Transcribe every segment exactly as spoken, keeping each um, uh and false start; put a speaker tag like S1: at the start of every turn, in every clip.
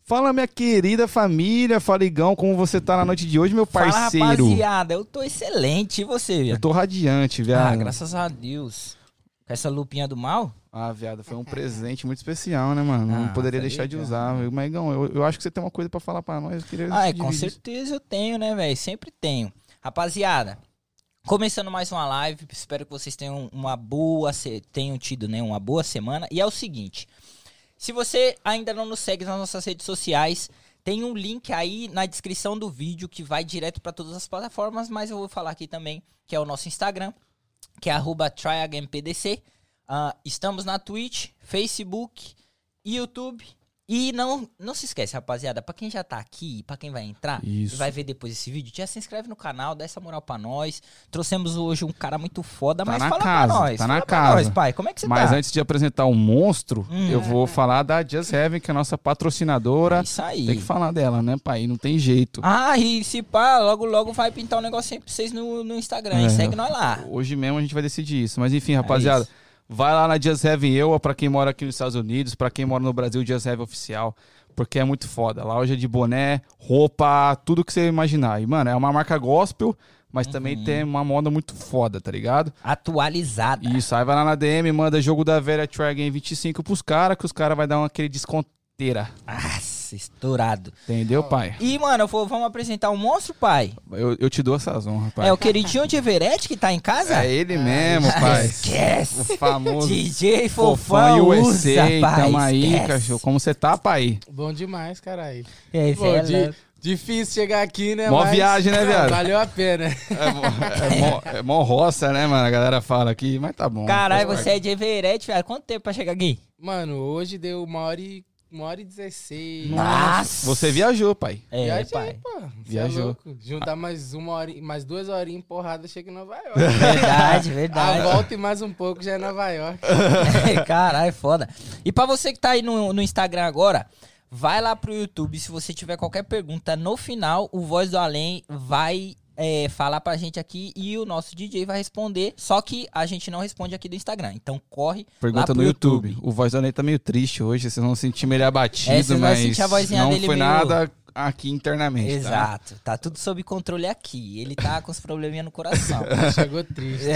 S1: Fala, minha querida família, Faligão, como você tá na noite de hoje, meu parceiro?
S2: Fala, rapaziada, eu tô excelente, e você, viado?
S1: Eu tô radiante, viado.
S2: Ah, graças a Deus. Com essa lupinha do mal?
S1: Ah, viado, foi um presente muito especial, né, mano? Não
S2: Ah,
S1: poderia
S2: tá
S1: deixar de
S2: ligado.
S1: usar. Eu, Maigão, eu, eu acho que você tem uma coisa pra falar pra nós. Eu queria
S2: Ah, é,
S1: te
S2: com
S1: dividir.
S2: certeza eu tenho, né, velho? Sempre tenho. Rapaziada, começando mais uma live, espero que vocês tenham uma boa, se- tenham tido, né, uma boa semana. E é o seguinte, se você ainda não nos segue nas nossas redes sociais, tem um link aí na descrição do vídeo que vai direto para todas as plataformas, mas eu vou falar aqui também, que é o nosso Instagram, que é arroba tryagainpdc. Ah, estamos na Twitch, Facebook, YouTube. E não, não se esquece, rapaziada, pra quem já tá aqui, pra quem vai entrar
S1: Isso.
S2: e vai ver depois esse vídeo, já se inscreve no canal, dá essa moral pra nós. Trouxemos hoje um cara muito foda,
S1: Tá
S2: mas
S1: na
S2: fala
S1: casa,
S2: pra nós.
S1: tá
S2: fala
S1: na
S2: pra
S1: casa.
S2: nós, pai, como é que você
S1: Mas
S2: tá?
S1: antes de apresentar o monstro,
S2: Hum.
S1: eu vou falar da Just Heaven, que é a nossa patrocinadora.
S2: É isso aí.
S1: Tem que falar dela, né, pai? Não tem jeito.
S2: Ah, e se pá, logo logo vai pintar um negocinho pra vocês no, no Instagram, hein?
S1: É.
S2: Segue nós lá.
S1: Hoje mesmo a gente vai decidir isso. Mas enfim, rapaziada,
S2: isso.
S1: vai lá na Just Heaven Eu, pra quem mora aqui nos Estados Unidos, pra quem mora no Brasil, Just Heaven Oficial. Porque é muito foda. Loja de boné, roupa, tudo que você imaginar. E, mano, é uma marca gospel, mas também tem uma moda muito foda, tá ligado?
S2: Atualizada.
S1: Isso, aí vai lá na D M, manda jogo da velha Try Game vinte e cinco pros caras, que os caras vão dar uma, aquele desconteira.
S2: Nossa, estourado.
S1: Entendeu, pai?
S2: E, mano, eu vou- vamos apresentar o monstro, pai?
S1: Eu, eu te dou essas honras, pai.
S2: É o queridinho de Everett que tá em casa?
S1: É ele mesmo, pai.
S2: Esquece.
S1: O famoso
S2: D J
S1: Fofão
S2: Fofão
S1: U
S2: usa,
S1: S A,
S2: pai.
S1: tamo aí,
S2: esquece.
S1: cachorro. Como você tá, pai?
S3: Bom demais, caralho.
S2: É,
S3: Pô,
S2: é
S3: di-
S2: louco.
S3: difícil chegar aqui, né?
S1: Mó
S3: mas
S1: viagem, né, viado?
S3: Valeu a pena.
S1: É mó, é, mó, é mó roça, né, mano? A galera fala aqui, mas tá bom.
S2: Caralho,
S1: Faz
S2: você é de Everett, velho. Quanto tempo pra chegar aqui?
S3: Mano, hoje deu uma hora e, uma hora e dezesseis.
S2: Nossa.
S1: Você viajou, pai.
S2: É,
S3: Viajei,
S2: pai.
S3: pô. Cê
S1: Viajou.
S3: É louco. Juntar mais uma hora, mais duas horinhas porrada, chega em Nova York.
S2: Verdade,
S3: A
S2: verdade.
S3: volta e mais um pouco já é Nova York.
S2: Caralho, foda. E pra você que tá aí no, no Instagram agora, vai lá pro YouTube. Se você tiver qualquer pergunta, no final, o Voz do Além vai é, falar pra gente aqui e o nosso D J vai responder. Só que a gente não responde aqui do Instagram. Então corre lá
S1: Pergunta
S2: pro
S1: no YouTube. O voz do Ney tá meio triste hoje, vocês vão sentir meio abatido,
S2: É, vocês vão
S1: mas
S2: sentir a vozinha
S1: não
S2: dele
S1: foi
S2: meio-
S1: nada aqui internamente, tá?
S2: Exato. Tá tudo sob controle aqui. Ele tá com os probleminhas no coração.
S3: Chegou triste.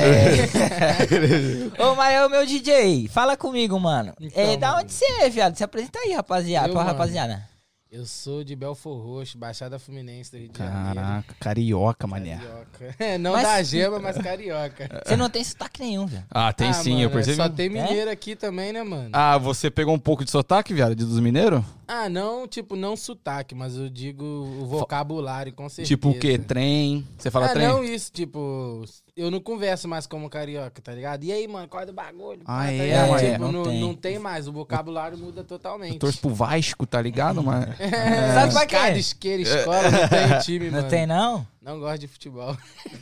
S2: É. Ô, mas é o meu D J, fala comigo, mano.
S3: Então,
S2: é, da
S3: mano.
S2: onde você é, viado? Se apresenta aí, rapaziada.
S3: Eu,
S2: Pra
S3: mano.
S2: rapaziada.
S3: Eu sou de Belfor Roxo, Baixada Fluminense do Rio de Janeiro.
S1: Caraca, carioca, mané.
S3: Carioca. É, não
S2: Mas-
S3: da gema, mas carioca.
S2: Você não tem sotaque nenhum, velho.
S1: Ah, tem
S3: Ah,
S1: sim,
S3: mano,
S1: eu percebi.
S3: Só tem mineiro aqui também, né, mano?
S1: Ah, você pegou um pouco de sotaque, viado, de dos mineiros?
S3: Ah, não, tipo, não sotaque, mas eu digo o vocabulário, com certeza.
S1: Tipo o quê? Trem? Você fala
S3: ah,
S1: trem?
S3: não isso, tipo, eu não converso mais como carioca, tá ligado? E aí, mano, qual é do bagulho?
S1: Ah,
S3: Pá,
S1: é,
S3: tá ligado?
S1: mas
S3: Tipo,
S2: não
S3: não,
S2: tem.
S3: não tem mais, o vocabulário muda totalmente.
S1: Eu torço pro Vasco, tá ligado, mano?
S3: É,
S2: Sabe pra quê?
S3: escada, isqueira, escola, não tem time,
S2: Não
S3: mano.
S2: tem, não?
S3: Não gosto de futebol.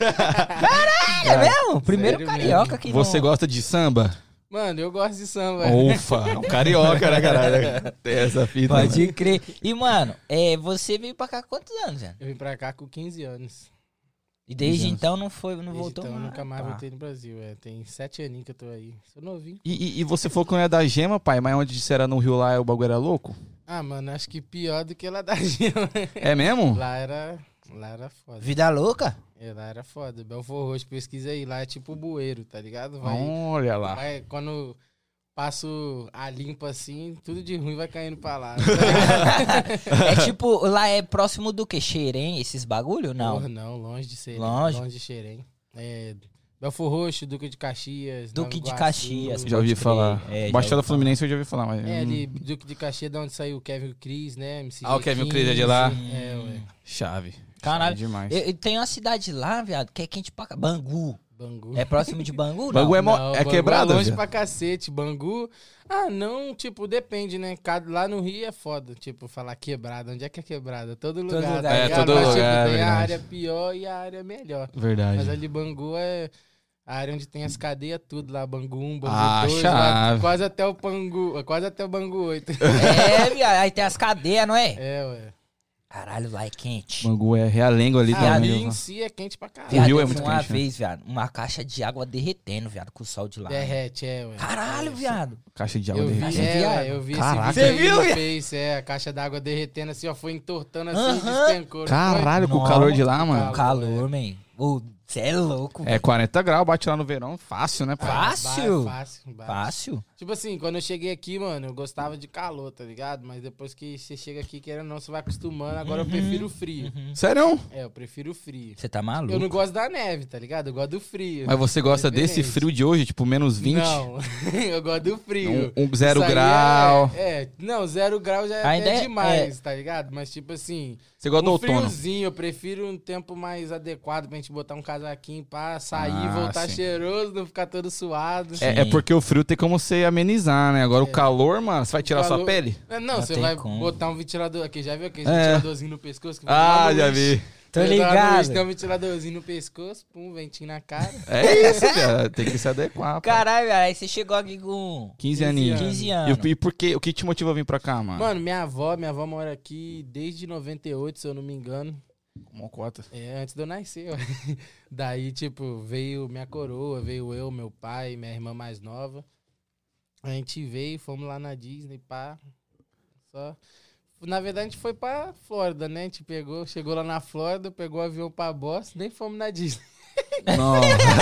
S2: É mesmo? Primeiro
S3: Sério
S2: carioca que
S1: Você
S2: não...
S1: gosta de samba?
S3: Mano, eu gosto de samba.
S1: Ufa, é um carioca, né, caralho? Tem essa fita. mano.
S2: Pode crer. E, mano, é, você veio pra cá há quantos anos, velho?
S3: Eu vim pra cá com quinze anos.
S2: E desde
S1: Quinze
S2: então não foi, não
S3: Desde
S2: voltou
S3: então, eu
S2: mais.
S3: nunca mais
S2: Pá.
S3: voltei no Brasil. É, tem sete aninhos que eu tô aí. Sou novinho.
S1: E, e- e você falou que não é da gema, pai, mas onde você era no Rio lá, o bagulho era louco?
S3: Ah, mano, acho que pior do que lá da gema.
S1: É mesmo?
S3: Lá era, lá era foda.
S2: Vida louca?
S3: É, lá era foda. Belfor Roxo, pesquisa aí. Lá é tipo bueiro, tá ligado? Vai,
S1: Olha lá.
S3: vai quando passo a limpa assim, tudo de ruim vai caindo pra lá.
S2: É tipo, lá é próximo do que? Xerém, esses bagulho? Não.
S3: Porra, não, longe de ser.
S2: Longe?
S3: Longe de Xerém. É, Belfor Roxo, Duque de Caxias.
S2: Duque
S3: Nova
S2: de
S3: Iguaçu.
S2: Caxias.
S1: Já ouvi
S2: Pode
S1: falar.
S2: crer. É, já
S1: Baixada
S2: ouvi falar.
S1: Fluminense eu já ouvi falar, mas...
S3: É,
S1: hum,
S3: ali, Duque de Caxias, de onde saiu o Kevin Cris, né? M C G
S1: Ah, o Kevin Cris é de lá?
S3: É, ué.
S1: Chave.
S2: Caralho.
S1: Chave demais.
S2: Eu, eu tenho uma cidade lá, viado, que é quente pra cá. Bangu.
S3: Bangu.
S2: É próximo de Bangu, não?
S1: Bangu é, mo-
S3: Não,
S1: é
S3: Bangu
S1: quebrada,
S3: É longe
S1: viado?
S3: pra cacete. Bangu. Ah, não, tipo, depende, né? Cada- Lá no Rio é foda, tipo, falar quebrada. Onde é que é quebrada? Todo lugar.
S2: lugar.
S3: tá
S2: É,
S3: ligado?
S1: todo
S3: Mas,
S1: lugar, é
S3: tipo, tem
S1: verdade.
S3: a área pior e a área melhor.
S1: Verdade.
S3: Mas ali Bangu é a área onde tem as cadeias tudo lá. Bangu um, Bangu
S1: Ah,
S3: dois,
S1: chave.
S3: lá, quase até o Pangu, quase até o Bangu oito.
S2: É, viado, aí tem as cadeias, não é?
S3: É, ué.
S2: Caralho, lá é quente.
S1: Bangu é Realengo ali
S3: Ah,
S1: também.
S3: ali em
S1: né?
S3: si é quente pra caralho.
S1: O Rio
S2: Viado,
S1: é
S2: eu
S1: muito
S2: fui uma
S1: quente, né?
S2: vez, viado, uma caixa de água derretendo, viado, com o sol de lá.
S3: Derrete, é, ué.
S2: Caralho,
S3: É,
S2: viado.
S1: Caixa de água
S3: Eu vi,
S1: derretida.
S2: derretida.
S3: é,
S2: Viado.
S3: ué, eu vi
S1: Caraca.
S3: esse vídeo
S2: Você
S3: aí
S2: viu,
S3: no
S2: viado?
S3: Face, é, a caixa d'água derretendo assim, ó, foi entortando assim e
S2: Aham.
S3: despencou. não foi?
S1: Caralho, com o
S2: Nossa,
S1: calor de lá,
S3: com
S1: mano.
S2: O calor, man. Ô, você é louco,
S1: É
S2: velho.
S1: quarenta graus, bate lá no verão, fácil, né, pai?
S3: Ah,
S2: Fácil.
S3: ba- Fácil, bate.
S2: Fácil.
S3: Tipo assim, quando eu cheguei aqui, mano, eu gostava de calor, tá ligado? Mas depois que você chega aqui, querendo ou não, você vai acostumando. Agora eu prefiro o frio.
S1: Sério?
S3: É, eu prefiro o frio.
S2: Você tá maluco?
S3: Eu não gosto da neve, tá ligado? Eu gosto do frio.
S1: Mas você gosta
S3: É
S1: desse
S3: diferente.
S1: frio de hoje, tipo, menos vinte?
S3: Não, eu gosto do frio.
S1: Um, um zero
S3: Isso aí
S1: grau.
S3: É, é, não, zero grau já é
S2: Ainda
S3: até
S2: é-
S3: demais, tá ligado? Mas tipo assim,
S1: Você gosta do
S3: um
S1: outono?
S3: friozinho, eu prefiro um tempo mais adequado pra gente botar um casaquinho pra sair,
S1: Ah,
S3: voltar
S1: sim.
S3: cheiroso, não ficar todo suado.
S1: É, é
S2: Sim.
S1: porque o frio tem como você amenizar, né? Agora o
S3: É.
S1: calor, mano, você vai tirar
S3: Calor-
S1: sua pele?
S3: É, Não,
S2: Não
S3: você
S2: tem
S3: vai
S2: como.
S3: botar um ventilador aqui, já viu aquele
S1: É.
S3: ventiladorzinho no pescoço? Que vai
S1: Ah,
S3: lá no
S1: já
S3: Wish?
S1: vi.
S2: Tô
S3: Vai lá no
S2: ligado.
S3: Wish, tem um ventiladorzinho no pescoço, pum, ventinho na cara.
S1: É isso, cara. Tem que se adequar. pô.
S2: Caralho, aí você chegou aqui com
S1: quinze
S3: quinze
S1: aninhos.
S3: anos.
S2: quinze
S1: E,
S2: anos.
S1: o- e por quê? O que te motivou a vir pra cá, mano?
S3: Mano, minha avó, minha avó mora aqui desde noventa e oito, se eu não me engano.
S1: Mocota.
S3: É, antes de eu nascer, ué. Daí, tipo, veio minha coroa, veio eu, meu pai, minha irmã mais nova. A gente veio, fomos lá na Disney, pá. Só. Na verdade, a gente foi pra Flórida, né? A gente pegou, chegou lá na Flórida, pegou o avião pra Boston, nem fomos na Disney.
S1: Não.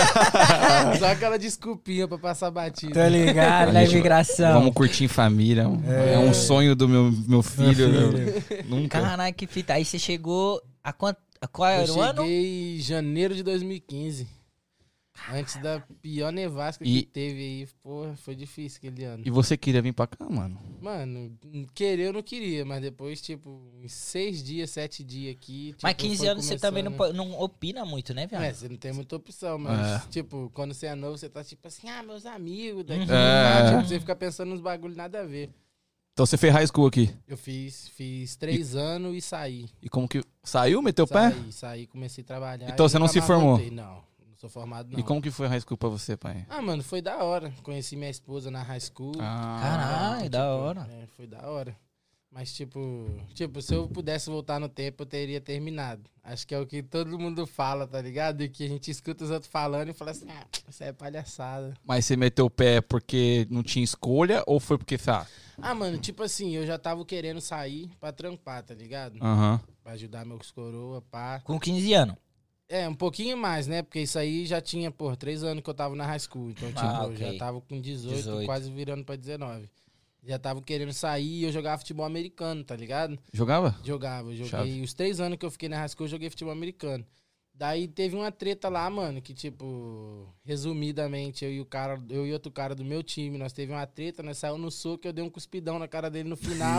S3: Só aquela desculpinha pra passar batida.
S2: Tô ligado, na
S1: Gente,
S2: imigração.
S1: Vamos curtir em família. É, um sonho do meu, meu filho. eu- Nunca.
S2: Caralho, que fita. Aí você chegou a quanto? A qual era
S3: Eu
S2: o ano?
S3: cheguei em janeiro de dois mil e quinze. Antes da pior nevasca
S1: E-
S3: que teve aí. Porra, foi difícil aquele ano.
S1: E você queria vir pra cá, mano?
S3: Mano, querer eu não queria, mas depois, tipo, em seis dias, sete dias aqui. Tipo,
S2: Mas quinze
S3: foi
S2: anos você também não,
S3: começando-
S2: po- não opina muito, né, viado?
S3: É, você não tem muita opção, mas,
S1: É.
S3: tipo, quando você é novo, você tá tipo assim, ah, meus amigos daqui.
S2: Uhum.
S3: tá?
S1: É.
S3: Tipo, você fica pensando nos bagulho nada a ver.
S1: Então você fez high school aqui.
S3: Eu fiz, fiz três anos e saí.
S1: E como que. Saiu, meteu o pé?
S3: Saí, saí, comecei a trabalhar.
S1: Então
S3: e
S1: você não
S3: nunca
S1: se
S3: mais
S1: formou?
S3: voltei. Não, não sou formado, não.
S1: E como que foi high school pra você, pai?
S3: Ah, mano, foi da hora. Conheci minha esposa na high school.
S1: Ah,
S2: Caralho,
S3: Tipo,
S2: da hora.
S3: É, foi da hora. Mas, tipo, tipo, se eu pudesse voltar no tempo, eu teria terminado. Acho que é o que todo mundo fala, tá ligado? E que a gente escuta os outros falando e fala assim, ah, isso é palhaçada.
S1: Mas você meteu o pé porque não tinha escolha ou foi porque. Ah,
S3: Ah, mano, tipo assim, eu já tava querendo sair pra trampar, tá ligado?
S1: aham.
S3: Pra ajudar meus coroa, pá.
S2: Com quinze anos.
S3: É, um pouquinho mais, né? Porque isso aí já tinha, pô, três anos que eu tava na high school. Então, tipo,
S2: Ah,
S3: eu
S2: ok.
S3: já tava com dezoito,
S2: dezoito.
S3: quase virando pra dezenove. Já tava querendo sair e eu jogava futebol americano, tá ligado?
S1: Jogava?
S3: Jogava, eu joguei.
S1: Chave.
S3: Os três anos que eu fiquei na high school, eu joguei futebol americano. Daí teve uma treta lá, mano, que tipo, resumidamente, eu e o cara, eu e outro cara do meu time, nós teve uma treta, nós saímos no soco, eu dei um cuspidão na cara dele no final.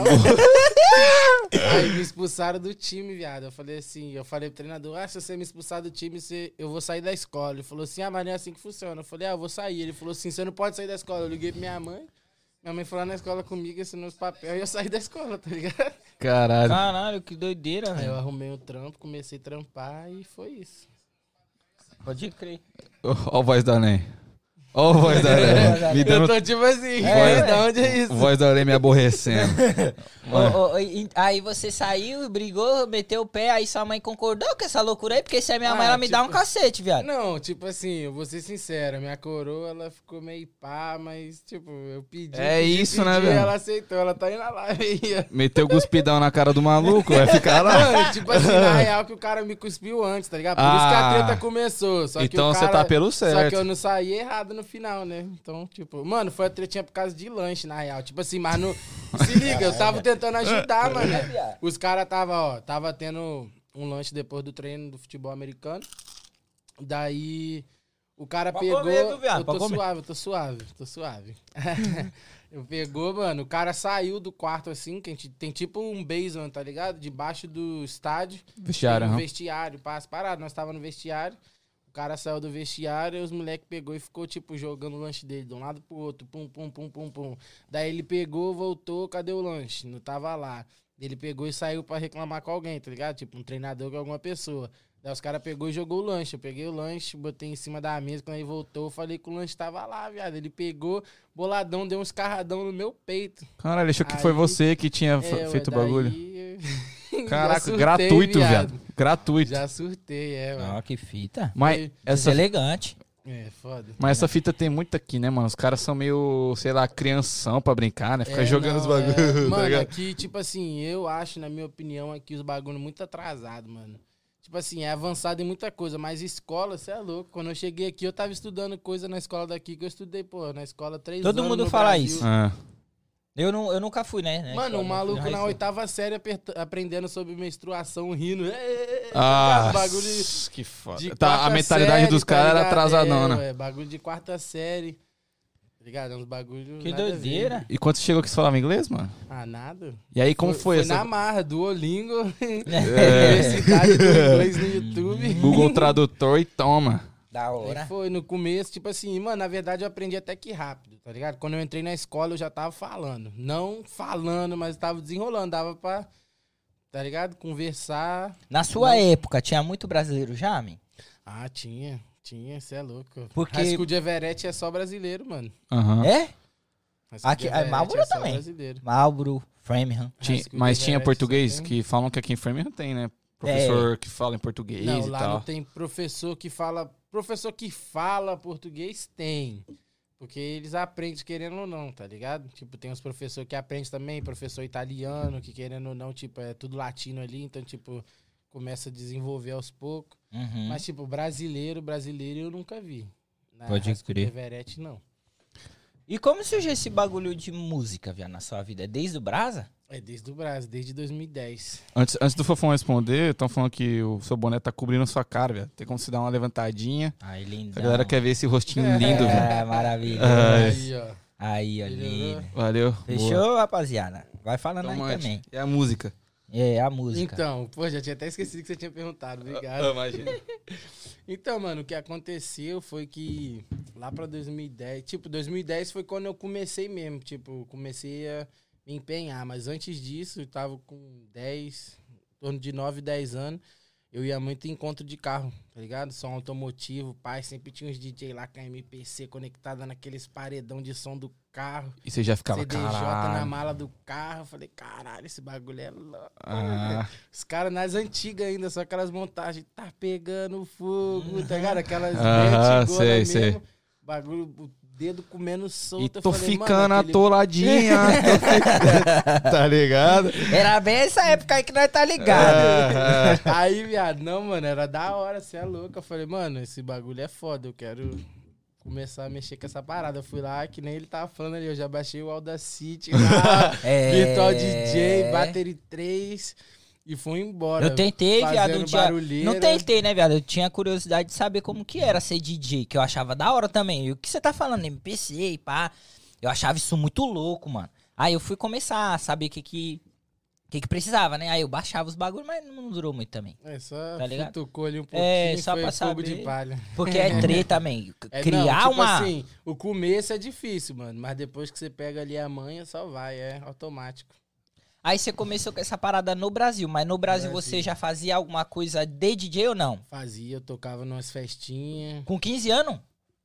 S3: Aí me expulsaram do time, viado. Eu falei assim, eu falei pro treinador, ah, se você me expulsar do time, você, eu vou sair da escola. Ele falou assim, ah, mas não é assim que funciona. Eu falei, ah, eu vou sair. Ele falou assim, você não pode sair da escola. Eu liguei pra minha mãe, minha mãe foi lá na escola comigo, assinou os papéis e eu saí da escola, tá ligado?
S1: Caralho.
S2: Caralho, que doideira,
S3: Aí eu
S2: velho.
S3: arrumei um trampo, comecei a trampar e foi isso.
S2: Pode crer.
S1: Ó, a voz da Nen. Ó, a voz da Nen. Me
S3: Eu
S1: dando.
S3: tô tipo assim,
S2: É,
S3: da onde é isso?
S1: Voz da Nen me aborrecendo. Mano.
S2: Ô, ô, e- aí você saiu, brigou, meteu o pé, aí sua mãe concordou com essa loucura aí, porque se é minha mãe,
S3: Ah,
S2: ela me dá um
S3: tipo-
S2: cacete, viado.
S3: Não, tipo assim, eu vou ser sincero, minha coroa, ela ficou meio pá, mas, tipo, eu pedi,
S1: É
S3: pedi,
S1: isso,
S3: pedi,
S1: né, velho?
S3: ela aceitou, ela tá aí na live aí.
S1: Meteu cuspidão na cara do maluco, vai ficar lá.
S3: Mano, tipo assim, na real que o cara me cuspiu antes, tá ligado? Por isso que
S1: Ah.
S3: a treta começou. Só que
S1: Então
S3: o
S1: você
S3: cara,
S1: tá pelo
S3: Só
S1: certo.
S3: que eu não saí errado no final, né? Então, tipo, mano, foi a tretinha por causa de lanche, na real. Tipo assim, mas no. Se liga, eu tava tentando ajudar, mano. Os caras tava, ó, tava tendo um lanche depois do treino do futebol americano. Daí. O cara
S2: Pode
S3: pegou.
S2: comer, viu, viado?
S3: eu tô
S2: Pode comer.
S3: suave, eu tô suave, tô suave. Eu pegou, mano, o cara saiu do quarto assim, que a gente tem tipo um basement, tá ligado? Debaixo do estádio.
S1: Vestiário,
S3: Tem um
S1: aham.
S3: vestiário, passa parado. Nós tava no vestiário. O cara saiu do vestiário e os moleques pegou e ficou, tipo, jogando o lanche dele de um lado pro outro. Pum, pum, pum, pum, pum. Daí ele pegou, voltou, cadê o lanche? Não tava lá. Ele pegou e saiu pra reclamar com alguém, tá ligado? Tipo, um treinador com alguma pessoa. Daí os caras pegou e jogou o lanche. Eu peguei o lanche, botei em cima da mesa. Quando ele voltou, eu falei que o lanche tava lá, viado. Ele pegou, boladão, deu uns carradão no meu peito.
S1: Caralho, achou que
S3: Aí-
S1: foi você que tinha fe-
S3: É, ué,
S1: feito o
S3: daí-
S1: bagulho. Caraca,
S3: surtei,
S1: gratuito,
S3: viado.
S1: viado. Gratuito.
S3: Já surtei, é, mano.
S2: Ó, que fita.
S1: Mas
S3: Foi
S1: essa,
S2: Deselegante.
S3: É, foda.
S1: mas essa fita tem muito aqui, né, mano? Os caras são meio, sei lá, crianção pra brincar, né? Ficar
S3: É,
S1: jogando
S3: não,
S1: os bagulhos.
S3: é.
S1: tá
S3: Mano,
S1: ligado?
S3: aqui, tipo assim, eu acho, na minha opinião, aqui os bagulhos muito atrasados, mano. Tipo assim, é avançado em muita coisa, mas escola, você é louco. Quando eu cheguei aqui, eu tava estudando coisa na escola daqui que eu estudei, pô, na escola três
S2: Todo
S3: anos
S2: mundo
S3: no
S2: fala
S3: Brasil.
S2: isso.
S1: Ah.
S2: Eu, não, eu nunca fui, né? né?
S3: Mano,
S2: Escola,
S3: o
S2: não
S3: maluco
S2: fui
S3: na
S2: high school.
S3: oitava série aperta- aprendendo sobre menstruação, rindo. É,
S1: Ah,
S3: bagulho de,
S1: que foda.
S3: de
S1: Tá, a
S3: quarta
S1: mentalidade
S3: série,
S1: dos
S3: tá
S1: caras era
S3: ligado?
S1: atrasadona.
S3: É, é, bagulho de quarta série. Tá ligado? É uns bagulho.
S2: Que
S3: nada a ver.
S2: doideira.
S1: E quando você chegou que você falava inglês, mano?
S3: Ah, nada.
S1: E aí, como foi,
S3: Foi
S1: essa?
S3: na marra, Duolingo,
S2: É.
S3: Universidade do Inglês no YouTube.
S1: Google Tradutor e toma.
S2: Da
S3: Aí
S2: hora.
S3: foi no começo, tipo assim, mano, na verdade eu aprendi até que rápido, tá ligado? Quando eu entrei na escola eu já tava falando. Não falando, mas tava desenrolando, dava pra, tá ligado? Conversar.
S2: Na sua época, tinha muito brasileiro já, man?
S3: Ah, tinha, tinha, cê é louco.
S2: Porque-
S3: High School de Everett é só brasileiro, mano.
S1: Aham.
S2: É?
S3: High School
S2: Aqui-
S3: de
S2: é,
S3: Everett
S2: Marlboro
S3: é só
S2: também.
S3: brasileiro.
S2: Marlboro, Framingham.
S1: Tinha-
S3: High School
S1: mas
S3: de
S1: tinha
S3: Everett
S1: português,
S3: só tem-
S1: que falam que aqui em Framingham tem, né? Professor que fala em português
S3: Não,
S1: e
S3: lá
S1: tal.
S3: não tem professor que fala. Professor que fala português tem. Porque eles aprendem querendo ou não, tá ligado? Tipo, tem uns professores que aprendem também, professor italiano, que querendo ou não, tipo, é tudo latino ali, então, tipo, começa a desenvolver aos poucos.
S2: Uhum.
S3: Mas, tipo, brasileiro, brasileiro eu nunca vi. Na
S2: Pode
S3: High School
S2: crer.
S3: de Everett, não.
S2: E como surgiu esse bagulho de música, viado, na sua vida? É desde o Brasa?
S3: É desde o Brasil, desde dois mil e dez.
S1: Antes, antes do Fofão responder, estão falando que o seu boné tá cobrindo a sua cara, velho. Tem como se dar uma levantadinha.
S2: Ai, lindo.
S1: A galera quer ver esse rostinho lindo, velho.
S2: É, maravilha.
S1: Ai.
S3: Aí, ó.
S2: Aí, ó,
S3: Melhorou?
S2: lindo.
S1: Valeu.
S2: Fechou,
S1: Boa.
S2: rapaziada? Vai falando
S1: Então,
S2: aí
S1: mande.
S2: também.
S1: E a música?
S2: É, a música.
S3: Então, pô, já tinha até esquecido que você tinha perguntado, obrigado.
S1: Ah, imagina.
S3: Então, mano, o que aconteceu foi que lá pra dois mil e dez, tipo, dois mil e dez foi quando eu comecei mesmo, tipo, comecei a me empenhar, mas antes disso, eu tava com dez, em torno de nove, dez anos, eu ia muito em encontro de carro, tá ligado? Som automotivo, pai, sempre tinha uns D J lá com a M P C conectada naqueles paredão de som do carro,
S1: E você já ficava,
S3: C D J na
S1: caralho.
S3: mala do carro, eu falei, caralho, esse bagulho é louco,
S1: Ah.
S3: velho. Os caras nas antigas ainda, só aquelas montagens, tá pegando fogo, tá ligado? Aquelas
S1: Aham,
S3: antigonas
S1: sei,
S3: mesmo,
S1: sei.
S3: bagulho, o dedo comendo solto.
S1: E
S3: eu
S1: tô
S3: falei, mano,
S1: ficando
S3: aquele-
S1: atoladinha. tô ficando- tá ligado?
S2: Era bem essa época aí que nós tá ligado.
S1: Ah, ah.
S3: Aí, viado, não, mano, era da hora, você é louco. Eu falei, mano, esse bagulho é foda, eu quero começar a mexer com essa parada. Eu fui lá, que nem ele tava falando ali, eu já baixei o Audacity lá,
S2: É.
S3: Virtual D J, Battery três, e fui embora.
S2: Eu tentei, viado, um
S3: fazendo
S2: dia.
S3: barulheira.
S2: Não tentei, né, viado? Eu tinha curiosidade de saber como que era ser D J, que eu achava da hora também. E o que você tá falando, M P C e pá. Eu achava isso muito louco, mano. Aí eu fui começar a saber o que que, que que precisava, né? Aí eu baixava os bagulhos, mas não durou muito também.
S3: É, só
S2: Tá ligado?
S3: futucou ali um pouquinho,
S2: É, só
S3: foi
S2: pra
S3: fogo
S2: saber.
S3: de palha.
S2: Porque é treta também.
S3: É,
S2: Criar
S3: não, tipo
S2: uma...
S3: assim, o começo é difícil, mano, mas depois que você pega ali a manha, só vai, é automático.
S2: Aí você começou com essa parada no Brasil, mas no Brasil,
S3: Brasil.
S2: você já fazia alguma coisa de D J ou não?
S3: Fazia, eu tocava numas festinhas.
S2: Com quinze anos?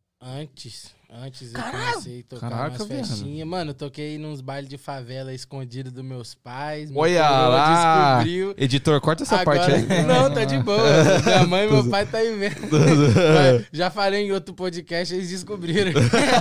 S3: Antes, antes
S2: Caralho!
S3: eu comecei a tocar
S1: Caraca,
S3: umas
S1: viado.
S3: festinhas. Mano, eu toquei nos bailes de favela escondido dos meus pais. meu
S1: Olha
S3: coroa
S1: lá.
S3: descobriu.
S1: Editor, corta essa
S3: Agora-
S1: parte aí.
S3: Não, tá de boa. Minha mãe e meu pai tá aí vendo. Mas já falei em outro podcast, eles descobriram.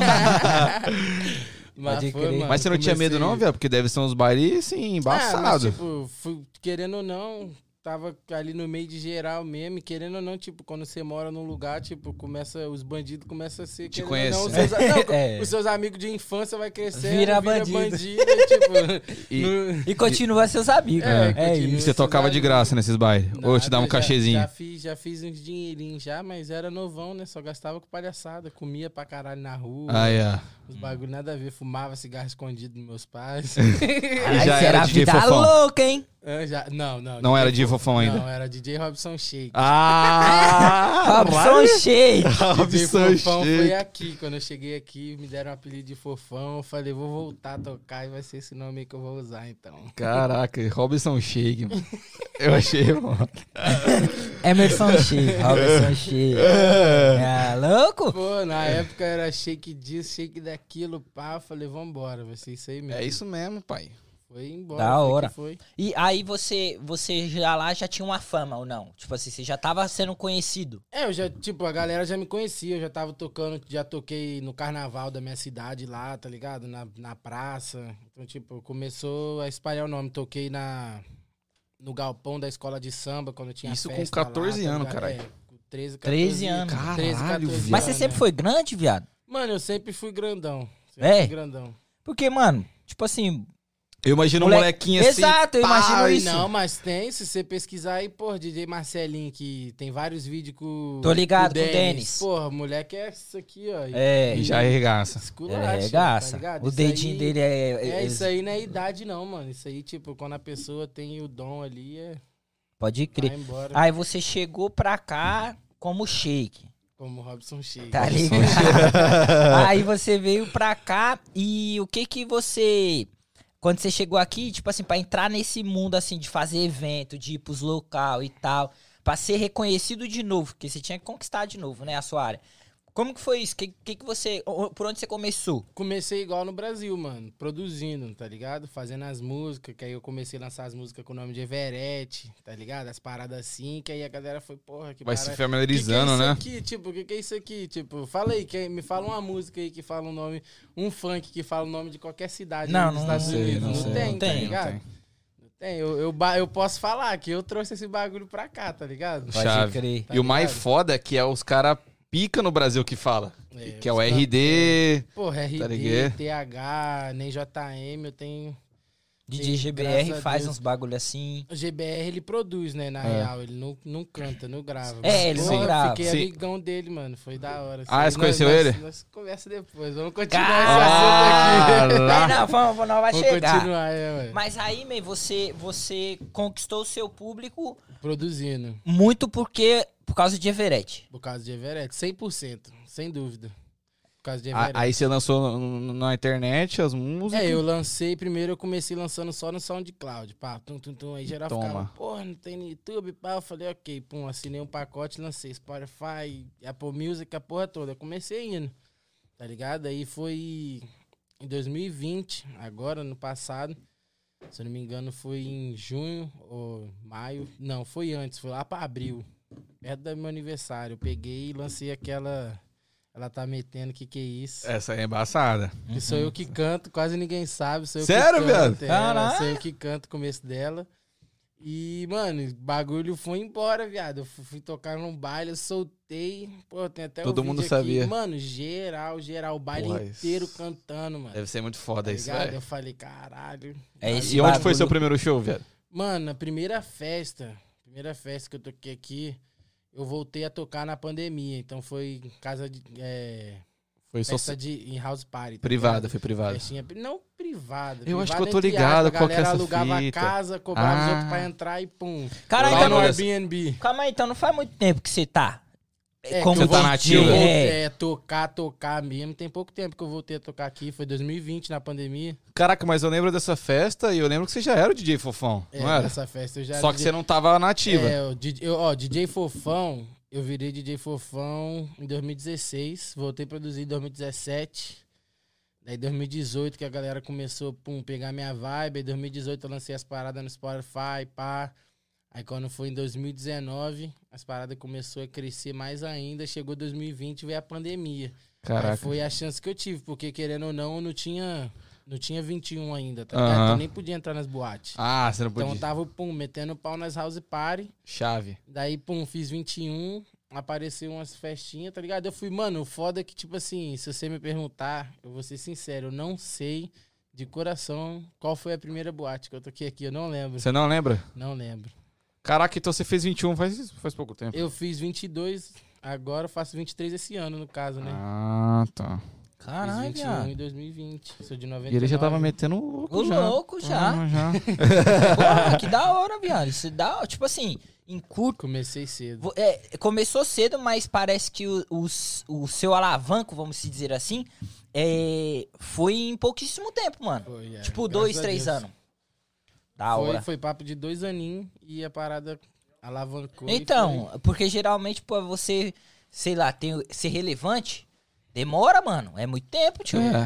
S2: Pode crer.
S3: mano,
S1: Mas você não tinha medo
S3: comecei-
S1: não, velho? Porque deve ser uns bailes, sim,
S3: Ah, mas,
S1: embaçados.
S3: tipo, fui- querendo ou não, tava ali no meio de geral mesmo. E querendo ou não, tipo, quando você mora num lugar, tipo, começa, os bandidos começam a ser...
S1: Te
S3: querendo ou não, os
S1: conhecer.
S3: seus, não,
S2: É.
S3: os seus amigos de infância vai crescendo,
S2: Vira
S3: vira,
S2: bandido.
S3: bandido. e, tipo,
S1: E-
S3: no-
S2: E continua seus amigos.
S3: É,
S2: É,
S3: continua.
S2: isso.
S1: E você tocava de graça nesses bailes? Ou te dava um
S3: Nada, já-
S1: cachezinho?
S3: Já, fiz, já fiz uns dinheirinhos já, mas era novão, né? Só gastava com palhaçada. Comia pra caralho na rua.
S1: Ah, é.
S3: Os bagulho nada a ver. Fumava cigarro escondido dos meus pais.
S2: Aí
S1: já
S2: você
S1: era
S2: era
S1: D J
S2: vida
S1: fofão?
S2: louca, hein?
S3: Ah, já- não, não.
S1: Não
S3: D J
S1: era D J fofão ainda?
S3: Não, era D J Robson Shake.
S1: Ah!
S2: Robson Shake.
S3: D J
S1: Robson
S3: Fofão foi
S1: Shake.
S3: aqui. Quando eu cheguei aqui, me deram um apelido de Fofão. Eu falei, vou voltar a tocar e vai ser esse nome aí que eu vou usar, então.
S1: Caraca, Robson Shake, mano. Eu achei, mano.
S2: Emerson Shake. Robson Shake. É louco?
S3: Pô, na época era shake disso, shake daquilo, pá. Eu falei, vambora, vai ser isso aí mesmo.
S1: É isso mesmo, pai.
S3: Foi embora.
S2: Da
S3: foi que
S2: hora.
S3: Foi.
S2: E aí você, você já lá já tinha uma fama ou não? Tipo assim, você já tava sendo conhecido.
S3: É, eu já, tipo, a galera já me conhecia, eu já tava tocando, já toquei no carnaval da minha cidade lá, tá ligado? Na, na praça. Então, tipo, começou a espalhar o nome. Toquei na, no galpão da escola de samba, quando tinha
S1: Isso com
S3: festa
S1: catorze
S3: lá, tá
S1: anos,
S3: ligado?
S1: caralho.
S3: É, com treze,
S2: treze anos.
S3: treze,
S1: Caralho,
S3: catorze
S1: viado.
S2: Mas você
S3: anos,
S2: sempre
S3: né?
S2: foi grande, viado?
S3: Mano, eu sempre fui grandão. Sempre
S2: É?
S3: fui grandão.
S2: Porque, mano, tipo assim...
S1: Eu imagino
S2: Moleque-
S1: um molequinho assim.
S2: Exato, eu imagino
S1: pá,
S2: isso.
S3: Não, mas tem, se você pesquisar aí, porra, D J Marcelinho, que tem vários vídeos com
S2: Tô ligado,
S3: com o
S2: com o Denis.
S3: Porra, moleque é isso aqui, ó.
S2: É.
S1: E já arregaça.
S3: Esculacha,
S2: Ele
S3: tá
S2: arregaça.
S3: ligado?
S2: O
S3: Isso
S2: dedinho
S3: aí-
S2: dele é...
S3: É, isso aí não é idade não, mano. Isso aí, tipo, quando a pessoa tem o dom ali, é...
S2: Pode crer.
S3: vai embora.
S2: Aí você chegou pra cá como shake.
S3: Como o Robson Sheik.
S2: Tá ligado? Aí você veio pra cá e o que que você... Quando você chegou aqui, tipo assim, pra entrar nesse mundo, assim, de fazer evento, de ir pros local e tal, pra ser reconhecido de novo, porque você tinha que conquistar de novo, né, a sua área. Como que foi isso? Que, que que você... Por onde você começou?
S3: Comecei igual no Brasil, mano. Produzindo, tá ligado? Fazendo as músicas, que aí eu comecei a lançar as músicas com o nome de Everett, tá ligado? As paradas assim, que aí a galera foi, porra, que
S1: Vai
S3: parada...
S1: se familiarizando,
S3: que que é
S1: né?
S3: isso aqui? Tipo, o que, que é isso aqui? Tipo, fala aí, que, me fala uma música aí que fala um nome, um funk que fala o nome de qualquer cidade
S2: Não,
S3: nos
S2: não
S3: Estados
S2: sei,
S3: Unidos.
S2: não
S3: Não,
S2: sei,
S3: tem,
S2: não
S3: tá
S2: tem,
S3: ligado?
S1: tem.
S3: Não tem. Eu, eu, ba- eu posso falar que eu trouxe esse bagulho pra cá, tá ligado?
S2: Pode
S1: Chave.
S2: crer.
S3: Tá
S1: E o mais
S3: ligado?
S1: foda é que é os caras pica no Brasil que fala.
S3: É,
S1: que é
S3: os
S1: o R D.
S3: Porra, R D,
S1: Tá ligado?
S3: T H, nem J M, eu tenho...
S2: D J
S3: Sim,
S2: G B
S3: graças
S2: R
S3: a
S2: faz
S3: Deus.
S2: uns bagulho assim.
S3: O G B R ele produz, né, na
S1: É.
S3: real, ele não, não canta, não grava.
S2: É,
S3: Mas,
S2: ele não
S3: porra,
S2: grava.
S3: Fiquei
S1: Sim.
S3: amigão dele, mano, foi da hora.
S1: Ah,
S3: Assim,
S1: você
S3: nós-
S1: conheceu
S3: nós-
S1: ele?
S3: Nós conversa depois, vamos continuar
S2: Ah,
S3: esse assunto aqui.
S1: lá.
S2: É, não, vamos, vamos, nós vai
S3: Vamos
S2: chegar.
S3: continuar, é, ué.
S2: Mas aí, man, você, você conquistou o seu público
S3: Produzindo,
S2: muito porque por causa de Everett.
S3: por causa de Everett, cem por cento, sem dúvida. Por causa de
S1: A-
S3: Everett.
S1: Aí você lançou n- na internet as músicas.
S3: É, eu lancei, primeiro eu comecei lançando só no SoundCloud, pá, tum, tum, tum, aí geral
S1: Toma.
S3: ficava, porra, não tem no YouTube, pá, eu falei, ok, pum, assinei um pacote, lancei Spotify, Apple Music, a porra toda, eu comecei indo, tá ligado? Aí foi em dois mil e vinte, agora, no passado, se eu não me engano foi em junho ou maio, não, foi antes, foi lá pra abril, perto do meu aniversário, eu peguei e lancei aquela... Ela tá metendo, que que é isso?
S1: Essa aí é embaçada.
S3: Que sou eu que canto, quase ninguém sabe. Sou eu
S1: Sério,
S3: que canto,
S1: viado?
S3: é,
S2: Caralho.
S3: Sou eu que canto o começo dela. E, mano, o bagulho foi embora, viado. Eu fui, fui tocar num baile, eu soltei. Pô, tem até
S1: Todo
S3: um
S1: mundo
S3: vídeo
S1: sabia.
S3: aqui. Mano, geral, geral. O baile
S1: Porra,
S3: inteiro
S1: isso-
S3: cantando, mano.
S1: Deve ser muito
S3: Tá
S1: foda isso,
S3: ligado?
S1: velho.
S3: Eu falei, caralho.
S2: É esse
S1: E onde foi
S2: bagulho-
S1: seu primeiro show, velho?
S3: Mano, a primeira festa, primeira festa que eu toquei aqui, eu voltei a tocar na pandemia. Então foi em casa de... É,
S1: Foi só
S3: festa de, em house party. tá
S1: privada,
S3: ligado?
S1: foi privada.
S3: Festinha, não privada.
S1: Eu acho
S3: privada
S1: que eu tô
S3: entre
S1: ligado
S3: aspas,
S1: qual que é
S3: A galera
S1: essa
S3: alugava
S1: fita.
S3: a casa, cobrava os
S1: Ah.
S3: outros pra entrar e pum.
S2: Caralho,
S3: Lá
S2: então
S3: no
S2: não-
S3: Airbnb.
S2: Calma aí, então não faz muito tempo que você tá.
S3: É,
S2: como
S3: que eu
S1: você tá
S3: voltei,
S1: nativa.
S2: É.
S3: É, tocar, tocar mesmo. Tem pouco tempo que eu voltei a tocar aqui. Foi dois mil e vinte, na pandemia.
S1: Caraca, mas eu lembro dessa festa e eu lembro que você já era o D J Fofão,
S3: É,
S1: não era?
S3: nessa festa eu já...
S1: Só que você não tava na ativa.
S3: É, o D J, eu, ó, D J Fofão, eu virei D J Fofão em dois mil e dezesseis. Voltei a produzir em dois mil e dezessete. Daí dois mil e dezoito que a galera começou a pegar minha vibe. Aí dois mil e dezoito eu lancei as paradas no Spotify, pá. Aí quando foi em dois mil e dezenove, as paradas começou a crescer mais ainda. Chegou dois mil e vinte e veio a pandemia. Aí
S1: Caraca.
S3: foi a chance que eu tive, porque querendo ou não, eu não tinha, não tinha vinte e um ainda, tá ligado?
S1: Aham.
S3: Então eu nem podia entrar nas boates.
S1: Ah, você não
S3: Então
S1: podia.
S3: eu tava, pum, metendo pau nas house party.
S1: Chave.
S3: Daí, pum, fiz vinte e um, apareceu umas festinhas, tá ligado? Eu fui, mano, o foda é que, tipo assim, se você me perguntar, eu vou ser sincero, eu não sei de coração qual foi a primeira boate que eu toquei aqui, eu não lembro.
S1: Você não lembra?
S3: Não lembro.
S1: Caraca, então você fez vinte e um faz, faz pouco tempo.
S3: Eu fiz vinte e dois, agora eu faço vinte e três esse ano, no caso, né?
S1: Ah, tá.
S3: Fiz
S2: Caralho,
S3: vinte e um
S2: viado.
S3: em dois mil e vinte, sou de noventa
S1: E
S3: e nove.
S1: ele já tava metendo o louco
S2: O
S1: já.
S2: louco já.
S1: Ah, já.
S2: Porra, que da hora, viado. Isso dá, tipo assim, em curto.
S3: Comecei cedo.
S2: vo- é, começou cedo, mas parece que o, o, s- o seu alavanco, vamos se dizer assim, é, foi em pouquíssimo tempo, mano.
S3: Foi, é,
S2: Tipo,
S3: graças
S2: dois,
S3: a
S2: três
S3: Deus.
S2: anos. Da
S3: Foi,
S2: hora.
S3: foi papo de dois aninhos e a parada alavancou. e
S2: Então, porque geralmente, pô, você, sei lá, tem, ser relevante, demora, mano. É muito tempo, tio.
S1: É.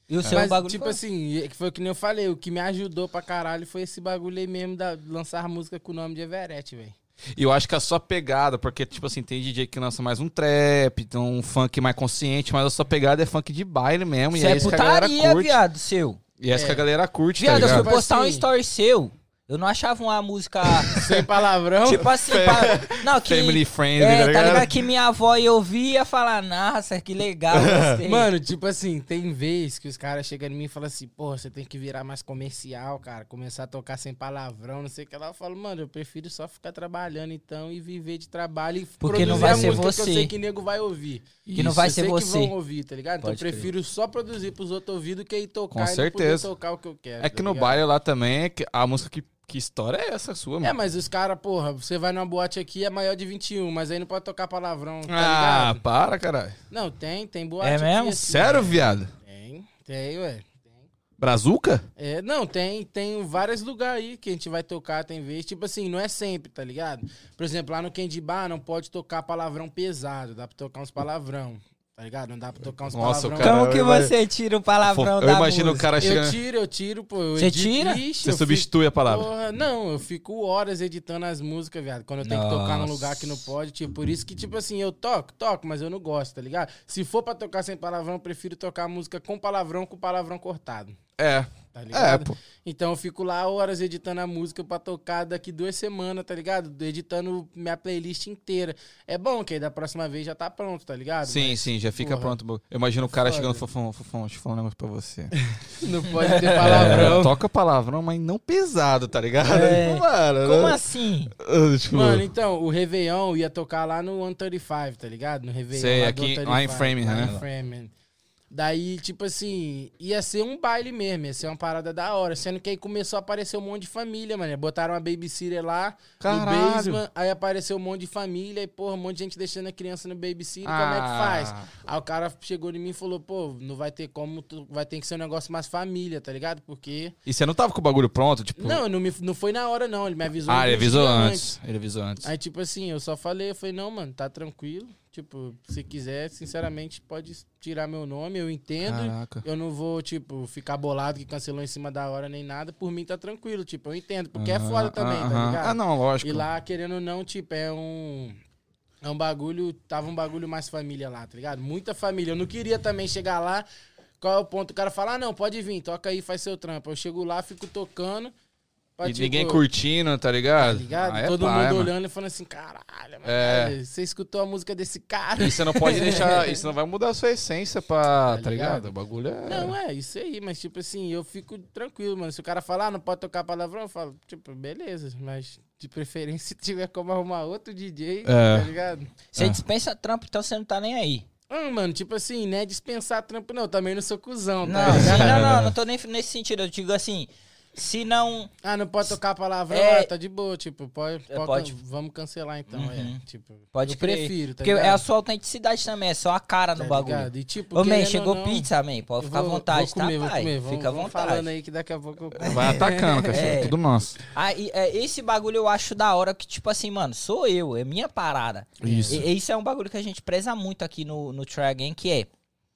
S2: E o seu
S3: Mas,
S2: bagulho
S3: tipo
S2: foi?
S3: assim, é que foi o que nem eu falei, o que me ajudou pra caralho foi esse bagulho aí mesmo, da lançar música com o nome de Everett, velho.
S1: E eu acho que a sua pegada, porque, tipo assim, tem D J que lança mais um trap, então um funk mais consciente, mas a sua pegada é funk de baile mesmo.
S2: Isso
S1: e é
S2: é
S1: isso que a galera
S2: putaria,
S1: curte.
S2: viado, seu.
S1: E é isso
S3: É.
S1: que a galera curte,
S2: Viado,
S1: tá
S2: eu fui
S1: ligado?
S3: Tipo
S2: postar um
S3: assim-
S2: story seu. Eu não achava uma música.
S3: Sem palavrão.
S2: Tipo assim, pra... não, que.
S1: Family friendly,
S2: é,
S1: tá
S2: tá
S1: ligado?
S2: ligado? Que minha avó ia ouvir e ia falar, nossa, que legal, gostei.
S3: Mano, tipo assim, tem vez que os caras chegam em mim e falam assim, porra, você tem que virar mais comercial, cara, começar a tocar sem palavrão, não sei o que lá. Eu falo, mano, eu prefiro só ficar trabalhando então e viver de trabalho e
S2: Porque não
S3: produzir
S2: vai
S3: a
S2: ser
S3: música
S2: você.
S3: que eu sei que nego vai ouvir.
S2: Que não vai
S3: Eu
S2: ser
S3: sei
S2: você.
S3: que vão ouvir, tá ligado? Então
S2: Pode
S3: eu prefiro só produzir pros outros ouvidos que ir tocar
S1: Com
S3: e
S1: certeza.
S3: não poder tocar o que eu quero.
S1: É que
S3: tá
S1: no
S3: ligado?
S1: baile lá também, é que a música que, que história é essa sua, mano?
S3: É, mas os caras, porra, você vai numa boate aqui, é maior de vinte e um, mas aí não pode tocar palavrão, tá
S1: Ah,
S3: ligado?
S1: para, caralho.
S3: Não, tem, tem boate
S2: É
S3: aqui,
S2: mesmo?
S3: assim,
S1: Sério,
S3: é.
S1: viado?
S3: Tem, tem, ué.
S1: Brazuca?
S3: É, não, tem, tem vários lugares aí que a gente vai tocar, tem vez. Tipo assim, não é sempre, tá ligado? Por exemplo, lá no Candy Bar não pode tocar palavrão pesado, dá pra tocar uns palavrão, tá ligado? Não dá pra tocar uns
S1: Nossa, o
S3: palavrão.
S1: cara-
S2: Como que
S1: eu imagino-
S2: você tira o palavrão
S1: Eu
S2: da
S1: imagino o
S2: música?
S1: cara
S3: Eu
S1: chegando...
S3: tiro, eu tiro, pô. eu
S2: Você
S3: edito-
S2: tira?
S3: Ixi,
S1: Você
S3: eu
S1: substitui a
S3: fico-
S1: palavra.
S3: Porra, não, eu fico horas editando as músicas, viado. Quando eu tenho que tocar num
S2: Nossa.
S3: lugar que não pode, tipo, por isso que, tipo assim, eu toco, toco, mas eu não gosto, tá ligado? Se for pra tocar sem palavrão, eu prefiro tocar a música com palavrão, com palavrão cortado.
S1: É.
S3: Tá
S1: É,
S3: ligado?
S1: pô.
S3: Então eu fico lá horas editando a música pra tocar daqui duas semanas, tá ligado? Editando minha playlist inteira. É bom que aí da próxima vez já tá pronto, tá ligado?
S1: Sim,
S3: Mas
S1: sim, já fica
S3: porra,
S1: pronto. Eu imagino o cara
S3: Foda.
S1: chegando, Fofão, Fofão, deixa eu falar um negócio pra você.
S3: não pode ter palavrão.
S1: É, toca palavrão, mas não pesado, tá ligado?
S2: É.
S1: Mano,
S2: Como
S1: né?
S2: assim?
S1: Ah, tipo,
S3: Mano, então, o Réveillon ia tocar lá no cento e trinta e cinco, tá ligado? No Réveillon.
S1: Sei,
S3: lá
S1: aqui-
S3: do cento e
S1: lá em
S3: trinta e cinco,
S1: Framingham,
S3: lá
S1: né?
S3: em Framingham. Daí, tipo assim, ia ser um baile mesmo, ia ser uma parada da hora. Sendo que aí começou a aparecer um monte de família, mano. Botaram uma babysitter lá
S1: Caralho.
S3: no basement, aí apareceu um monte de família, e porra, um monte de gente deixando a criança no babysitter, como é que faz?
S1: Ah.
S3: Aí o cara chegou em mim e falou, pô, não vai ter como, tu- vai ter que ser um negócio mais família, tá ligado? Porque...
S1: E você não tava com o bagulho pronto? Tipo...
S3: Não, não, me, não foi na hora não, ele me avisou.
S1: Ah, ele
S3: alguns
S1: avisou
S3: dias
S1: antes. Ele avisou antes.
S3: Aí, tipo assim, eu só falei, eu falei, não, mano, tá tranquilo. Tipo, se quiser, sinceramente, pode tirar meu nome, eu entendo.
S1: Caraca.
S3: Eu não vou, tipo, ficar bolado que cancelou em cima da hora nem nada. Por mim tá tranquilo, tipo, eu entendo. Porque é
S1: Aham,
S3: foda também, tá
S1: aham.
S3: ligado?
S1: Ah, não, lógico.
S3: E lá, querendo ou não, tipo, é um... É um bagulho... Tava um bagulho mais família lá, tá ligado? Muita família. Eu não queria também chegar lá... Qual é o ponto? O cara fala, ah, não, pode vir, toca aí, faz seu trampo. Eu chego lá, fico tocando... pra,
S1: E
S3: tipo,
S1: ninguém curtindo, tá ligado?
S3: Tá ligado?
S1: Ah, é
S3: Todo
S1: pai,
S3: mundo
S1: mano.
S3: olhando e falando assim, caralho, mano,
S1: É.
S3: velho, você escutou a música desse cara?
S1: E você não pode deixar... Isso não vai mudar a sua essência pra...
S3: Tá
S1: Tá ligado?
S3: ligado?
S1: O bagulho é...
S3: Não, é isso aí, mas tipo assim, eu fico tranquilo, mano. Se o cara falar, ah, não pode tocar palavrão, eu falo, tipo, beleza, mas de preferência se tiver como arrumar outro D J,
S1: É.
S3: tá ligado?
S2: Você
S1: É.
S2: dispensa trampo, então você não tá nem aí.
S3: Ah, mano, tipo assim, não é dispensar trampo, não. Também não sou cuzão, tá
S2: Não, sim,
S3: ligado?
S2: não, não, não tô nem nesse sentido. Eu digo assim, se não...
S3: Ah, não pode tocar palavrão,
S2: É.
S3: ah, tá de boa, tipo, pode,
S2: É,
S3: pode,
S2: pode.
S3: vamos cancelar então,
S2: Uhum.
S3: é, tipo,
S2: Pode
S3: eu
S2: crer.
S3: prefiro, tá
S2: Porque
S3: ligado?
S2: é a sua autenticidade também, é só a cara no
S3: Tá
S2: bagulho.
S3: ligado? E, tipo,
S2: Ô, man,
S3: querendo
S2: chegou
S3: ou não,
S2: pizza, man. Pode
S3: eu
S2: ficar à
S3: vou-
S2: vontade,
S3: vou comer,
S2: tá,
S3: vou
S2: pai?
S3: comer. Vamos,
S2: Fica à
S3: vamos
S2: vontade.
S3: falando aí que daqui a pouco eu como.
S1: Vai atacando, cachorro.
S2: É.
S1: Tudo nosso.
S2: Ah, e, é, esse bagulho eu acho da hora que, tipo assim, mano, sou eu, é minha parada.
S1: Isso.
S2: E, e isso é um bagulho que a gente preza muito aqui no, no Try Again, que é.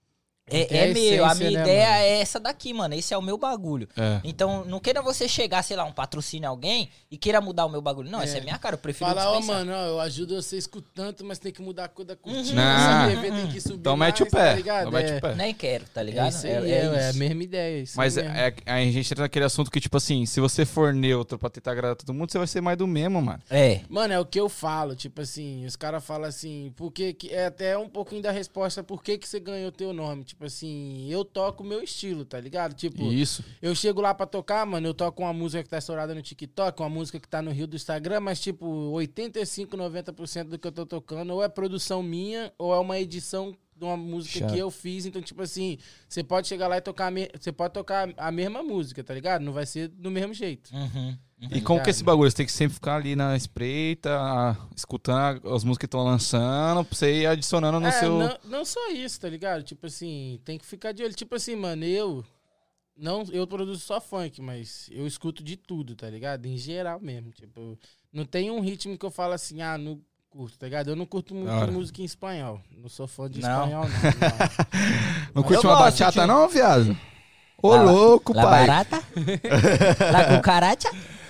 S2: É,
S3: Tem
S2: é
S3: a
S2: meu, a
S3: essência,
S2: minha
S3: né,
S2: ideia
S3: mano?
S2: é essa daqui, mano. Esse é o meu bagulho.
S1: É.
S2: Então, não queira você chegar, sei lá, um patrocínio a alguém e queira mudar o meu bagulho. Não,
S3: É.
S2: essa é minha cara, eu prefiro
S3: Falar, ó,
S2: dispensar.
S3: mano, ó, eu ajudo vocês com tanto, mas tem que mudar a cor da cortina.
S2: Uhum.
S1: Não.
S3: Essa T V tem que subir
S1: Então mete o
S3: mais, tá
S1: pé.
S3: ligado?
S1: Então mete
S3: é.
S1: o pé.
S2: Nem quero, tá
S3: É
S2: ligado?
S3: isso aí, é, é a mesma ideia. Isso
S1: Mas
S3: aí mesmo.
S1: é, é, a gente entra naquele assunto que, tipo assim, se você for neutro pra tentar agradar todo mundo, você vai ser mais do mesmo, mano.
S2: É.
S3: Mano, é o que eu falo, tipo assim, os caras falam assim, porque que é até um pouquinho da resposta por que que você ganhou teu nome. Tipo assim, eu toco o meu estilo, tá ligado? Tipo,
S1: Isso.
S3: eu chego lá pra tocar, mano, eu toco uma música que tá estourada no TikTok, uma música que tá no Rio do Instagram, mas tipo, oitenta e cinco, noventa por cento do que eu tô tocando ou é produção minha ou é uma edição de uma música
S1: Chato.
S3: que eu fiz. Então, tipo assim, você pode chegar lá e tocar, a me- você pode tocar a mesma música, tá ligado? Não vai ser do mesmo jeito.
S2: Uhum.
S1: E como
S3: ligado?
S1: que é esse bagulho? Você tem que sempre ficar ali na espreita, ah, escutando as músicas que estão lançando, pra você ir adicionando no
S3: É,
S1: seu...
S3: não, não só isso, tá ligado? Tipo assim, tem que ficar de olho. Tipo assim, mano, eu... Não, eu produzo só funk, mas eu escuto de tudo, tá ligado? Em geral mesmo. Tipo, não tem um ritmo que eu falo assim, ah, não curto, tá ligado? Eu não curto muito
S1: Da hora.
S3: música em espanhol. Não sou fã de
S2: Não?
S3: espanhol, não. não.
S1: Não curte
S2: Eu
S1: uma
S2: gosto,
S1: bachata
S2: tio.
S1: não, viado? Ô,
S2: La-
S1: louco,
S2: La
S1: pai.
S2: barata? La cucaracha?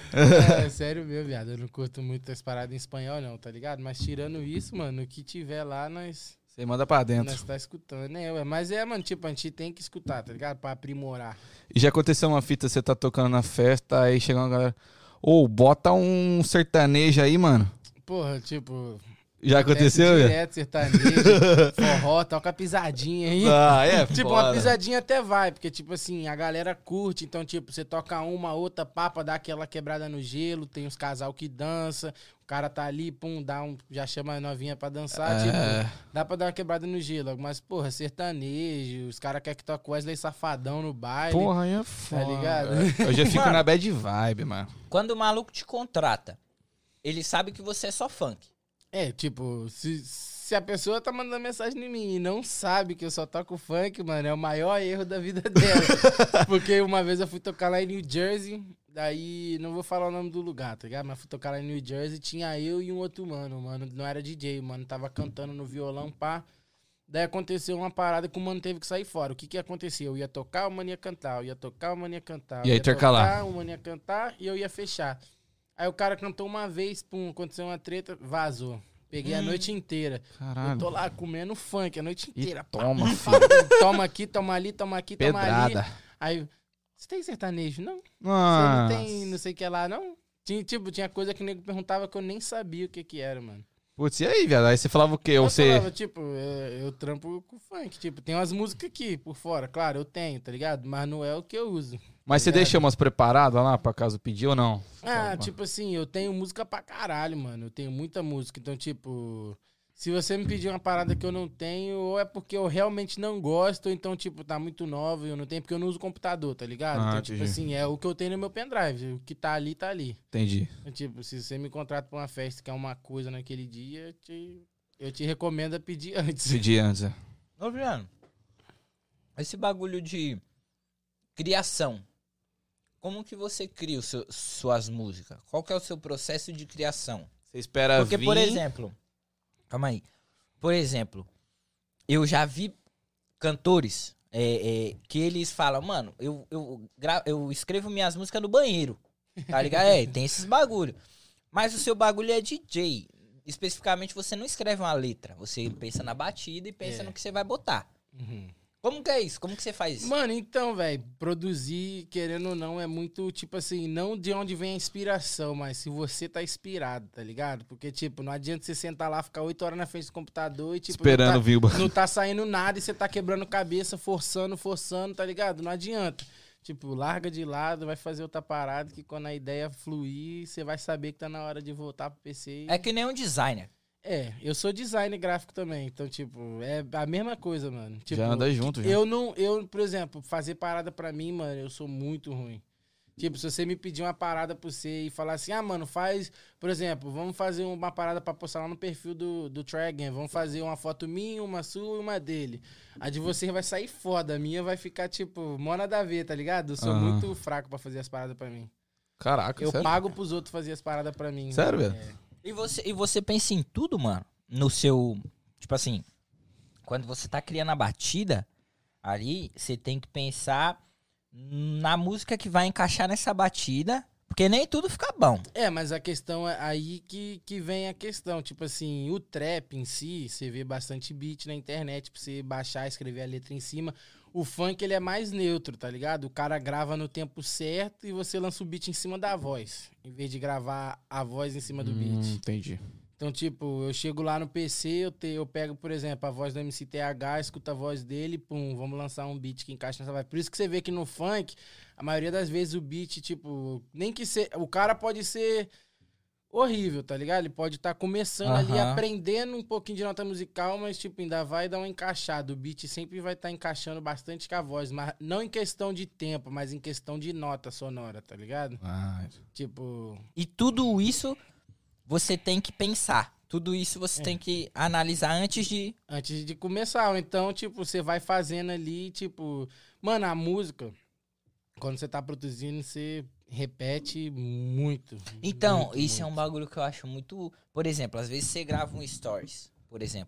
S3: É, sério meu, viado. Eu não curto muito as paradas em espanhol, não, tá ligado? Mas tirando isso, mano, o que tiver lá, nós,
S1: Você manda pra dentro.
S3: nós tá escutando, né? Ué, mas é, mano, tipo, a gente tem que escutar, tá ligado? Pra aprimorar.
S1: E já aconteceu uma fita, você tá tocando na festa, aí chega uma galera... Ô, bota um sertanejo aí, mano.
S3: Porra, tipo...
S1: Já aconteceu,
S3: desce
S1: velho?
S3: direto, sertanejo, forró, toca pisadinha aí.
S1: Ah, é
S3: Tipo,
S1: foda.
S3: uma pisadinha até vai, porque, tipo assim, a galera curte, então, tipo, você toca uma, outra, papa, dá aquela quebrada no gelo, tem os casal que dança, o cara tá ali, pum, dá um, já chama a novinha pra dançar,
S1: É.
S3: tipo, dá pra dar uma quebrada no gelo, mas, porra, sertanejo, os caras querem que toque Wesley Safadão no baile.
S1: Porra, aí é foda.
S3: ligado?
S1: Eu já fico
S2: Mano.
S1: na bad vibe, mano.
S2: Quando o maluco te contrata, ele sabe que você é só funk.
S3: É, tipo, se, se a pessoa tá mandando mensagem em mim e não sabe que eu só toco funk, mano, é o maior erro da vida dela. Porque uma vez eu fui tocar lá em New Jersey, daí, não vou falar o nome do lugar, tá ligado? Mas fui tocar lá em New Jersey, tinha eu e um outro mano, mano, não era D J, o mano tava cantando no violão, pá. Daí aconteceu uma parada que o mano teve que sair fora. O que que aconteceu? Eu ia tocar, o mano ia cantar, eu ia tocar, o mano ia cantar.
S1: E
S3: eu
S1: aí
S3: ia
S1: intercalar.
S3: tocar, o mano ia cantar e eu ia fechar. Aí o cara cantou uma vez, pum, aconteceu uma treta, vazou. Peguei a noite inteira. Eu
S1: Caralho.
S3: tô lá comendo funk a noite
S1: E
S3: inteira. Pá,
S1: toma,
S3: pá,
S1: filho.
S3: pá, toma aqui, toma ali, toma aqui, toma
S1: Pedrada.
S3: ali. Aí, você tem sertanejo? Não. Você
S1: Nossa.
S3: não tem não sei o que lá, não? Tinha, tipo, tinha coisa que o nego perguntava que eu nem sabia o que que era, mano.
S1: Putz, e aí, viado? Aí você falava o quê?
S3: Eu
S1: Ou você...
S3: falava, tipo, eu, eu trampo com funk. Tipo, tem umas músicas aqui por fora. Claro, eu tenho, tá ligado? Mas não é o que eu uso.
S1: Mas você
S3: ligado?
S1: deixa umas preparadas lá pra caso pedir ou não?
S3: Ah,
S1: Fala,
S3: tipo assim, eu tenho música pra caralho, mano. Eu tenho muita música. Então, tipo, se você me pedir uma parada que eu não tenho, ou é porque eu realmente não gosto, ou então, tipo, tá muito nova e eu não tenho, porque eu não uso computador, tá ligado?
S1: Ah,
S3: então, tipo
S1: entendi.
S3: assim, é o que eu tenho no meu pendrive. O que tá ali, tá ali.
S1: Entendi.
S3: Então, tipo, se você me contrata pra uma festa que é uma coisa naquele dia, eu te, eu te recomendo a pedir antes.
S1: Pedir antes, é.
S2: Ô, Juliano, esse bagulho de criação, como que você cria o seu- suas músicas? Qual que é o seu processo de criação?
S1: Você espera
S2: Porque,
S1: vir...
S2: por exemplo, calma aí. Por exemplo, eu já vi cantores é, é, que eles falam, mano, eu, eu, gra- eu escrevo minhas músicas no banheiro, tá ligado? É, tem esses bagulho. Mas o seu bagulho é D J. Especificamente, você não escreve uma letra. Você pensa na batida e pensa
S3: É.
S2: no que você vai botar.
S3: Uhum.
S2: Como que é isso? Como que você faz isso?
S3: Mano, então, velho, produzir, querendo ou não, é muito, tipo assim, não de onde vem a inspiração, mas se você tá inspirado, tá ligado? Porque, tipo, não adianta você sentar lá, ficar oito horas na frente do computador e, tipo,
S1: Esperando
S3: não,
S1: vir o
S3: tá,
S1: ba-
S3: não tá saindo nada e você tá quebrando cabeça, forçando, forçando, tá ligado? Não adianta. Tipo, larga de lado, vai fazer outra parada que quando a ideia fluir, você vai saber que tá na hora de voltar pro P C. E...
S2: É que nem um designer.
S3: É, eu sou designer gráfico também, então, tipo, é a mesma coisa, mano. Tipo,
S1: Já anda junto, já.
S3: eu não, eu, por exemplo, fazer parada pra mim, mano, eu sou muito ruim. Tipo, se você me pedir uma parada pra você e falar assim, ah, mano, faz, por exemplo, vamos fazer uma parada pra postar lá no perfil do, do Try Again, vamos fazer uma foto minha, uma sua e uma dele. A de você vai sair foda, a minha vai ficar, tipo, mó nada a ver, tá ligado? Eu sou
S1: Aham.
S3: muito fraco pra fazer as paradas pra mim.
S1: Caraca,
S3: Eu
S1: sério?
S3: pago pros outros fazer as paradas pra mim.
S1: Sério,
S3: mano.
S1: velho?
S3: É.
S2: E você, e você pensa em tudo, mano? No seu... Tipo assim, quando você tá criando a batida, ali você tem que pensar na música que vai encaixar nessa batida, porque nem tudo fica bom.
S3: É, mas a questão é aí que, que vem a questão. Tipo assim, o trap em si, você vê bastante beat na internet pra você baixar, escrever a letra em cima. O funk, ele é mais neutro, tá ligado? O cara grava no tempo certo e você lança o beat em cima da voz, em vez de gravar a voz em cima do
S1: Hum,
S3: beat.
S1: entendi.
S3: Então, tipo, eu chego lá no P C, eu, te, eu pego, por exemplo, a voz do M C T H, escuto a voz dele, pum, vamos lançar um beat que encaixa nessa vibe. Por isso que você vê que no funk, a maioria das vezes o beat, tipo, nem que ser... O cara pode ser horrível, tá ligado? Ele pode estar começando ali,
S2: Aham.
S3: aprendendo um pouquinho de nota musical, mas, tipo, ainda vai dar uma encaixada. O beat sempre vai estar encaixando bastante com a voz, mas não em questão de tempo, mas em questão de nota sonora, tá ligado?
S1: Ah,
S3: Tipo...
S2: E tudo isso você tem que pensar. Tudo isso você
S3: É.
S2: tem que analisar antes de...
S3: Antes de começar. Ou então, tipo, você vai fazendo ali, tipo... Mano, a música, quando você tá produzindo, você repete muito.
S2: Então,
S3: muito,
S2: isso é um
S3: muito.
S2: bagulho que eu acho muito... Por exemplo, às vezes você grava um stories, por exemplo.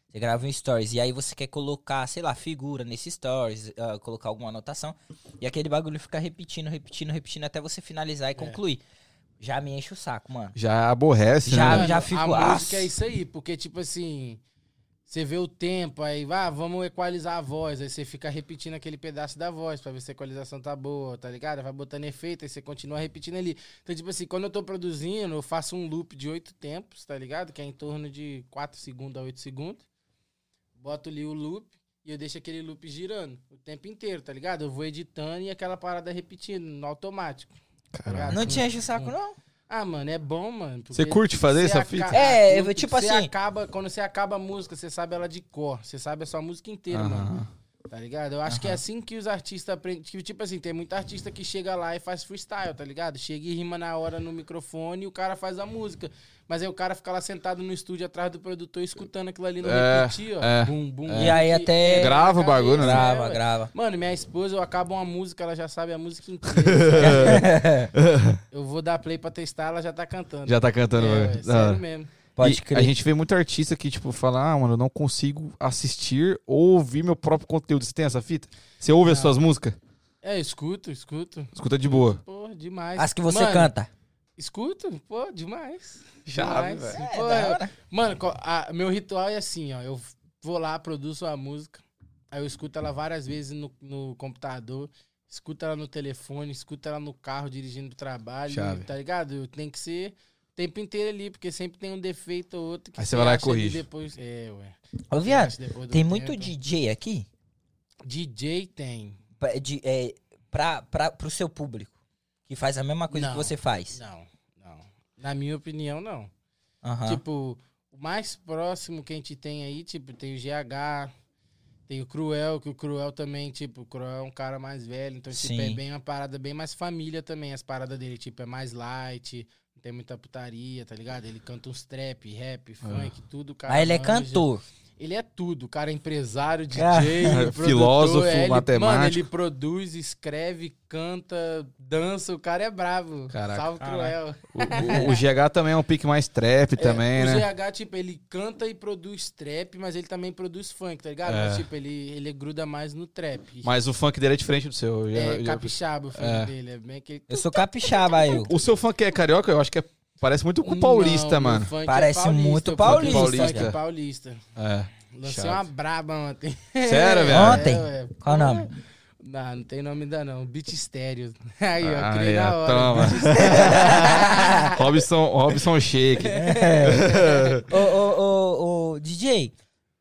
S2: Você grava um stories e aí você quer colocar, sei lá, figura nesse stories, uh, colocar alguma anotação. E aquele bagulho fica repetindo, repetindo, repetindo até você finalizar e concluir. Já me enche o saco, mano.
S1: Já aborrece,
S2: Já-
S1: né?
S3: Mano,
S2: já fico-
S3: A
S2: ah,
S3: música é isso aí, porque, tipo assim, você vê o tempo, aí, ah, vamos equalizar a voz, aí você fica repetindo aquele pedaço da voz pra ver se a equalização tá boa, tá ligado? Vai botando efeito, aí você continua repetindo ali. Então, tipo assim, quando eu tô produzindo, eu faço um loop de oito tempos, tá ligado? Que é em torno de quatro segundos a oito segundos. Boto ali o loop e eu deixo aquele loop girando o tempo inteiro, tá ligado? Eu vou editando e aquela parada repetindo no automático. tá
S1: Caralho.
S3: ligado?
S2: Não te enche o saco, não?
S3: Ah, mano, é bom, mano. porque
S1: Você curte fazer
S3: você
S1: essa
S3: aca-
S1: fita?
S2: É,
S3: curto,
S2: tipo
S3: você
S2: assim-
S3: acaba, quando você acaba a música, você sabe ela de cor. Você sabe a sua música inteira,
S1: Aham.
S3: mano. Tá ligado? Eu acho que é assim que os artistas aprendem. que, Tipo assim, tem muito artista que chega lá e faz freestyle, tá ligado? Chega e rima na hora no microfone e o cara faz a música. Mas aí o cara fica lá sentado no estúdio atrás do produtor escutando aquilo ali no
S1: É,
S3: repetir, ó.
S1: é,
S3: Bum, bum,
S2: E
S3: bum,
S2: aí
S3: que
S2: até-
S3: entra na
S1: Grava o bagulho, né?
S3: cabeça,
S2: Grava,
S3: é, ué.
S2: grava.
S3: Mano, minha esposa, eu acabo uma música, ela já sabe a música inteira. Eu vou dar play pra testar, ela já tá cantando.
S1: Já tá cantando,
S3: é,
S1: velho.
S3: ué,
S1: Da hora.
S3: sério mesmo.
S2: Pode
S1: E
S2: crer.
S1: A gente vê muito artista que, tipo, fala, ah, mano, eu não consigo assistir ou ouvir meu próprio conteúdo. Você tem essa fita? Você ouve as
S3: Não.
S1: suas músicas?
S3: É, escuto, escuto.
S1: Escuta de boa.
S3: Pô, demais.
S2: As que você
S3: Mano,
S2: canta.
S3: Escuto, pô, demais.
S1: Chave,
S3: Demais.
S1: velho.
S2: É,
S3: Pô,
S2: da
S3: eu-
S2: hora.
S3: Mano, co- a- meu ritual é assim, ó. Eu vou lá, produzo a música, aí eu escuto ela várias vezes no, no computador, escuto ela no telefone, escuto ela no carro, dirigindo pro trabalho,
S1: Chave.
S3: tá ligado? Tem que ser o tempo inteiro ali, porque sempre tem um defeito ou outro que
S1: Aí você vai lá e
S3: acha ali
S1: corrige.
S3: Depois. É, ué.
S2: Ô,
S3: Você
S2: viado,
S3: acha depois do
S2: tem
S3: tempo.
S2: muito D J aqui
S3: D J tem.
S2: pra, de, é, pra, pra, pro seu público, que faz a mesma coisa
S3: Não.
S2: que você faz.
S3: Não, não. Na minha opinião, não.
S2: Aham.
S3: Tipo, o mais próximo que a gente tem aí, tipo, tem o G H, tem o Cruel, que o Cruel também, tipo, o Cruel é um cara mais velho, então, tipo,
S2: Sim.
S3: é bem uma parada bem mais família também, as paradas dele, tipo, é mais light, não tem muita putaria, tá ligado? Ele canta uns trap, rap, funk, tudo, cara.
S2: Mas ele é
S3: manja.
S2: cantor.
S3: Ele é tudo, o cara é empresário, D J,
S2: Cara,
S3: produtor,
S1: filósofo,
S3: é, ele,
S1: matemático.
S3: Mano, ele produz, escreve, canta, dança, o cara é bravo.
S1: Caraca.
S3: Salve, Cruel.
S1: O, o- o G H também é um pique mais trap também,
S3: É, o
S1: né?
S3: G H, tipo, ele canta e produz trap, mas ele também produz funk, tá ligado?
S1: É.
S3: Mas, tipo, ele, ele gruda mais no trap.
S1: Mas o funk dele é diferente do seu. Eu já-
S3: é
S1: eu já-
S3: capixaba o funk
S1: É.
S3: dele. É bem aquele...
S2: Eu sou capixaba, eu.
S1: O seu funk é carioca? Eu acho que é- parece muito com o
S3: Não,
S1: paulista,
S3: meu
S1: mano.
S3: funk é
S2: Parece
S3: paulista,
S2: muito
S3: o funk
S1: paulista.
S3: funk é paulista.
S1: É.
S3: Lancei
S1: Chave.
S3: uma braba ontem.
S1: Sério, velho?
S2: Ontem?
S3: ué.
S2: Qual o nome?
S3: Não, não tem nome ainda não. Beat Estéreo. Aí, ó,
S1: Ah,
S3: criei
S1: aí,
S3: na
S1: ó,
S3: hora.
S1: toma.
S3: Beat Estéreo.
S1: Robson, Robson Shake.
S2: ô, ô, ô, ô, D J,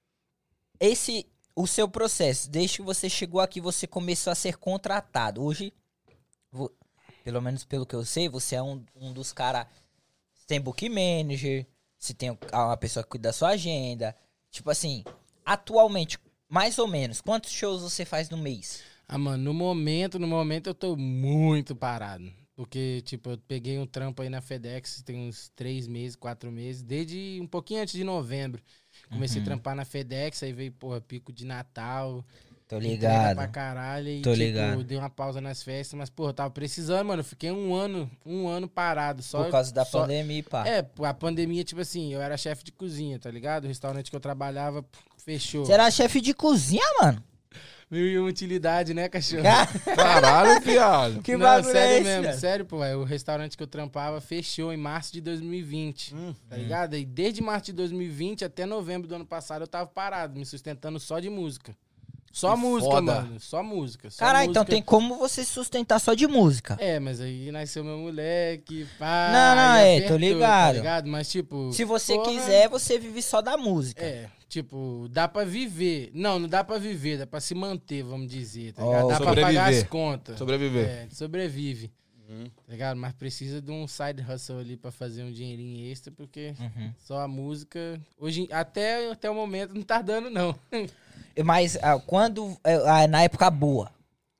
S2: esse, o seu processo, desde que você chegou aqui, você começou a ser contratado. Hoje, vo- pelo menos pelo que eu sei, você é um, um dos caras, tem book manager, você tem uma pessoa que cuida da sua agenda. Tipo assim, atualmente, mais ou menos, quantos shows você faz no mês?
S3: Ah, mano, no momento, no momento eu tô muito parado. Porque, tipo, eu peguei um trampo aí na FedEx tem uns três meses, quatro meses, desde um pouquinho antes de novembro. Comecei
S2: Uhum.
S3: a trampar na FedEx, aí veio, porra, pico de Natal.
S2: Tô
S3: entrega
S2: ligado.
S3: pra caralho. E,
S2: Tô
S3: tipo,
S2: ligado.
S3: dei uma pausa nas festas, mas, porra, eu tava precisando, mano. Eu fiquei um ano, um ano parado. Só,
S2: Por causa da
S3: só-
S2: pandemia, pá.
S3: É, a pandemia, tipo assim, eu era chefe de cozinha, tá ligado? O restaurante que eu trabalhava, pff, fechou.
S2: Você era chefe de cozinha, mano?
S3: Mil e uma utilidade, né, cachorro?
S1: Caralho, viado.
S2: Que
S3: Não,
S2: bagulho
S3: sério
S2: é esse,
S3: mesmo,
S2: velho?
S3: sério, pô. é, O restaurante que eu trampava fechou em março de dois mil e vinte, tá ligado? E desde março de dois mil e vinte até novembro do ano passado eu tava parado, me sustentando só de música. Só
S1: Que
S3: música,
S1: foda.
S3: mano. Só música. Só
S2: Caralho, então
S3: música.
S2: tem como você se sustentar só de música.
S3: É, mas aí nasceu meu moleque, pá.
S2: Não, não,
S3: aí
S2: é, tô
S3: apertou,
S2: ligado.
S3: Tá ligado? Mas, tipo...
S2: Se você
S3: porra,
S2: quiser, você vive só da música.
S3: É, tipo, dá pra viver. Não, não dá pra viver, dá pra se manter, vamos dizer, tá ligado?
S2: Oh,
S3: dá pra pagar
S1: sobreviver.
S3: as contas.
S1: Sobreviver.
S3: É, sobrevive.
S1: Uhum.
S3: Tá ligado? Mas precisa de um side hustle ali pra fazer um dinheirinho extra, porque
S2: Uhum.
S3: só a música, hoje, até, até o momento, não tá dando, não.
S2: Mas ah, quando. ah, na época boa.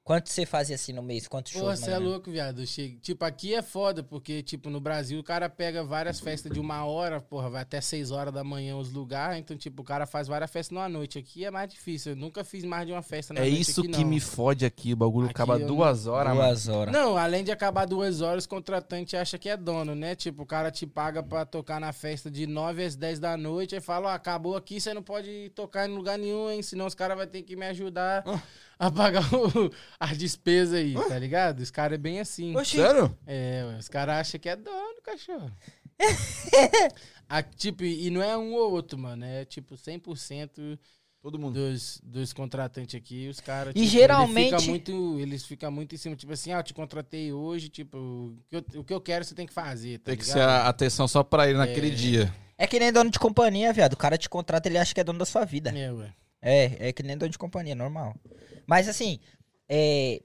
S2: Quanto você fazia assim no mês? Quantos
S3: Pô,
S2: shows?
S3: você é louco, viado. Eu chego... Tipo, aqui é foda, porque, tipo, no Brasil o cara pega várias festas de uma hora, porra, vai até seis horas da manhã os lugares. Então, tipo, o cara faz várias festas numa noite. Aqui é mais difícil. Eu nunca fiz mais de uma festa na
S1: É
S3: noite
S1: isso
S3: aqui,
S1: que
S3: não.
S1: me fode aqui. O bagulho
S3: Aqui
S1: acaba
S3: eu
S1: duas
S3: não-
S1: horas, mano.
S2: Duas horas.
S3: Não, além de acabar duas horas, o contratante acha que é dono, né? Tipo, o cara te paga pra tocar na festa de nove às dez da noite e fala, ó, acabou aqui, você não pode tocar em lugar nenhum, hein? Senão os caras vão ter que me ajudar a pagar o, as despesas aí, tá ligado? Os caras é bem assim.
S2: Oxi.
S1: Sério?
S3: É, ué, os caras acham que é dono, cachorro. A, tipo, e não é um ou outro, mano. É tipo cem por cento
S1: Todo mundo.
S3: dos, dos contratantes aqui, os caras.
S2: E
S3: tipo,
S2: geralmente-
S3: Ele fica muito, eles ficam muito em cima, tipo assim, ah, eu te contratei hoje, tipo, o que eu, o que eu quero você tem que fazer, tá
S1: Tem que
S3: ligado?
S1: ser a atenção só pra ele naquele
S3: É.
S1: dia.
S2: É que nem dono de companhia, viado. O cara te contrata, ele acha que é dono da sua vida.
S3: É, ué.
S2: É, é que nem dono de companhia, normal. Mas assim, é.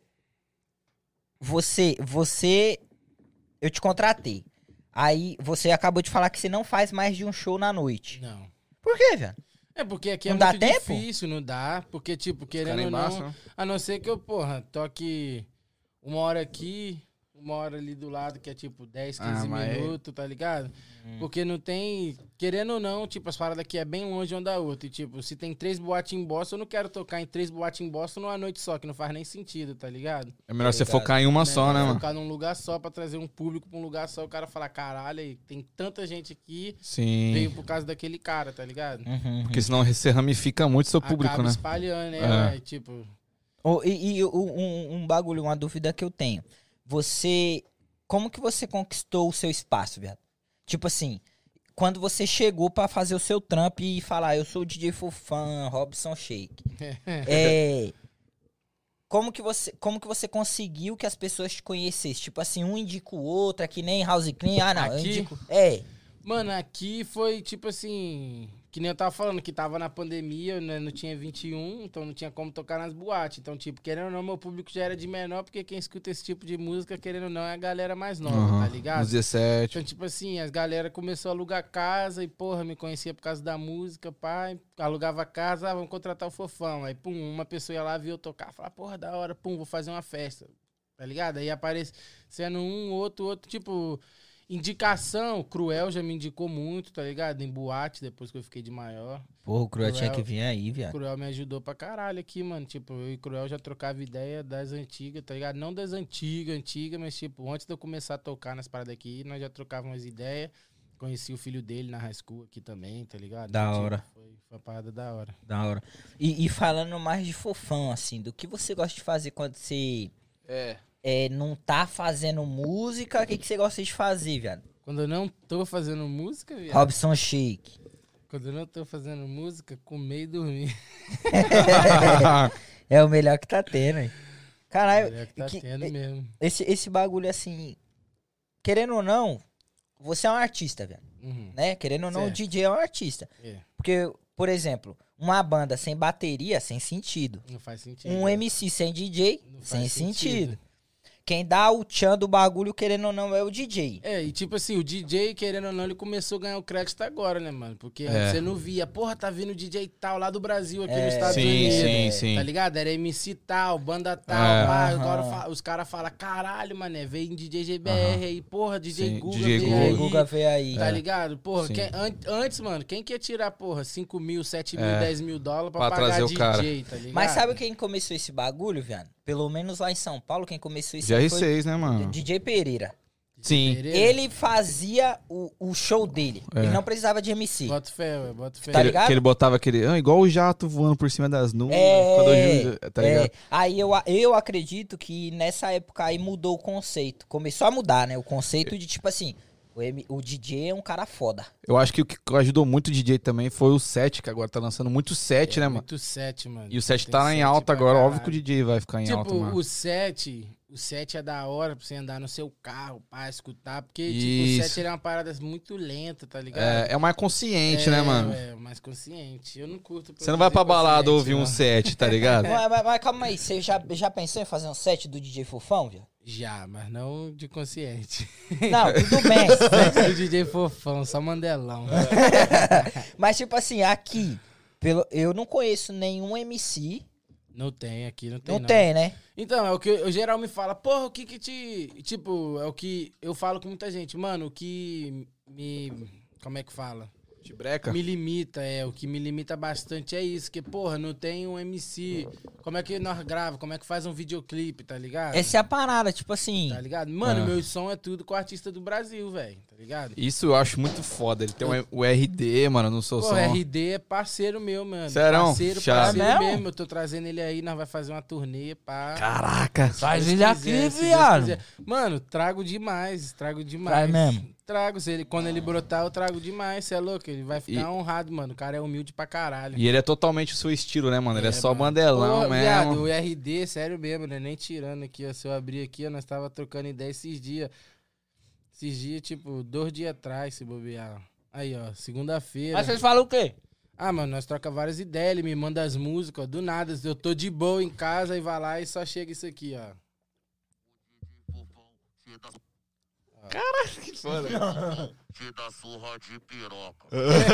S2: Você, você. Eu te contratei. Aí você acabou de falar que você não faz mais de um show na noite.
S3: Não.
S2: Por quê, velho?
S3: É porque aqui
S2: Não
S3: é
S2: dá
S3: muito
S2: tempo?
S3: difícil, não dá. Porque, tipo,
S1: Os caras
S3: querendo ou não,
S1: embaixo, né?
S3: a não ser que eu, porra, toque uma hora aqui, uma hora ali do lado, que é tipo dez, quinze
S1: Ah, mas-
S3: minutos, tá ligado?
S2: Hum.
S3: Porque não tem, querendo ou não, tipo, as paradas aqui é bem longe uma da outra. E, tipo, se tem três boates em Boston, eu não quero tocar em três boates em Boston numa noite só, que não faz nem sentido, tá ligado?
S1: É melhor você
S2: Obrigado.
S1: focar em uma só, né,
S3: Melhor
S1: mano?
S3: Focar num lugar só pra trazer um público pra um lugar só, o cara falar, caralho, aí tem tanta gente aqui,
S1: Sim.
S3: veio por causa daquele cara, tá ligado?
S2: Uhum.
S1: Porque senão você ramifica muito seu público,
S3: Acaba
S1: né?
S3: espalhando, né?
S1: É.
S3: Mas, tipo,
S2: Oh, e e um, um bagulho, uma dúvida que eu tenho. Você. Como que você conquistou o seu espaço, viado? Tipo assim, quando você chegou pra fazer o seu trampo e falar, eu sou o D J Fofão, Robson Shake. É. Como que, você, como que você conseguiu que as pessoas te conhecessem? Tipo assim, um indica o outro, é que nem House Clean. Ah, não, eu
S3: Aqui?
S2: indico. É.
S3: mano, aqui foi tipo assim. Que nem eu tava falando, que tava na pandemia, né, não tinha vinte e um, então não tinha como tocar nas boates. Então, tipo, querendo ou não, meu público já era de menor, porque quem escuta esse tipo de música, querendo ou não, é a galera mais nova,
S1: Aham.
S3: tá ligado?
S1: Uns dezessete.
S3: Então, tipo assim, as galera começou a alugar casa e, porra, me conhecia por causa da música, pai. Alugava casa, ah, vamos contratar o Fofão. Aí, pum, uma pessoa ia lá, viu eu tocar, falava, porra, da hora, pum, vou fazer uma festa. Tá ligado? Aí aparece sendo um, outro, outro, tipo, indicação. O Cruel já me indicou muito, tá ligado? Em boate, depois que eu fiquei de maior.
S2: Porra, o Cruel tinha
S3: Cruel-
S2: que vir aí,
S3: O
S2: viado.
S3: Cruel me ajudou pra caralho aqui, mano. Tipo, eu e o Cruel já trocava ideia das antigas, tá ligado? Não das antigas, antigas, mas tipo, antes de eu começar a tocar nas paradas aqui, nós já trocávamos ideias. Conheci o filho dele na high school aqui também, tá ligado?
S2: Da
S3: Então, tipo,
S2: hora.
S3: Foi, foi uma parada da hora.
S2: Da hora. E, e falando mais de Fofão, assim, do que você gosta de fazer quando você
S1: É.
S2: é, não tá fazendo música, o que, que você gosta de fazer, viado?
S3: Quando eu não tô fazendo música, viado,
S2: Robson Shake.
S3: quando eu não tô fazendo música, comer e dormir.
S2: É o melhor que tá tendo, hein? Caralho,
S3: É que tá
S2: que-
S3: tendo mesmo.
S2: esse, esse bagulho assim, querendo ou não, você é um artista, velho,
S3: Uhum.
S2: né? Querendo ou não,
S3: Certo.
S2: o D J é um artista.
S3: É,
S2: Porque, por exemplo, uma banda sem bateria, sem sentido.
S3: não faz sentido.
S2: Um
S3: né?
S2: M C sem D J,
S3: Não
S2: sem
S3: faz
S2: sentido.
S3: sentido.
S2: Quem dá o tchan do bagulho, querendo ou não, é o D J.
S3: É, e tipo assim, o D J, querendo ou não, ele começou a ganhar o crédito agora, né, mano? Porque
S1: É.
S3: antes você não via, porra, tá vindo o D J tal lá do Brasil, aqui
S2: É.
S3: nos Estados
S1: Sim,
S3: Unidos.
S1: sim, sim.
S3: Tá ligado? Era M C tal, banda tal,
S1: É.
S3: pá.
S2: Aham.
S3: Agora fa- os caras falam, caralho, mané, veio em D J G B R
S1: Aham.
S3: aí, porra, D J
S1: Sim,
S3: Guga
S1: D J
S3: veio
S1: Guga.
S3: aí.
S2: O Guga veio aí.
S3: Tá
S1: É.
S3: ligado? Porra,
S1: Sim.
S3: quem- an- antes, mano, quem que ia tirar, porra, cinco mil, sete mil,
S1: É.
S3: dez mil dólares pra,
S1: Pra
S3: pagar
S1: trazer o
S3: D J,
S1: cara.
S3: tá ligado?
S2: Mas sabe quem começou esse bagulho, viado? Pelo menos lá em São Paulo, quem começou isso
S1: G R
S2: foi
S1: seis, né,
S2: o
S1: mano?
S2: D J Pereira.
S1: Sim.
S3: Pereira?
S2: Ele fazia o, o show dele.
S1: É.
S2: Ele não precisava de M C.
S3: Bota fé, ué, bota fé.
S2: Tá
S1: Que ele-
S2: ligado?
S1: Que ele botava aquele. Ah, igual o jato voando por cima das nuvens.
S2: É,
S1: Quando eu, tá ligado?
S2: é. Aí eu, eu acredito que nessa época aí mudou o conceito. Começou a mudar, né? O conceito de tipo assim, o, M- o D J é um cara foda.
S1: Eu acho que o que ajudou muito o D J também foi o set, que agora tá lançando muito set, né, mano?
S3: Muito set, mano.
S1: E o set
S3: Tem
S1: tá em
S3: set
S1: alta
S3: pra
S1: agora.
S3: caralho.
S1: Óbvio que o D J vai ficar em
S3: Tipo,
S1: alta, mano.
S3: o set, o set é da hora pra você andar no seu carro, pra escutar, porque, tipo, o
S1: Isso.
S3: set ele é uma parada muito lenta, tá ligado?
S1: É, é mais consciente, né, mano?
S3: É, mais consciente. Eu não curto.
S1: Você não vai pra balada ouvir um set, tá ligado?
S2: Mas, mas- mas calma aí, você já, já pensou em fazer um set do D J Fofão, viu?
S3: Já, mas não de consciente.
S2: Não, tudo bem.
S3: Set do D J Fofão, só Mandelão.
S2: Mas tipo assim, aqui, pelo, eu não conheço nenhum M C
S3: Não tem, aqui não tem
S2: Não,
S3: não.
S2: tem, né?
S3: Então, é o que o geral me fala, porra, o que que te... Tipo, é o que eu falo com muita gente. Mano, o que me... Como é que fala?
S1: De breca?
S3: Me limita, é. O que me limita bastante é isso. Que, porra, não tem um M C. Como é que nós grava? Como é que faz um videoclipe, tá ligado?
S2: Essa é a parada, tipo assim...
S3: Tá ligado? Mano,
S1: Ah.
S3: meu som é tudo com o artista do Brasil, velho. Tá ligado?
S1: Isso eu acho muito foda. Ele tem um- o R D, mano, no seu
S3: Pô,
S1: som.
S3: R D é parceiro meu, mano.
S1: Serão?
S3: Parceiro,
S1: Chave.
S3: parceiro
S2: É mesmo?
S3: mesmo. Eu tô trazendo ele aí, nós vai fazer uma turnê, pá.
S1: Caraca!
S2: Traz
S3: Se
S2: ele
S3: Deus
S2: aqui,
S3: quiser, se Deus
S2: viado.
S3: quiser. Mano, trago demais, trago demais.
S2: Traz mesmo.
S3: Trago, se ele, quando ele brotar, eu trago demais, cê é louco? Ele vai ficar
S1: E-
S3: honrado, mano. O cara é humilde pra caralho.
S1: E ele é totalmente o seu estilo, né, mano? Ele é, só
S3: mano.
S1: bandelão
S3: Pô,
S1: mesmo.
S3: viado, o R D, sério mesmo, né? Nem tirando aqui, ó. Se eu abrir aqui, ó, nós tava trocando ideia esses dias. Esses dias, tipo, dois dias atrás, se bobear. Aí, ó, segunda-feira.
S2: Mas vocês falam o quê?
S3: Ah, mano, nós troca várias ideias, ele me manda as músicas, ó, do nada. Eu tô de boa em casa e vai lá e só chega isso aqui, ó.
S1: Que foda.
S4: Te dá surra de piroca.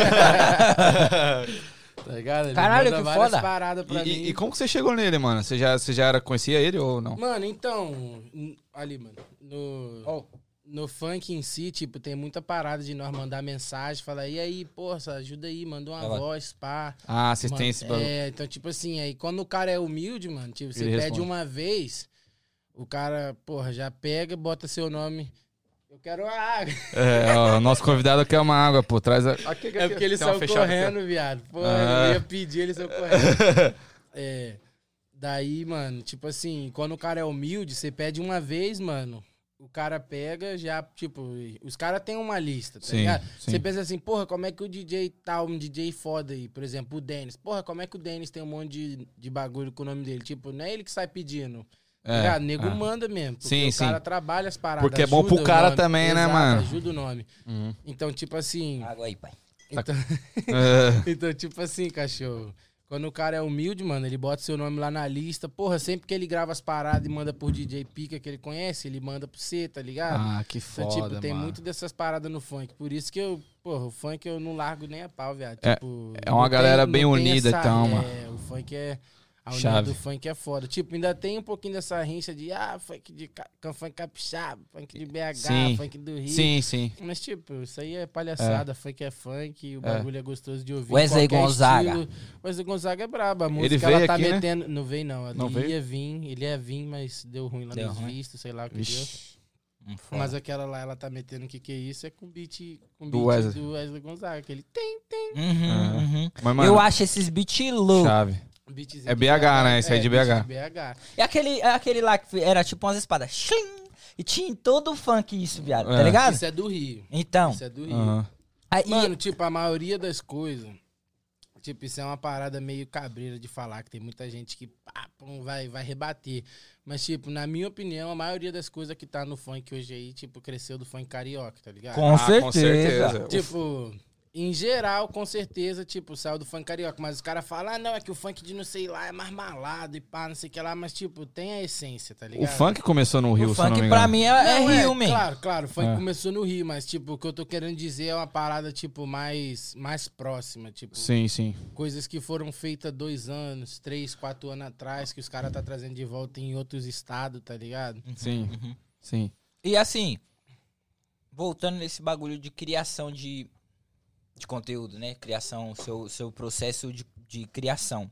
S3: Tá ligado? Ele
S2: Caralho,
S3: manda
S2: que
S3: várias
S2: foda.
S3: paradas pra
S1: E,
S3: mim.
S1: e- e como que você chegou nele, mano? Você já, você já era, conhecia ele ou não?
S3: Mano, então, n- ali, mano, no,
S2: Ó.
S3: no funk em si, tipo, tem muita parada de nós mandar mensagem, falar, e aí, porra, ajuda aí, manda uma
S2: Vai lá.
S3: voz, pá.
S1: Ah, vocês têm
S3: Mano,
S1: esse bagulho.
S3: É, então, tipo assim, aí quando o cara é humilde, mano, tipo, você
S1: Ele
S3: pede
S1: responde.
S3: uma vez, o cara, porra, já pega, bota seu nome. Eu quero uma água.
S1: É, ó, o nosso convidado quer uma água, pô. Traz a... Aqui, aqui,
S3: É porque eles
S1: tem uma
S3: são
S1: fechada aqui, ó.
S3: correndo, viado. Pô,
S1: Ah.
S3: eu ia pedir, eles são correndo. É. Daí, mano, tipo assim, quando o cara é humilde, você pede uma vez, mano. O cara pega, já, tipo, os caras têm uma lista, tá
S1: Sim,
S3: ligado?
S1: sim.
S3: Você pensa assim, porra, como é que o D J tal, um D J foda aí, por exemplo, o Dennis. Porra, como é que o Dennis tem um monte de, de bagulho com o nome dele? Tipo, não é ele que sai pedindo. Tá
S1: É,
S3: ligado? Nego
S1: é.
S3: manda mesmo. Porque
S1: Sim,
S3: o
S1: sim.
S3: cara trabalha as paradas.
S1: Porque é bom pro
S3: ajuda o
S1: cara
S3: nome.
S1: também, né,
S3: Exato,
S1: mano?
S3: Ajuda o nome.
S1: Uhum.
S3: Então, tipo assim.
S2: Água aí, pai.
S3: Então,
S1: É.
S3: então, tipo assim, cachorro. Quando o cara é humilde, mano, ele bota seu nome lá na lista. Porra, sempre que ele grava as paradas e manda por D J Pica que ele conhece, ele manda pro você, tá ligado?
S1: Ah, que
S3: Então,
S1: foda,
S3: tipo, tem
S1: mano.
S3: muito dessas paradas no funk. Por isso que eu, porra, o funk eu não largo nem a pau, viado.
S1: É-
S3: Tipo,
S1: é uma
S3: não
S1: galera
S3: tem-
S1: bem
S3: não tem
S1: unida,
S3: essa-
S1: então,
S3: é,
S1: mano.
S3: o funk é... A união
S1: Chave.
S3: do funk é foda. Tipo, ainda tem um pouquinho dessa rincha de, ah, funk de ca- funk capixaba, funk de B H,
S1: Sim.
S3: funk do Rio.
S1: Sim, sim.
S3: Mas, tipo, isso aí é palhaçada. Funk é funk, o
S1: É.
S3: bagulho é gostoso de ouvir.
S2: Wesley
S3: qualquer
S2: Gonzaga.
S3: estilo. Wesley Gonzaga é braba. A
S1: Ele
S3: música,
S1: veio
S3: ela tá
S1: aqui, né?
S3: metendo... Não veio, não. Ele
S1: Não veio?
S3: ia vir, ele ia vir, mas deu ruim lá
S2: Deu
S3: nos
S2: ruim?
S3: vistos, sei lá o que deu.
S1: Vixe.
S2: Hum, foda.
S3: Mas aquela lá, ela tá metendo o que que é isso, é com beat, com
S1: Do
S3: beat
S1: Wesley.
S3: do Wesley Gonzaga. Que ele tem, tem.
S2: Uhum,
S1: Ah.
S2: uhum.
S1: Mas, mano,
S2: Eu acho esses beats loucos.
S1: chave.
S3: Beatzinho
S1: É
S3: de
S1: B H, né? Esse aí de
S3: beat
S1: B H.
S3: B H.
S2: E aquele, aquele lá que era tipo umas espadas. Shlim! E tinha em todo o funk isso, viado. Tá
S1: É.
S2: ligado?
S3: Isso é do Rio.
S2: Então.
S3: Isso é do Rio.
S1: Aham.
S2: Aí,
S3: Mano, tipo, a maioria das coisas, tipo, isso é uma parada meio cabreira de falar, que tem muita gente que pá, pum, vai, vai rebater. Mas, tipo, na minha opinião, a maioria das coisas que tá no funk hoje aí, tipo, cresceu do funk carioca, tá ligado?
S2: com,
S1: Ah,
S2: certeza.
S1: com certeza.
S3: Tipo, em geral, com certeza, tipo, saiu do funk carioca. Mas os caras falam, ah, não, é que o funk de não sei lá é mais malado e pá, não sei o que lá. Mas, tipo, tem a essência, tá
S1: O
S3: ligado?
S1: funk começou no Rio,
S2: O
S1: se eu não
S2: funk
S1: me
S2: pra
S1: engano.
S2: mim é, é
S3: Não,
S2: Rio, man.
S3: Claro, claro, o funk
S1: É.
S3: começou no Rio, mas, tipo, o que eu tô querendo dizer é uma parada, tipo, mais, mais próxima, tipo,
S1: Sim, sim.
S3: coisas que foram feitas dois anos, três, quatro anos atrás, que os caras tá trazendo de volta em outros estados, tá ligado?
S1: Sim, sim.
S2: E assim, voltando nesse bagulho de criação de, de conteúdo, né? Criação, seu, seu processo de, de criação.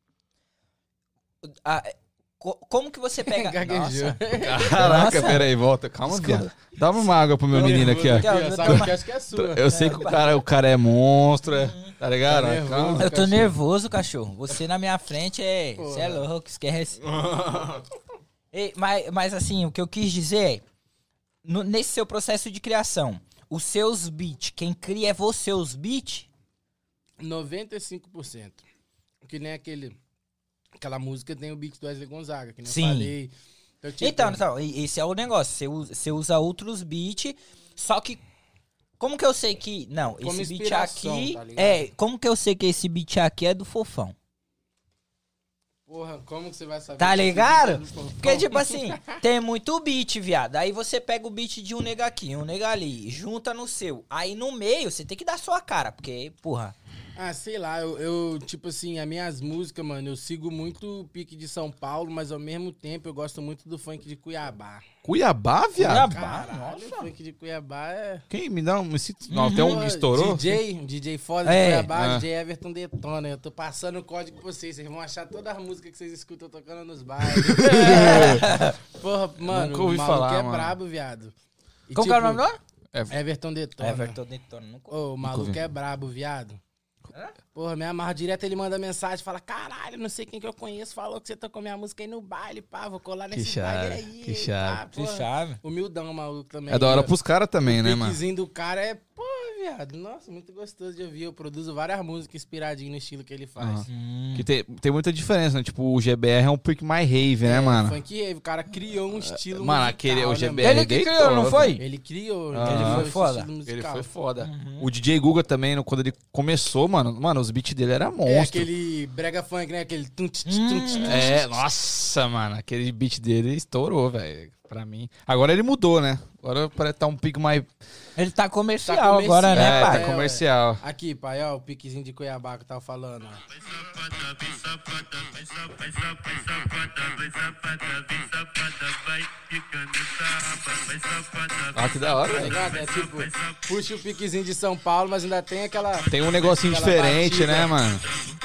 S2: A- co- como que você pega...
S3: Gaguejou.
S1: Caraca,
S2: Nossa.
S1: peraí, volta. Calma, viado. Dá uma água pro meu menino aqui, ó.
S2: Aqui, ó.
S3: Aqui, ó, sabe que acho que é sua.
S1: Eu sei que o cara, o cara é monstro, é, tá ligado?
S3: Tá nervoso.
S1: Calma.
S2: Eu tô nervoso, cachorro. Você na minha frente é...
S3: Porra.
S2: Você é louco, esquece. Ei, mas, mas assim, o que eu quis dizer é... no- nesse seu processo de criação, os seus beats, quem cria é você os beats?
S3: noventa e cinco por cento. Que nem aquele... Aquela música tem o beat do Wesley Gonzaga, que nem
S2: Sim.
S3: eu falei. Então, tipo,
S2: Então, então, e- esse é o negócio. Você usa, você usa outros beats, só que... Como que eu sei que... Não,
S3: Como
S2: esse beat
S3: inspiração,
S2: aqui...
S3: tá ligado?
S2: é, como que eu sei que esse beat aqui é do Fofão?
S3: Porra, como que você vai saber?
S2: Tá
S3: que esse
S2: ligado?
S3: beat é do Fofão?
S2: Porque, tipo assim, tem muito beat, viado. Aí você pega o beat de um nega aqui, um nega ali, junta no seu. Aí no meio, você tem que dar sua cara, porque, porra...
S3: Ah, sei lá, eu, eu, tipo assim, as minhas músicas, mano, eu sigo muito o pique de São Paulo, mas ao mesmo tempo eu gosto muito do funk de Cuiabá.
S1: Cuiabá, viado?
S2: Cuiabá?
S3: Caralho, o funk de Cuiabá é...
S1: Quem me dá um... Me cita- Não, tem um que estourou?
S3: D J, um D J foda de
S2: É.
S3: Cuiabá,
S1: Ah.
S3: D J Everton Detona. Eu tô passando o código pra vocês, vocês vão achar todas as músicas que vocês escutam tocando nos bailes. Porra, mano,
S1: Nunca ouvi
S3: o maluco
S1: falar,
S3: é
S1: mano.
S3: brabo, viado. E,
S2: Como que é o
S3: tipo,
S2: nome dele?
S3: Everton Detona.
S2: Everton Detona. Nunca...
S3: Ô, o maluco
S1: ouvi.
S3: é brabo, viado. Porra, me amarra direto, ele manda mensagem, fala, caralho, não sei quem que eu conheço, falou que você tocou minha música aí no baile, pá, vou colar nesse
S1: chave,
S3: baile aí.
S1: que chave.
S3: pá,
S2: Que
S3: porra.
S2: chave.
S3: Humildão, maluco também.
S1: É da hora
S3: viado.
S1: pros caras também, né,
S3: O
S1: mano?
S3: piquezinho do cara é, pô, viado, nossa, muito gostoso de ouvir. Eu produzo várias músicas inspiradinhas no estilo que ele faz.
S1: Aham.
S2: Hum.
S1: Que tem, tem muita diferença, né? Tipo, o G B R é um pique mais rave, né,
S3: É,
S1: mano?
S3: Funk rave, o cara criou um estilo
S1: Mano,
S3: musical,
S1: aquele, o
S3: né,
S1: G B
S3: mano?
S1: R
S2: Ele que
S1: deitou,
S2: criou, não foi?
S3: Ele criou,
S1: Ah,
S3: ele
S1: foi
S3: foi esse
S2: foda.
S3: estilo musical.
S1: Ele foi foda.
S2: Uhum.
S1: O D J Guga também, no- quando ele começou, mano, mano, os beats dele eram
S3: É
S1: monstros.
S3: aquele brega funk, né? Aquele tum, tch, tch,
S2: Hum.
S3: tum, tch, tum,
S1: É, nossa, mano, aquele beat dele estourou, velho, pra mim. Agora ele mudou, né? Agora parece que tá um pico mais...
S2: Ele tá comercial,
S3: Tá comercial,
S2: agora, né,
S1: é,
S2: pai?
S1: tá comercial.
S3: Aqui, pai, ó, o piquezinho de Cuiabá que eu tava falando, ó.
S1: Ah, que da hora,
S3: Tá
S1: velho.
S3: ligado? É tipo, puxa o piquezinho de São Paulo, mas ainda tem aquela.
S1: Tem um negocinho
S3: aquela
S1: diferente,
S3: batida,
S1: né, mano?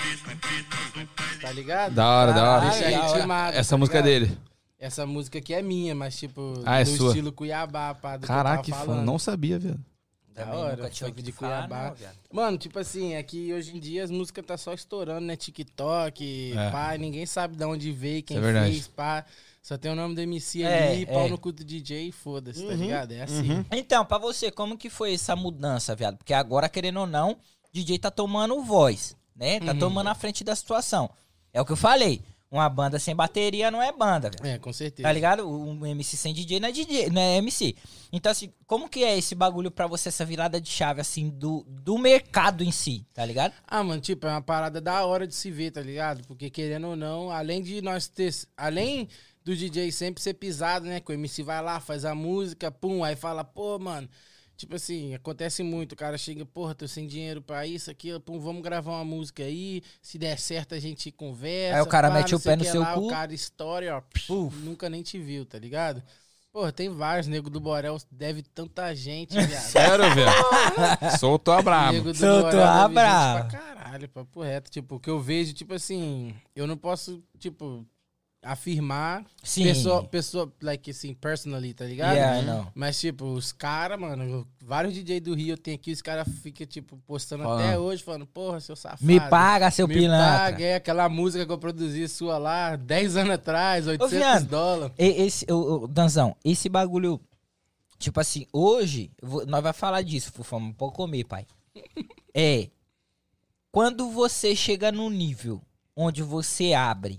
S3: Tá ligado?
S1: Da hora, da hora.
S3: Deixa
S2: Da hora.
S3: ritmado.
S1: Essa
S3: tá
S1: música é
S3: ligado?
S1: dele.
S3: Essa música aqui é minha, mas tipo,
S1: Ah, é
S3: no
S1: sua.
S3: estilo Cuiabá, pá. Do
S1: Caraca,
S3: que
S1: que
S3: eu tava
S1: foda.
S3: falando.
S1: Não sabia, velho.
S3: Da
S2: Também
S3: hora,
S2: nunca tinha
S3: funk de
S2: ouvido falar,
S3: Cuiabá.
S2: não, viado.
S3: Mano, tipo assim, é que hoje em dia as músicas tá só estourando, né? TikTok,
S1: É.
S3: pá, ninguém sabe de onde veio, quem
S1: Isso é verdade.
S3: fez, pá. Só tem o nome do M C
S2: É,
S3: ali, pau
S2: é.
S3: no cu do D J e foda-se, tá
S1: Uhum,
S3: ligado? É assim.
S2: Então, pra você, como que foi essa mudança, viado? Porque agora, querendo ou não, D J tá tomando voz, né? Tá
S3: Uhum.
S2: tomando a frente da situação. É o que eu falei. Uma banda sem bateria não é banda, velho.
S3: É, com certeza.
S2: Tá ligado? Um M C sem D J não é D J, não é M C. Então, assim, como que é esse bagulho pra você, essa virada de chave, assim, do, do mercado em si, tá ligado?
S3: Ah, mano, tipo, é uma parada da hora de se ver, tá ligado? Porque querendo ou não, além de nós ter. Além do D J sempre ser pisado, né? Que o M C vai lá, faz a música, pum, aí fala, pô, mano. Tipo assim, acontece muito. O cara chega, porra, tô sem dinheiro pra isso, aquilo, pum, vamos gravar uma música aí. Se der certo, a gente conversa.
S2: Aí o cara
S3: pá,
S2: mete
S3: não
S2: o
S3: sei
S2: pé no
S3: que
S2: seu
S3: lá,
S2: cu.
S3: O cara história, ó, puf, nunca nem te viu, tá ligado? Porra, tem vários. Nego do Borel deve tanta gente, viado.
S1: Sério, velho? Soltou a braba.
S3: Nego do
S2: Soltou
S3: Borel
S2: a
S3: deve
S2: braba.
S3: gente pra caralho, papo reto. Tipo, o que eu vejo, tipo assim, eu não posso, tipo, afirmar
S2: Sim.
S3: pessoa, pessoa, like assim, personally, tá ligado?
S2: Yeah, I know.
S3: Mas, tipo, os caras, mano, vários D J do Rio eu tenho aqui, os caras ficam, tipo, postando
S1: Falando.
S3: até hoje, falando, porra, seu safado.
S2: Me paga, seu
S3: me
S2: pilantra.
S3: paga, é aquela música que eu produzi sua lá, dez anos atrás, oitocentos
S2: viado.
S3: dólares.
S2: E- Esse, o, o, Danzão, esse bagulho, tipo assim, hoje, eu vou- nós vamos falar disso, Fufão, pode comer, pai. É, quando você chega no nível onde você abre,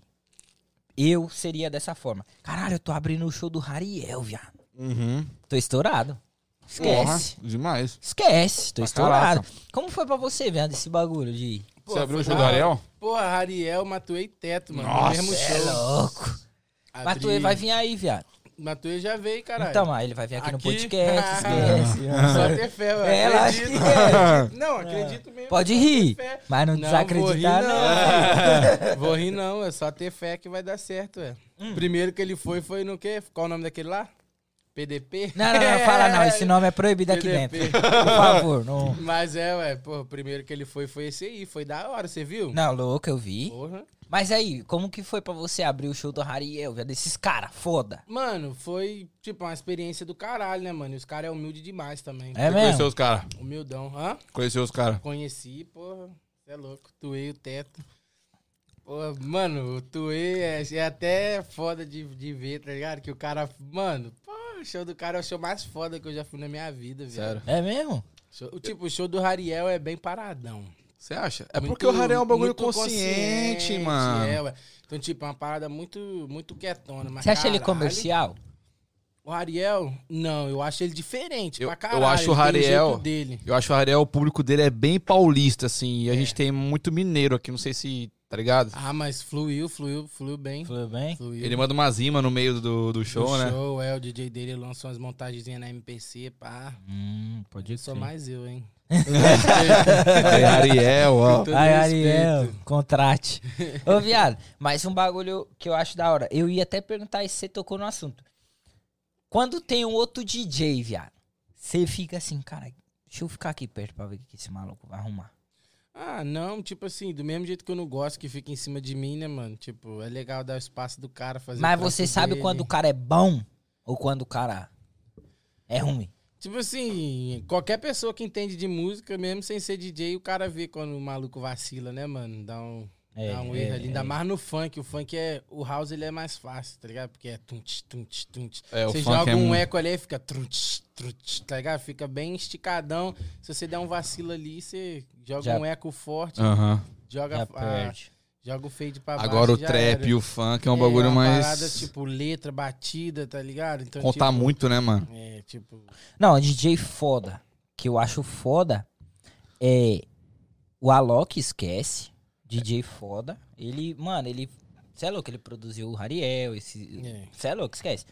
S2: eu seria dessa forma. Caralho, eu tô abrindo o show do Rariel, viado.
S1: Uhum.
S2: Tô estourado. Esquece.
S1: Porra, demais.
S2: Esquece, tô
S1: Pra
S2: estourado.
S1: caraca.
S2: Como foi pra você, viado, esse bagulho de...
S1: Você abriu o
S3: foi
S1: show do
S3: da hora.
S1: Ariel?
S3: Porra, Ariel, Matuei Teto, mano, no
S1: Nossa,
S3: mesmo
S2: É
S3: show.
S2: louco. Mas
S3: Abri-
S2: tu vai vir aí, viado.
S3: Matuei já veio, caralho.
S2: Então, mas ele vai vir aqui, no
S3: Aqui?
S2: podcast, esquece.
S3: Só ter fé, mano.
S2: É, lógico
S3: acredito,
S2: que é.
S3: acredito. Não, acredito mesmo.
S2: Pode
S3: só ter
S2: rir,
S3: fé.
S2: mas não,
S3: Não,
S2: desacreditar,
S3: vou rir,
S2: não.
S3: não. Vou rir não, é só ter fé que vai dar certo, é.
S2: Hum.
S3: Primeiro que ele foi, foi no quê? Qual o nome daquele lá? P D P?
S2: Não, não, não, fala não, esse nome é proibido aqui
S3: P D
S2: dentro.
S3: P.
S2: Por favor, não.
S3: Mas é, ué, pô, o primeiro que ele foi, foi esse aí, foi da hora, você viu?
S2: Não, louco, eu vi.
S3: Porra.
S2: Mas aí, como que foi pra você abrir o show do Rariel, viado? Desses caras, foda.
S3: Mano, foi, tipo, uma experiência do caralho, né, mano? E os caras é humilde demais também.
S2: É
S1: Você
S2: mesmo?
S1: conheceu os caras?
S3: Humildão, hã?
S1: Conheceu os caras?
S3: Conheci, porra, você é louco, tuei o teto. Porra, mano, o tuei é, é até foda de, de ver, tá ligado? Que o cara, mano, porra, o show do cara é o show mais foda que eu já fui na minha vida, velho.
S1: Sério?
S2: É mesmo?
S3: Show- tipo, o show do Rariel é bem paradão.
S1: Você acha? É
S3: Muito-
S1: porque o Rariel é um bagulho
S3: muito
S1: consciente, mano.
S3: É, ué. Então, tipo, é uma parada muito, muito quietona. Mas,
S2: Você acha ele
S3: caralho,
S2: comercial?
S3: O Rariel, não, eu acho ele diferente
S1: Eu-
S3: pra
S1: eu
S3: caralho.
S1: acho o
S3: ele tem
S1: Rariel-
S3: jeito dele.
S1: Eu acho que o Rariel, o público dele é bem paulista, assim. E a
S3: É.
S1: gente tem muito mineiro aqui. Não sei se tá ligado?
S3: Ah, mas fluiu, fluiu, fluiu bem.
S2: Foi bem?
S3: Fluiu.
S1: Ele manda umas rimas no meio do, do show,
S3: No
S1: né?
S3: show, é, o D J dele lançou umas montagenzinhas na M P C, pá.
S2: Hum, pode
S3: Sou
S2: ser.
S3: mais eu, hein?
S1: Aí, Ariel, ó.
S3: Todo
S2: Ai,
S3: respeito.
S2: Ariel, contrate. Ô, viado, mas um bagulho que eu acho da hora. Eu ia até perguntar se você tocou no assunto. Quando tem um outro D J, viado, você fica assim, cara, deixa eu ficar aqui perto pra ver o que esse maluco vai arrumar.
S3: Ah, não, tipo assim, do mesmo jeito que eu não gosto que fica em cima de mim, né, mano? Tipo, é legal dar o espaço do cara fazer
S2: Mas
S3: o trampo
S2: você sabe
S3: dele.
S2: quando o cara é bom ou quando o cara é ruim?
S3: Tipo assim, qualquer pessoa que entende de música, mesmo sem ser D J, o cara vê quando o maluco vacila, né, mano? Dá um,
S2: É,
S3: dá um
S2: é,
S3: erro ali. Ainda
S2: é.
S3: mais no funk. O funk é... O house, ele é mais fácil, tá ligado? Porque é tunch, tunch, tunch.
S1: É, o
S3: você
S1: funk
S3: joga
S1: é
S3: um
S1: mu-
S3: eco ali e fica trunch, trunch, tá ligado? Fica bem esticadão. Se você der um vacilo ali, você joga
S2: Já-
S3: um eco forte,
S1: Aham.
S3: joga,
S2: Já
S3: a,
S2: perde.
S3: joga o fade pra baixo.
S1: Agora o
S3: e já
S1: trap
S3: era.
S1: e o funk é um
S3: É,
S1: bagulho
S3: uma
S1: mais...
S3: parada, tipo, letra, batida, tá ligado? Então,
S1: Contar
S3: tipo,
S1: muito, né, mano?
S3: É, tipo...
S2: Não, D J foda, que eu acho foda, é o Alok, esquece. D J foda. Ele, mano, ele... Você é louco, ele produziu o Ariel, esse...
S3: É.
S2: Você é louco, esquece.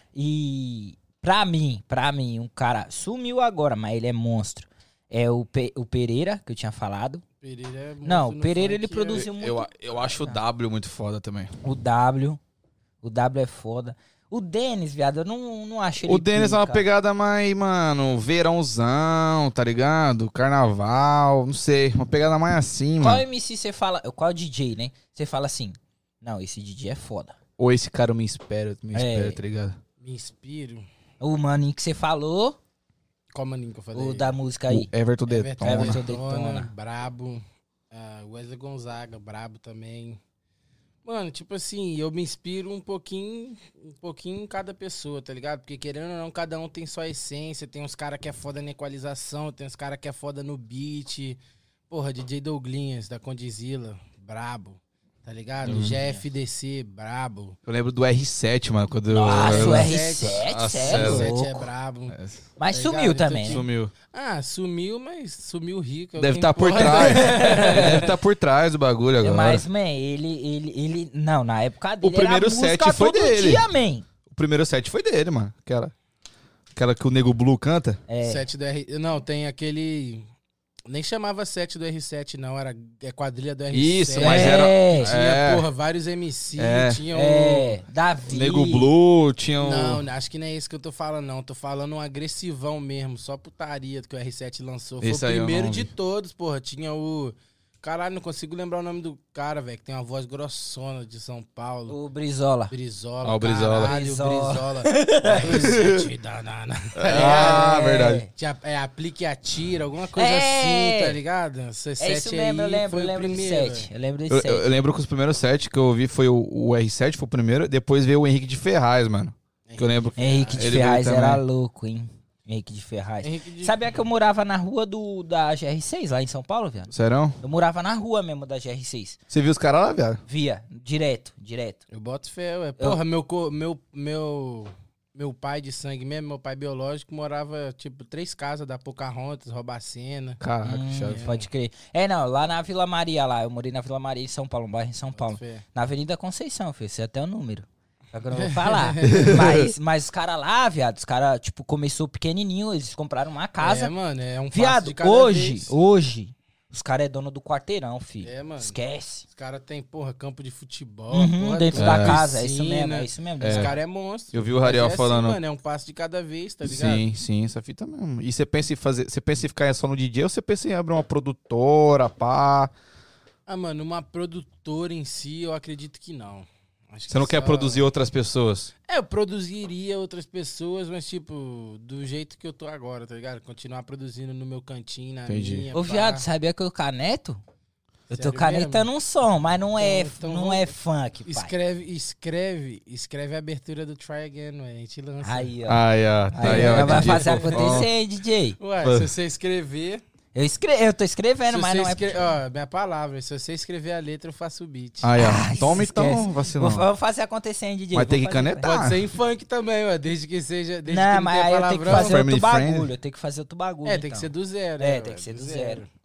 S2: E pra mim, pra mim, um cara sumiu agora, mas ele é monstro. É o, Pe- o Pereira, que eu tinha falado.
S3: Pereira é
S2: Não,
S3: monstro no
S2: Pereira,
S3: funk,
S2: ele produziu muito.
S1: Eu, eu acho o W muito foda também.
S2: O W. O W é foda. O Denis, viado, eu não, não acho ele
S1: O Denis é uma
S2: pica.
S1: pegada mais, mano, verãozão, tá ligado? Carnaval, não sei. Uma pegada mais assim,
S2: Qual
S1: mano.
S2: M C você fala... Qual D J, né? Você fala assim, não, esse D J é foda.
S1: Ou esse cara me espera, me
S2: É.
S1: espera, tá ligado?
S3: Me inspiro.
S2: O maninho que você falou,
S3: Qual maninho que eu falei?
S2: o da música aí.
S1: O Everton
S3: Everton,
S1: Detona.
S2: Everton
S3: Detona,
S2: Detona.
S3: brabo. Ah, Wesley Gonzaga, brabo também. Mano, tipo assim, eu me inspiro um pouquinho, um pouquinho em cada pessoa, tá ligado? Porque querendo ou não, cada um tem sua essência. Tem uns caras que é foda na equalização, tem uns caras que é foda no beat. Porra, D J Douglinhas, da Condizila, brabo. Tá ligado?
S1: Uhum.
S3: G F D C, brabo.
S1: Eu lembro do R sete, mano, quando
S2: Nossa,
S1: eu...
S2: o R
S3: sete,
S2: sete,
S1: Nossa,
S2: cê
S1: é
S2: é
S3: R sete
S2: louco.
S3: é brabo.
S2: Mas
S3: tá
S2: sumiu
S3: ligado?
S2: também.
S3: Então,
S1: Sumiu.
S3: Ah, sumiu, mas sumiu rico. é o
S1: Deve
S3: que
S1: estar por
S3: importa.
S1: trás. Deve estar por trás do bagulho agora.
S2: Mas, man, ele, ele, ele... Não, na época dele
S1: primeiro
S2: era música
S1: set foi
S2: todo
S1: dele.
S2: dia, man.
S1: O primeiro set foi dele, mano. Aquela, aquela que o Nego Blue canta.
S2: É,
S3: Sete do R... Não, tem aquele... Nem chamava sete do R sete, não. Era é quadrilha do R sete.
S1: Isso, mas
S2: É.
S1: era...
S3: Tinha,
S1: é,
S3: porra, vários M C.
S1: É.
S3: Tinha
S2: é, Davi.
S1: Nego Blue, tinha
S3: o...
S1: o...
S3: Não, não, acho que não é isso que eu tô falando, não. Tô falando um agressivão mesmo. Só putaria que o R sete lançou. Foi
S1: Esse
S3: o
S1: aí eu
S3: primeiro
S1: não
S3: de
S1: vi.
S3: todos, porra. Tinha o... Caralho, não consigo lembrar o nome do cara, velho. Que tem uma voz grossona de São Paulo.
S2: O Brizola.
S3: Brizola.
S1: Ah, o Brizola.
S3: Caralho,
S2: Brizola.
S3: o Brizola. R sete da nana.
S1: Ah,
S2: É.
S1: verdade.
S3: Tinha, é, aplique e atira, alguma coisa
S2: É.
S3: assim, tá ligado? Esse
S2: É
S3: sete
S2: isso mesmo, eu
S3: aí
S2: lembro,
S3: foi
S2: eu
S3: o
S2: lembro do
S3: primeiro.
S2: set. Eu lembro do
S1: Eu,
S2: set.
S1: eu- eu lembro que os primeiros sets que eu ouvi foi o, o R sete, foi o primeiro. Depois veio o Henrique de Ferraz, mano. Que eu lembro.
S2: Henrique de
S1: Ele veio
S2: Ferraz era
S1: também.
S2: louco, hein? Henrique de Ferraz.
S3: Henrique de...
S2: Sabia que eu morava na rua do, da G R seis, lá em São Paulo, viado?
S1: Serão?
S2: Eu morava na rua mesmo da G R seis.
S1: Você viu os caras lá, viado?
S2: Via, direto, direto.
S3: Eu boto fé, ué. Porra, meu, co- meu, meu, meu pai de sangue mesmo, meu pai biológico, morava, tipo, três casas da Pocahontas, Robacena.
S1: Caraca,
S2: Hum,
S1: chave.
S2: pode crer. É, não, lá na Vila Maria, lá. Eu morei na Vila Maria, em São Paulo, um bairro em São Paulo.
S3: Boto fé.
S2: Na Avenida Conceição, filho. Você até o número. Só que eu não vou falar. mas, mas os caras lá, viado, os caras, tipo, começou pequenininho, eles compraram uma casa.
S3: É, mano, é um passo
S2: viado,
S3: de cada
S2: hoje,
S3: vez.
S2: hoje, os caras é dono do quarteirão, filho.
S3: É, mano.
S2: Esquece.
S3: Os caras têm, porra, campo de futebol.
S2: Uhum,
S3: porra,
S2: dentro
S3: toda
S2: da casa, é isso
S3: piscina.
S2: mesmo, é isso mesmo.
S3: Os
S1: É.
S3: caras é monstro.
S1: Eu vi o
S3: Mas
S1: Rariel
S3: é assim,
S1: falando.
S3: mano, é um passo de cada vez, tá ligado?
S1: Sim, sim, essa fita mesmo. E você pensa em fazer. Você pensa em ficar só no D J ou você pensa em abrir uma produtora, pá?
S3: Ah, mano, uma produtora em si, eu acredito que não. Acho
S1: Você não
S3: que
S1: quer
S3: só-
S1: produzir outras pessoas?
S3: É, eu produziria outras pessoas, mas, tipo, do jeito que eu tô agora, tá ligado? Continuar produzindo no meu cantinho, na
S1: Entendi.
S3: minha.
S2: Ô,
S3: pá.
S2: viado, sabia que eu caneto? Eu tô
S3: Sério
S2: canetando um som, mas não é,
S3: Então- então
S2: não
S3: vamos-
S2: é funk, pai.
S3: Escreve, escreve, escreve a abertura do Try Again, ué. A gente lança.
S2: Aí, ó.
S1: Ai, ó. Tá
S2: Aí,
S1: aí,
S2: ó,
S1: ó.
S2: vai
S1: D J
S2: fazer
S1: Fofão.
S2: acontecer, D J.
S3: Ué,
S1: Pô.
S3: se você escrever.
S2: Eu, escre... eu tô escrevendo,
S3: se
S2: mas
S3: você
S2: não é...
S3: escre- Ó, minha palavra. Se você escrever a letra, eu faço o beat.
S1: Aí, ó.
S2: Ai,
S1: Toma
S2: esquece.
S1: então,
S2: Vou,
S1: vacilão.
S2: vou fazer acontecer, hein, D J.
S1: Mas tem
S2: Vou
S1: que
S2: fazer-
S1: canetar.
S3: Pode ser em funk também, ué. Desde que seja. Desde que
S2: Não,
S3: não
S2: mas
S3: tenha
S2: aí eu tenho que
S3: palavrão.
S2: fazer outro
S1: Family friend.
S2: bagulho. Eu tenho que fazer outro bagulho,
S3: É, tem que
S2: então.
S3: ser do zero.
S2: É,
S3: ué,
S2: tem que ser do
S3: do
S2: zero.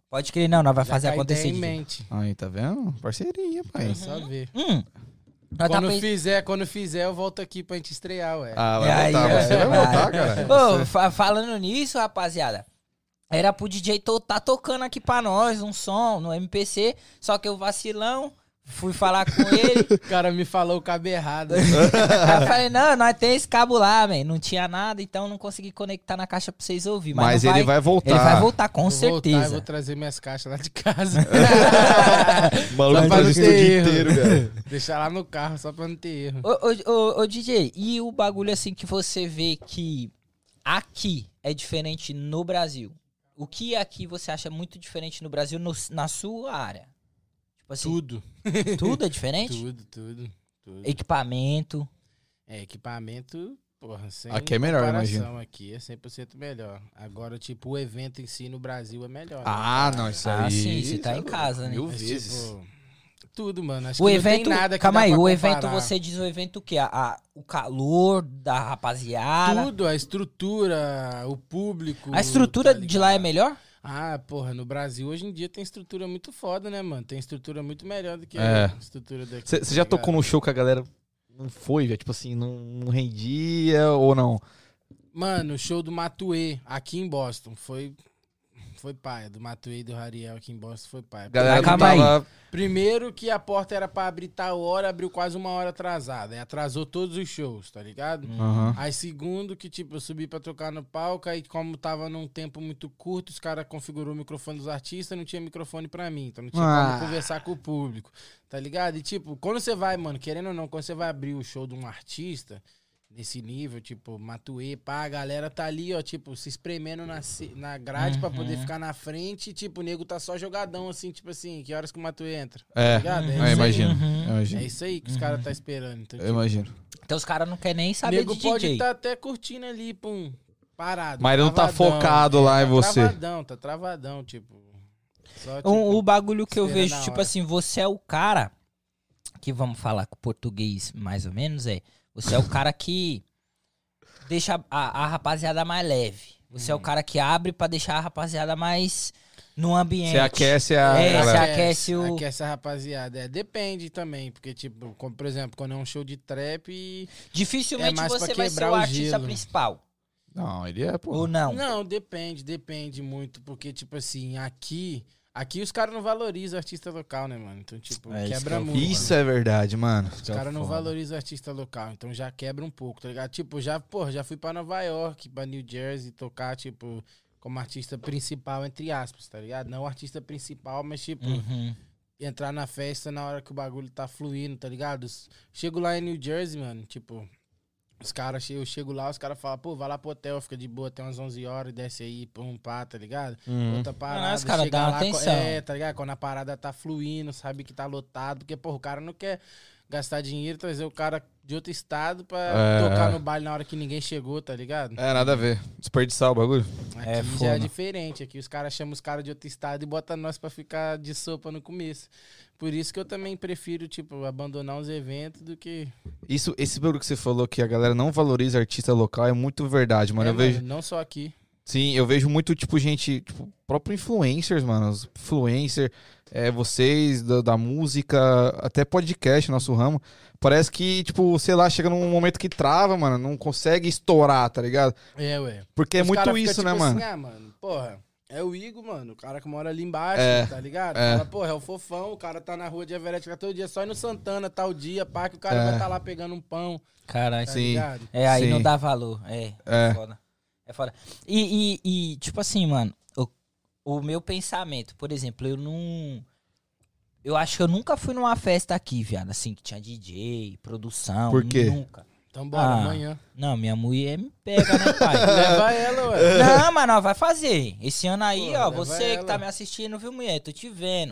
S2: Pode crer, não, nós vai
S3: Já
S2: fazer
S3: com a
S2: acontecer.
S3: ideia em
S2: D J.
S3: mente.
S1: Aí, tá vendo? Parceria, pai.
S3: É só ver.
S2: Hum. Nós tá
S3: Quando
S2: pens-
S3: fizer, quando fizer, eu volto aqui pra gente estrear, ué.
S1: Ah,
S2: E aí,
S1: vai voltar,
S2: ó,
S1: você vai
S2: vai.
S1: voltar, cara.
S2: Ô,
S1: Você-
S2: fa- falando nisso, rapaziada, era pro D J to tá tocando aqui pra nós um som no M P C, só que eu vacilão, fui falar com ele.
S3: O cara me falou o cabo errado.
S2: Aí eu falei, não, nós tem esse cabo lá, man. Não tinha nada, então não consegui conectar na caixa pra vocês ouvirem. Mas,
S1: Mas
S2: não
S1: ele vai voltar.
S2: Ele vai voltar, com
S3: Vou voltar, eu
S2: certeza.
S3: vou trazer minhas caixas lá de casa.
S1: O maluco
S3: Só pra
S1: faz
S3: não
S1: isso o
S3: ter
S1: dia
S3: erro.
S1: inteiro, cara.
S3: Deixar lá no carro, só pra não ter erro.
S2: Ô, ô, ô, ô, D J, e o bagulho assim que você vê que aqui é diferente no Brasil? O que aqui você acha muito diferente no Brasil no- na sua área? Tipo assim,
S3: Tudo.
S2: tudo é diferente?
S3: Tudo, tudo, tudo.
S2: Equipamento.
S3: É, equipamento, porra, sem
S1: Aqui é melhor,
S3: comparação,
S1: imagino.
S3: aqui é cem por cento melhor. Agora, tipo, o evento em si no Brasil é melhor. né?
S1: Ah, não, isso
S2: Ah,
S1: aí.
S2: sim, você tá
S1: isso
S2: em
S1: é
S2: casa, né?
S1: Mil
S3: Mas,
S1: vezes.
S3: tipo, tudo, mano. Acho
S2: O
S3: que
S2: evento,
S3: não tem nada que
S2: calma
S3: dá
S2: aí,
S3: pra
S2: o evento,
S3: comparar.
S2: você diz o evento o quê? A, a- o calor da rapaziada?
S3: Tudo, a estrutura, o público.
S2: A estrutura
S3: tá
S2: de lá é
S3: ligado?
S2: melhor?
S3: Ah, porra, no Brasil hoje em dia tem estrutura muito foda, né, mano? Tem estrutura muito melhor do que
S1: É.
S3: a estrutura daqui.
S1: Você já tocou num show que a galera não foi, velho? Tipo assim, não, não rendia ou não?
S3: Mano, o show do Matuê, aqui em Boston, foi... Foi paia, do Matuê e do Rariel aqui em Boston foi paia.
S1: A galera
S2: Mas
S1: não
S2: calma aí.
S1: tava...
S3: Primeiro que a porta era pra abrir tal hora, abriu quase uma hora atrasada. Aí atrasou todos os shows, tá ligado?
S1: Aham.
S3: Aí segundo que, tipo, eu subi pra tocar no palco, aí como tava num tempo muito curto, os caras configurou o microfone dos artistas, não tinha microfone pra mim, então não tinha
S1: Ah.
S3: como conversar com o público, tá ligado? E tipo, quando você vai, mano, querendo ou não, quando você vai abrir o show de um artista, nesse nível, tipo, Matuê, pá, a galera tá ali, ó, tipo, se espremendo na, ci- na grade pra poder ficar na frente e, tipo, o nego tá só jogadão, assim, tipo assim, que horas que o Matuê entra, tá
S1: É,
S3: ligado? É
S1: eu
S3: isso aí.
S1: imagino.
S2: Uhum.
S1: Eu imagino.
S3: É isso aí que os caras tá esperando, então,
S1: Eu
S3: tipo,
S1: imagino.
S2: Então os caras não querem nem saber
S3: nego
S2: de
S3: pode
S2: D J.
S3: estar até curtindo ali, pum, parado.
S1: Mas ele não tá
S3: travadão.
S1: focado lá em
S3: tá
S1: você.
S3: Travadão, tá travadão, tipo. Só, tipo,
S2: O, o bagulho que eu
S3: esperando
S2: vejo,
S3: a
S2: tipo
S3: hora.
S2: assim, você é o cara que, vamos falar com português mais ou menos, é, você é o cara que deixa a, a rapaziada mais leve. Você é
S3: Hum.
S2: o cara que abre pra deixar a rapaziada mais no ambiente.
S1: Você aquece a
S2: É,
S1: galera.
S2: você aquece o-
S3: Aquece a rapaziada. É, depende também, porque, tipo, como, por exemplo, quando é um show de trap.
S2: Dificilmente
S3: É mais pra
S2: você vai ser
S3: quebrar
S2: o
S3: o
S2: artista
S3: gelo.
S2: principal.
S1: Não, ele é, pô.
S2: Ou não?
S3: Não, depende, depende muito, porque, tipo assim, aqui. Aqui os caras não valorizam o artista local, né, mano? Então, tipo,
S2: É, isso que
S3: quebra
S2: é o
S3: muito.
S1: Isso é verdade, mano.
S3: Os caras não valorizam o artista local, então já quebra um pouco, tá ligado? Tipo, já, pô, já fui pra Nova York, pra New Jersey, tocar, tipo, como artista principal, entre aspas, tá ligado? Não o artista principal, mas, tipo,
S2: Uhum.
S3: entrar na festa na hora que o bagulho tá fluindo, tá ligado? Chego lá em New Jersey, mano, tipo, os caras, eu chego lá, os caras falam, pô, vai lá pro hotel, fica de boa até umas onze horas, desce aí, pum, pá, tá ligado?
S1: Uhum.
S3: Outra parada,
S2: os caras
S3: chega
S2: dão
S3: lá,
S2: atenção.
S3: É, tá ligado? Quando a parada tá fluindo, sabe que tá lotado, porque, pô, o cara não quer gastar dinheiro, trazer o cara de outro estado pra
S1: É.
S3: tocar no baile na hora que ninguém chegou, tá ligado?
S1: É, nada a ver. Desperdiçar o bagulho.
S3: Aqui
S2: É
S3: já
S2: foda.
S3: é diferente, aqui os caras chamam os caras de outro estado e botam nós pra ficar de sopa no começo. Por isso que eu também prefiro, tipo, abandonar os eventos do que...
S1: Isso, esse bagulho que você falou que a galera não valoriza artista local é muito verdade, mano.
S3: É,
S1: eu vejo.
S3: não só aqui.
S1: Sim, eu vejo muito, tipo, gente, tipo, próprio influencers, mano. Os influencer, é, vocês da, da música, até podcast, nosso ramo. Parece que, tipo, sei lá, chega num momento que trava, mano, não consegue estourar, tá ligado?
S3: É, ué.
S1: Porque é
S3: Os
S1: muito
S3: cara fica
S1: isso,
S3: tipo
S1: né, mano?
S3: Assim, ah, mano, porra, é o Igor, mano, o cara que mora ali embaixo,
S1: É,
S3: tá ligado?
S1: é.
S3: Fala, porra, é o fofão, o cara tá na rua de Everett todo dia, só ir no Santana, tal dia, pá, que o cara
S1: É.
S3: vai estar tá lá pegando um pão,
S2: Caralho.
S3: tá
S1: Sim.
S3: ligado?
S2: É, aí
S1: Sim.
S2: não dá valor. É,
S1: É.
S2: é foda. É foda. E, e, e, tipo assim, mano, o, o meu pensamento, por exemplo, eu não. Eu acho que eu nunca fui numa festa aqui, viado, assim, que tinha D J, produção.
S1: Por quê?
S2: Nunca.
S3: Então bora,
S2: Ah.
S3: amanhã.
S2: Não, minha mulher me pega, né, pai?
S3: Leva ela, ué.
S2: Não, mas nós vai fazer. Esse ano aí,
S3: Pô,
S2: ó,
S3: leva
S2: você que
S3: ela.
S2: tá me assistindo, viu, mulher? Tô te vendo.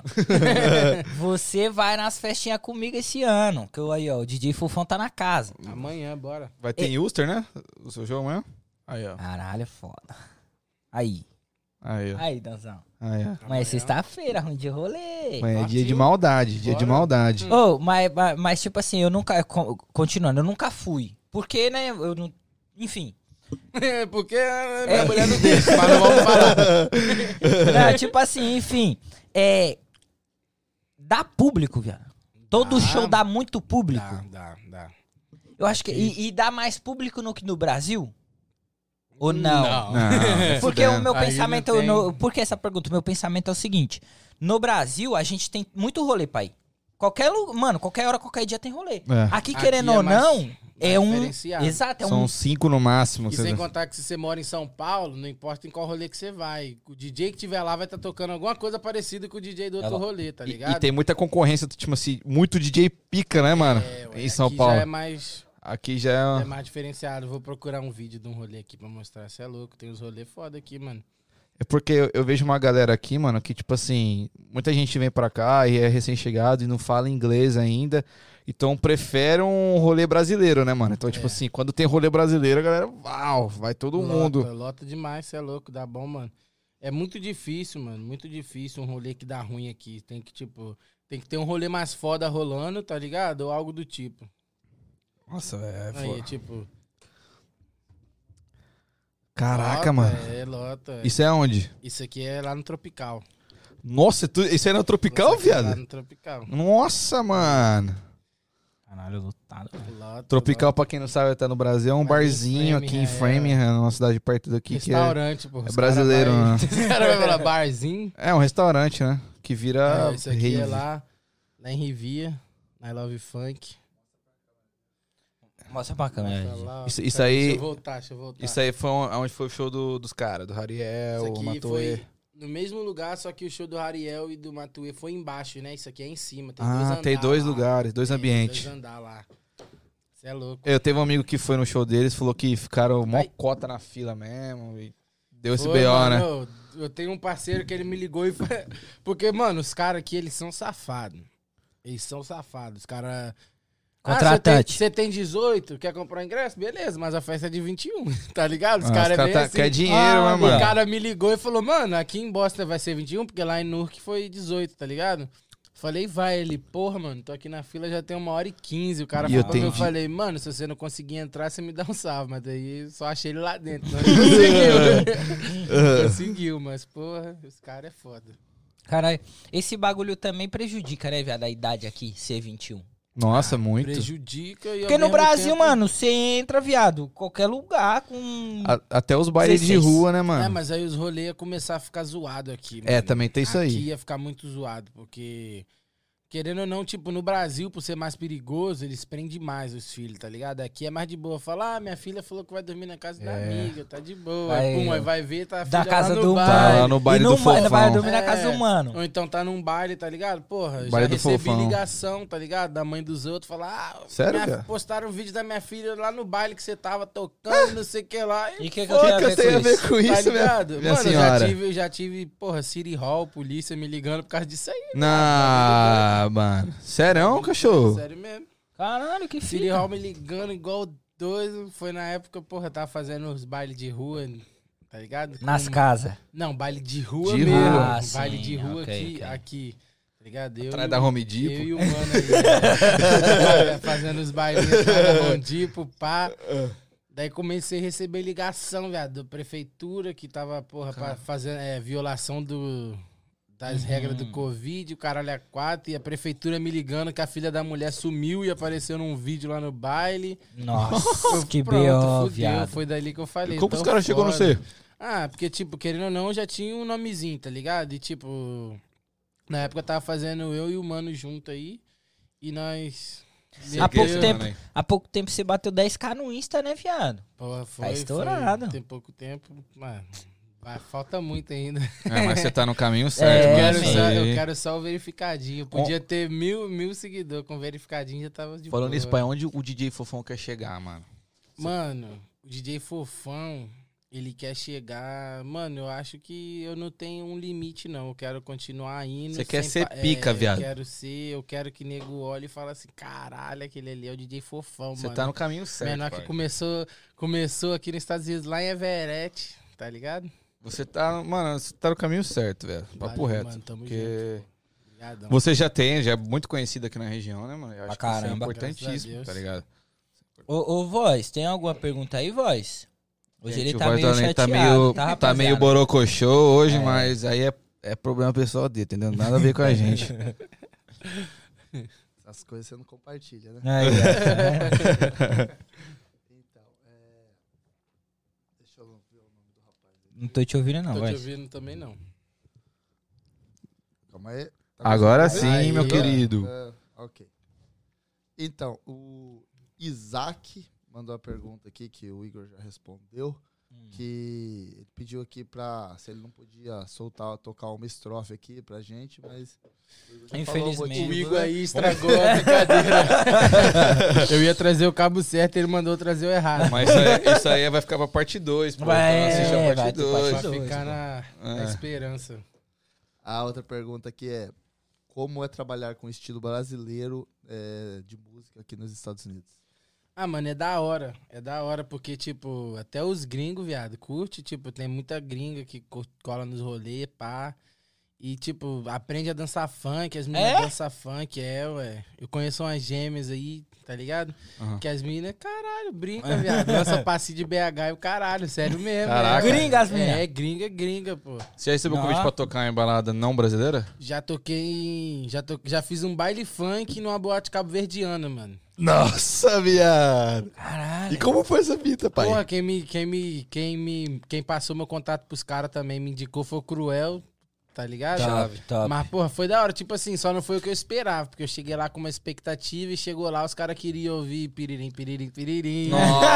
S2: Você vai nas festinhas comigo esse ano. Que eu aí, ó, o D J Fufão tá na casa.
S3: Amanhã, bora.
S1: Vai ter em Ulster, né? O seu jogo amanhã? Aí, ó.
S2: Caralho, é foda. Aí.
S1: Aí, ó.
S2: Aí, Danzão.
S1: Aí, ó.
S2: Mas é sexta-feira, ruim de rolê.
S1: Amanhã é dia de
S3: Partiu.
S1: maldade, dia de
S3: Bora.
S1: maldade.
S2: Ô, mas, mas, mas, tipo assim, eu nunca. co- Continuando, eu nunca fui. Porque, né, eu não. Enfim.
S3: Porque a minha mulher não deixa, mas não vamos falar.
S2: Não, tipo assim, enfim. É. Dá público, viado. Todo
S3: Dá.
S2: show dá muito público.
S3: Dá, dá, dá.
S2: Eu acho que. E, e dá mais público no que no Brasil? Ou não?
S3: Não.
S1: Não, é
S2: Porque
S1: fudendo.
S2: o meu
S3: Aí
S2: pensamento.
S3: não tem-
S2: no- por que essa pergunta? O meu pensamento é o seguinte: no Brasil, a gente tem muito rolê pra ir. Qualquer lu- Mano, qualquer hora, qualquer dia tem rolê.
S1: É.
S2: Aqui,
S3: Aqui
S2: querendo
S3: é
S2: ou
S3: mais-
S2: não, é
S3: mais
S2: um.
S3: diferenciado.
S2: Exato, é
S1: São
S2: um.
S1: cinco no máximo.
S3: E
S1: você-
S3: sem contar que se você mora em São Paulo, não importa em qual rolê que você vai. O D J que tiver lá vai estar tocando alguma coisa parecida com o D J do outro
S2: Ela-
S3: rolê, tá
S1: E-
S3: ligado?
S1: E, tem muita concorrência, tipo assim, muito D J pica, né, mano?
S3: É, ué,
S1: em São
S3: aqui
S1: Paulo.
S3: já é mais,
S1: Aqui já
S3: é
S1: é.
S3: mais diferenciado. Vou procurar um vídeo de um rolê aqui pra mostrar. Você é louco, tem uns rolês foda aqui, mano.
S1: É porque eu, eu vejo uma galera aqui, mano, que, tipo assim, muita gente vem pra cá e é recém-chegado e não fala inglês ainda. Então prefere um rolê brasileiro, né, mano? Então, tipo
S3: É.
S1: assim, quando tem rolê brasileiro, a galera, uau, vai todo mundo.
S3: Lota, lota demais, você é louco, dá bom, mano. É muito difícil, mano, muito difícil um rolê que dá ruim aqui. Tem que, tipo, tem que ter um rolê mais foda rolando, tá ligado? Ou algo do tipo.
S1: Nossa, velho, é
S3: Aí,
S1: foda.
S3: tipo...
S1: Caraca,
S3: lota,
S1: mano.
S3: É, lota.
S1: Isso é onde?
S3: Isso aqui é lá no Tropical.
S1: Nossa, tu- isso aí é no Tropical,
S3: Isso aqui é Lá
S1: viado?
S3: no Tropical.
S1: Nossa, mano.
S2: Caralho, lotado.
S3: Lota,
S1: Tropical, pra quem não sabe, tá no Brasil, é um
S3: Ali em
S1: barzinho aqui em
S3: Framingham,
S1: Framingham, numa cidade perto daqui. Que é,
S3: Restaurante, pô.
S1: é
S3: Os
S1: brasileiro,
S3: cara vai-
S1: né?
S3: Os caras vão falar barzinho.
S1: é um restaurante, né? Que vira
S3: É, isso aqui
S1: rave.
S3: é lá, lá em Rivia, na I Love Funk.
S2: Mostra pra câmera.
S3: Mostra
S2: gente.
S3: lá, ó.
S1: Isso- isso
S3: Pera
S1: aí-
S3: Deixa eu voltar, deixa eu voltar.
S1: Isso aí foi onde foi o show do- dos caras, do Hariel,
S3: Isso
S1: o
S3: aqui
S1: Matuê.
S3: foi no mesmo lugar, só que o show do Hariel e do Matuê foi embaixo, né? Isso aqui é em cima. Tem dois
S1: Ah,
S3: andar
S1: tem dois
S3: lá.
S1: lugares, dois
S3: Tem
S1: ambientes.
S3: Dois andar lá. Você é louco.
S1: Eu teve um amigo que foi no show deles, falou que ficaram mó
S3: Ai.
S1: cota na fila mesmo. E deu esse
S3: Foi,
S1: B O,
S3: mano,
S1: né?
S3: Eu, eu tenho um parceiro que ele me ligou e foi... Porque, mano, os caras aqui, eles são safados. Eles são safados. Os caras...
S2: Contratante.
S3: Você tem dezoito, quer comprar ingresso? Beleza, mas a festa é de vinte e um, tá ligado? Os
S1: Ah,
S3: caras
S1: os
S3: é
S1: cara
S3: bem
S1: tá-
S3: assim.
S1: quer dinheiro,
S2: Ah,
S1: né,
S3: O
S1: mano?
S3: cara me ligou e falou, mano, aqui em Boston vai ser vinte e um, porque lá em Newark foi dezoito, tá ligado? Falei, vai. Ele, porra, mano, tô aqui na fila já tem uma hora e quinze. O cara
S1: E
S3: falou
S1: eu
S3: pra mim, eu
S1: tenho-
S3: falei, mano, se você não conseguir entrar, você me dá um salve. Mas daí só achei ele lá dentro. Não conseguiu. Conseguiu, mas, porra, os caras é foda.
S2: Caralho, esse bagulho também prejudica, né, viado? A idade aqui, ser vinte e um.
S1: Nossa, muito.
S3: Prejudica e ao
S2: Porque no
S3: mesmo
S2: Brasil,
S3: tempo-
S2: mano, você entra, viado, qualquer lugar com.
S1: A- até os bailes de
S2: dezesseis.
S1: rua, né,
S3: É,
S1: mano?
S3: mas aí os rolês iam começar a ficar zoado aqui,
S1: É,
S3: mano.
S1: também tem isso aí.
S3: Aqui ia ficar muito zoado, porque... Querendo ou não, tipo, no Brasil, por ser mais perigoso, eles prendem mais os filhos, tá ligado? Aqui é mais de boa. Fala, ah, minha filha falou que vai dormir na casa da
S1: É.
S3: amiga, tá de boa.
S2: Vai,
S3: Aí, pum, aí vai ver, tá a
S2: Da
S3: filha
S2: casa
S3: lá
S2: do
S3: no
S2: pai.
S1: Tá lá
S3: baile.
S1: no baile
S2: e
S1: do
S2: não vai,
S1: fofão.
S2: vai dormir na
S3: É.
S2: casa do mano.
S3: Ou então tá num baile, tá ligado? Porra, já
S1: Baile do
S3: recebi
S1: fofão.
S3: ligação, tá ligado? Da mãe dos outros, falar, ah,
S1: Sério,
S3: minha-
S1: cara?
S3: postaram um vídeo da minha filha lá no baile que você tava tocando, não sei o que lá.
S2: E o que, que
S3: foda,
S2: eu tenho a ver com isso?
S1: com
S3: Tá
S1: isso, minha,
S3: ligado?
S1: minha
S3: Mano, eu
S1: senhora?
S3: já tive, eu já tive, porra, City Hall, polícia me ligando por causa disso aí.
S1: Não, mano. Sério, cachorro?
S3: Sério mesmo.
S2: Caralho, que
S3: City
S2: filho.
S3: Hall me ligando igual doido. Foi na época, porra, eu tava fazendo os bailes de rua, tá ligado?
S2: Nas
S3: Com-
S2: casas.
S3: Não, baile de rua
S1: De
S3: mesmo.
S1: rua.
S2: Ah,
S3: baile
S2: sim,
S3: de rua
S2: ok,
S3: aqui,
S2: ok.
S3: aqui. Tá ligado? Eu,
S1: Atrás
S3: e
S1: da
S3: o-
S1: Home
S3: eu
S1: Depot.
S3: e o mano aí, né? Fazendo os bailinhos atrás da Home Depot, pá. Daí comecei a receber ligação, viado, da prefeitura que tava, porra, pra fazendo é, violação do, das
S2: Uhum.
S3: regras do Covid, o caralho é quatro, e a prefeitura me ligando que a filha da mulher sumiu e apareceu num vídeo lá no baile.
S2: Nossa, que
S3: Pronto,
S2: B O,
S3: fudeu,
S2: viado.
S3: foi dali que eu falei.
S1: Como
S3: tô
S1: os caras chegou no
S3: foda.
S1: C?
S3: Ah, porque, tipo, querendo ou não, já tinha um nomezinho, tá ligado? E, tipo, na época eu tava fazendo eu e o mano junto aí, e nós...
S2: Há pouco
S3: meteu-
S2: tempo, há pouco tempo você bateu dez k no Insta, né, viado?
S3: Porra, foi,
S2: Tá estourado.
S3: Foi, tem pouco tempo, mano. Vai, falta muito ainda.
S1: É, mas você tá no caminho
S2: É,
S1: certo,
S3: eu,
S1: mano.
S3: quero
S1: Isso
S3: só,
S1: aí.
S3: eu quero só o verificadinho. Podia ter mil, mil seguidores. Com verificadinho já tava de
S1: Falando
S3: boa.
S1: nisso, pai, onde o D J Fofão quer chegar, mano?
S3: Mano, o D J Fofão, ele quer chegar... Mano, eu acho que eu não tenho um limite, não. Eu quero continuar indo.
S1: Você quer
S3: sem
S1: ser
S3: pa-
S1: pica,
S3: é,
S1: viado.
S3: Eu quero ser... Eu quero que nego olhe e fale assim, caralho, aquele ali é o D J Fofão,
S1: Você
S3: mano.
S1: tá no caminho certo,
S3: Menor que
S1: pai.
S3: começou, começou aqui nos Estados Unidos, lá em Everett, tá ligado?
S1: Você tá, mano, você tá no caminho certo, velho. Papo
S3: Valeu,
S1: reto.
S3: mano, tamo
S1: porque
S3: junto. Obrigadão.
S1: você já tem, já é muito conhecido aqui na região, né, mano? Eu acho
S2: Pra
S1: que isso é
S2: caramba.
S3: Graças a
S1: importantíssimo,
S3: Deus.
S1: tá ligado?
S2: Ô, ô, Voz, tem alguma pergunta aí, Voz? Hoje
S1: Gente,
S2: ele
S1: o
S2: tá
S1: voz
S2: meio
S1: do Além
S2: chateado,
S1: tá meio,
S2: tá,
S1: tá meio
S2: rapaziada?
S1: borocochô hoje,
S2: É.
S1: mas aí é, é problema pessoal dele, entendeu? Nada a ver com a gente.
S5: As coisas você não compartilha, né?
S2: Aí, ó.
S5: Então, é... Deixa eu ver o nome do rapaz aí.
S2: Não tô te ouvindo, não,
S3: Tô
S2: vai.
S3: te ouvindo também, não.
S5: Calma aí. Tá
S1: Agora
S5: conseguindo ver?
S1: sim, meu
S3: Aí, ó.
S1: querido.
S5: Ah, ok. Então, o Isaac mandou a pergunta aqui que o Igor já respondeu. Que ele pediu aqui pra. Se ele não podia soltar, tocar uma estrofe aqui pra gente, mas. o Igor já falou o
S2: Infelizmente.
S5: motivo,
S3: O Igor
S5: né?
S3: aí estragou a brincadeira. Eu ia trazer o cabo certo, ele mandou trazer o errado.
S1: Mas isso aí, isso aí vai ficar pra parte dois, pô.
S2: Vai,
S1: Então assiste a
S2: é, vai
S1: parte
S2: ter
S1: dois.
S2: parte
S3: Pra
S2: dois,
S3: ficar
S2: pô.
S3: na, na
S1: É.
S3: esperança.
S5: A outra pergunta aqui é: como é trabalhar com estilo brasileiro é, de música aqui nos Estados Unidos?
S3: Ah, mano, é da hora. É da hora porque, tipo, até os gringos, viado, curte. Tipo, tem muita gringa que co- cola nos rolês, pá. E, tipo, aprende a dançar funk. As meninas
S2: É?
S3: dançam funk, é, ué. Eu conheço umas gêmeas aí, tá ligado?
S1: Aham.
S3: Que as meninas, caralho, brinca, viado. Dança passe de B H e o caralho, sério mesmo.
S1: Caraca.
S3: é,
S2: Gringa as
S3: é,
S2: meninas?
S3: É, gringa, gringa, pô.
S1: Você já recebeu
S2: Não.
S1: convite pra tocar em balada não brasileira?
S3: Já toquei em... Já, to, já fiz um baile funk numa boate cabo-verdiana, mano.
S5: Nossa, viado!
S2: Caralho.
S5: E como foi essa fita, pai?
S3: Porra, quem me, quem me, quem me, quem passou meu contato pros caras também me indicou foi o Cruel, tá ligado?
S2: Top, top.
S3: Mas, porra, foi da hora. Tipo assim, só não foi o que eu esperava, porque eu cheguei lá com uma expectativa e chegou lá, os caras queriam ouvir piririm, piririm, piririm.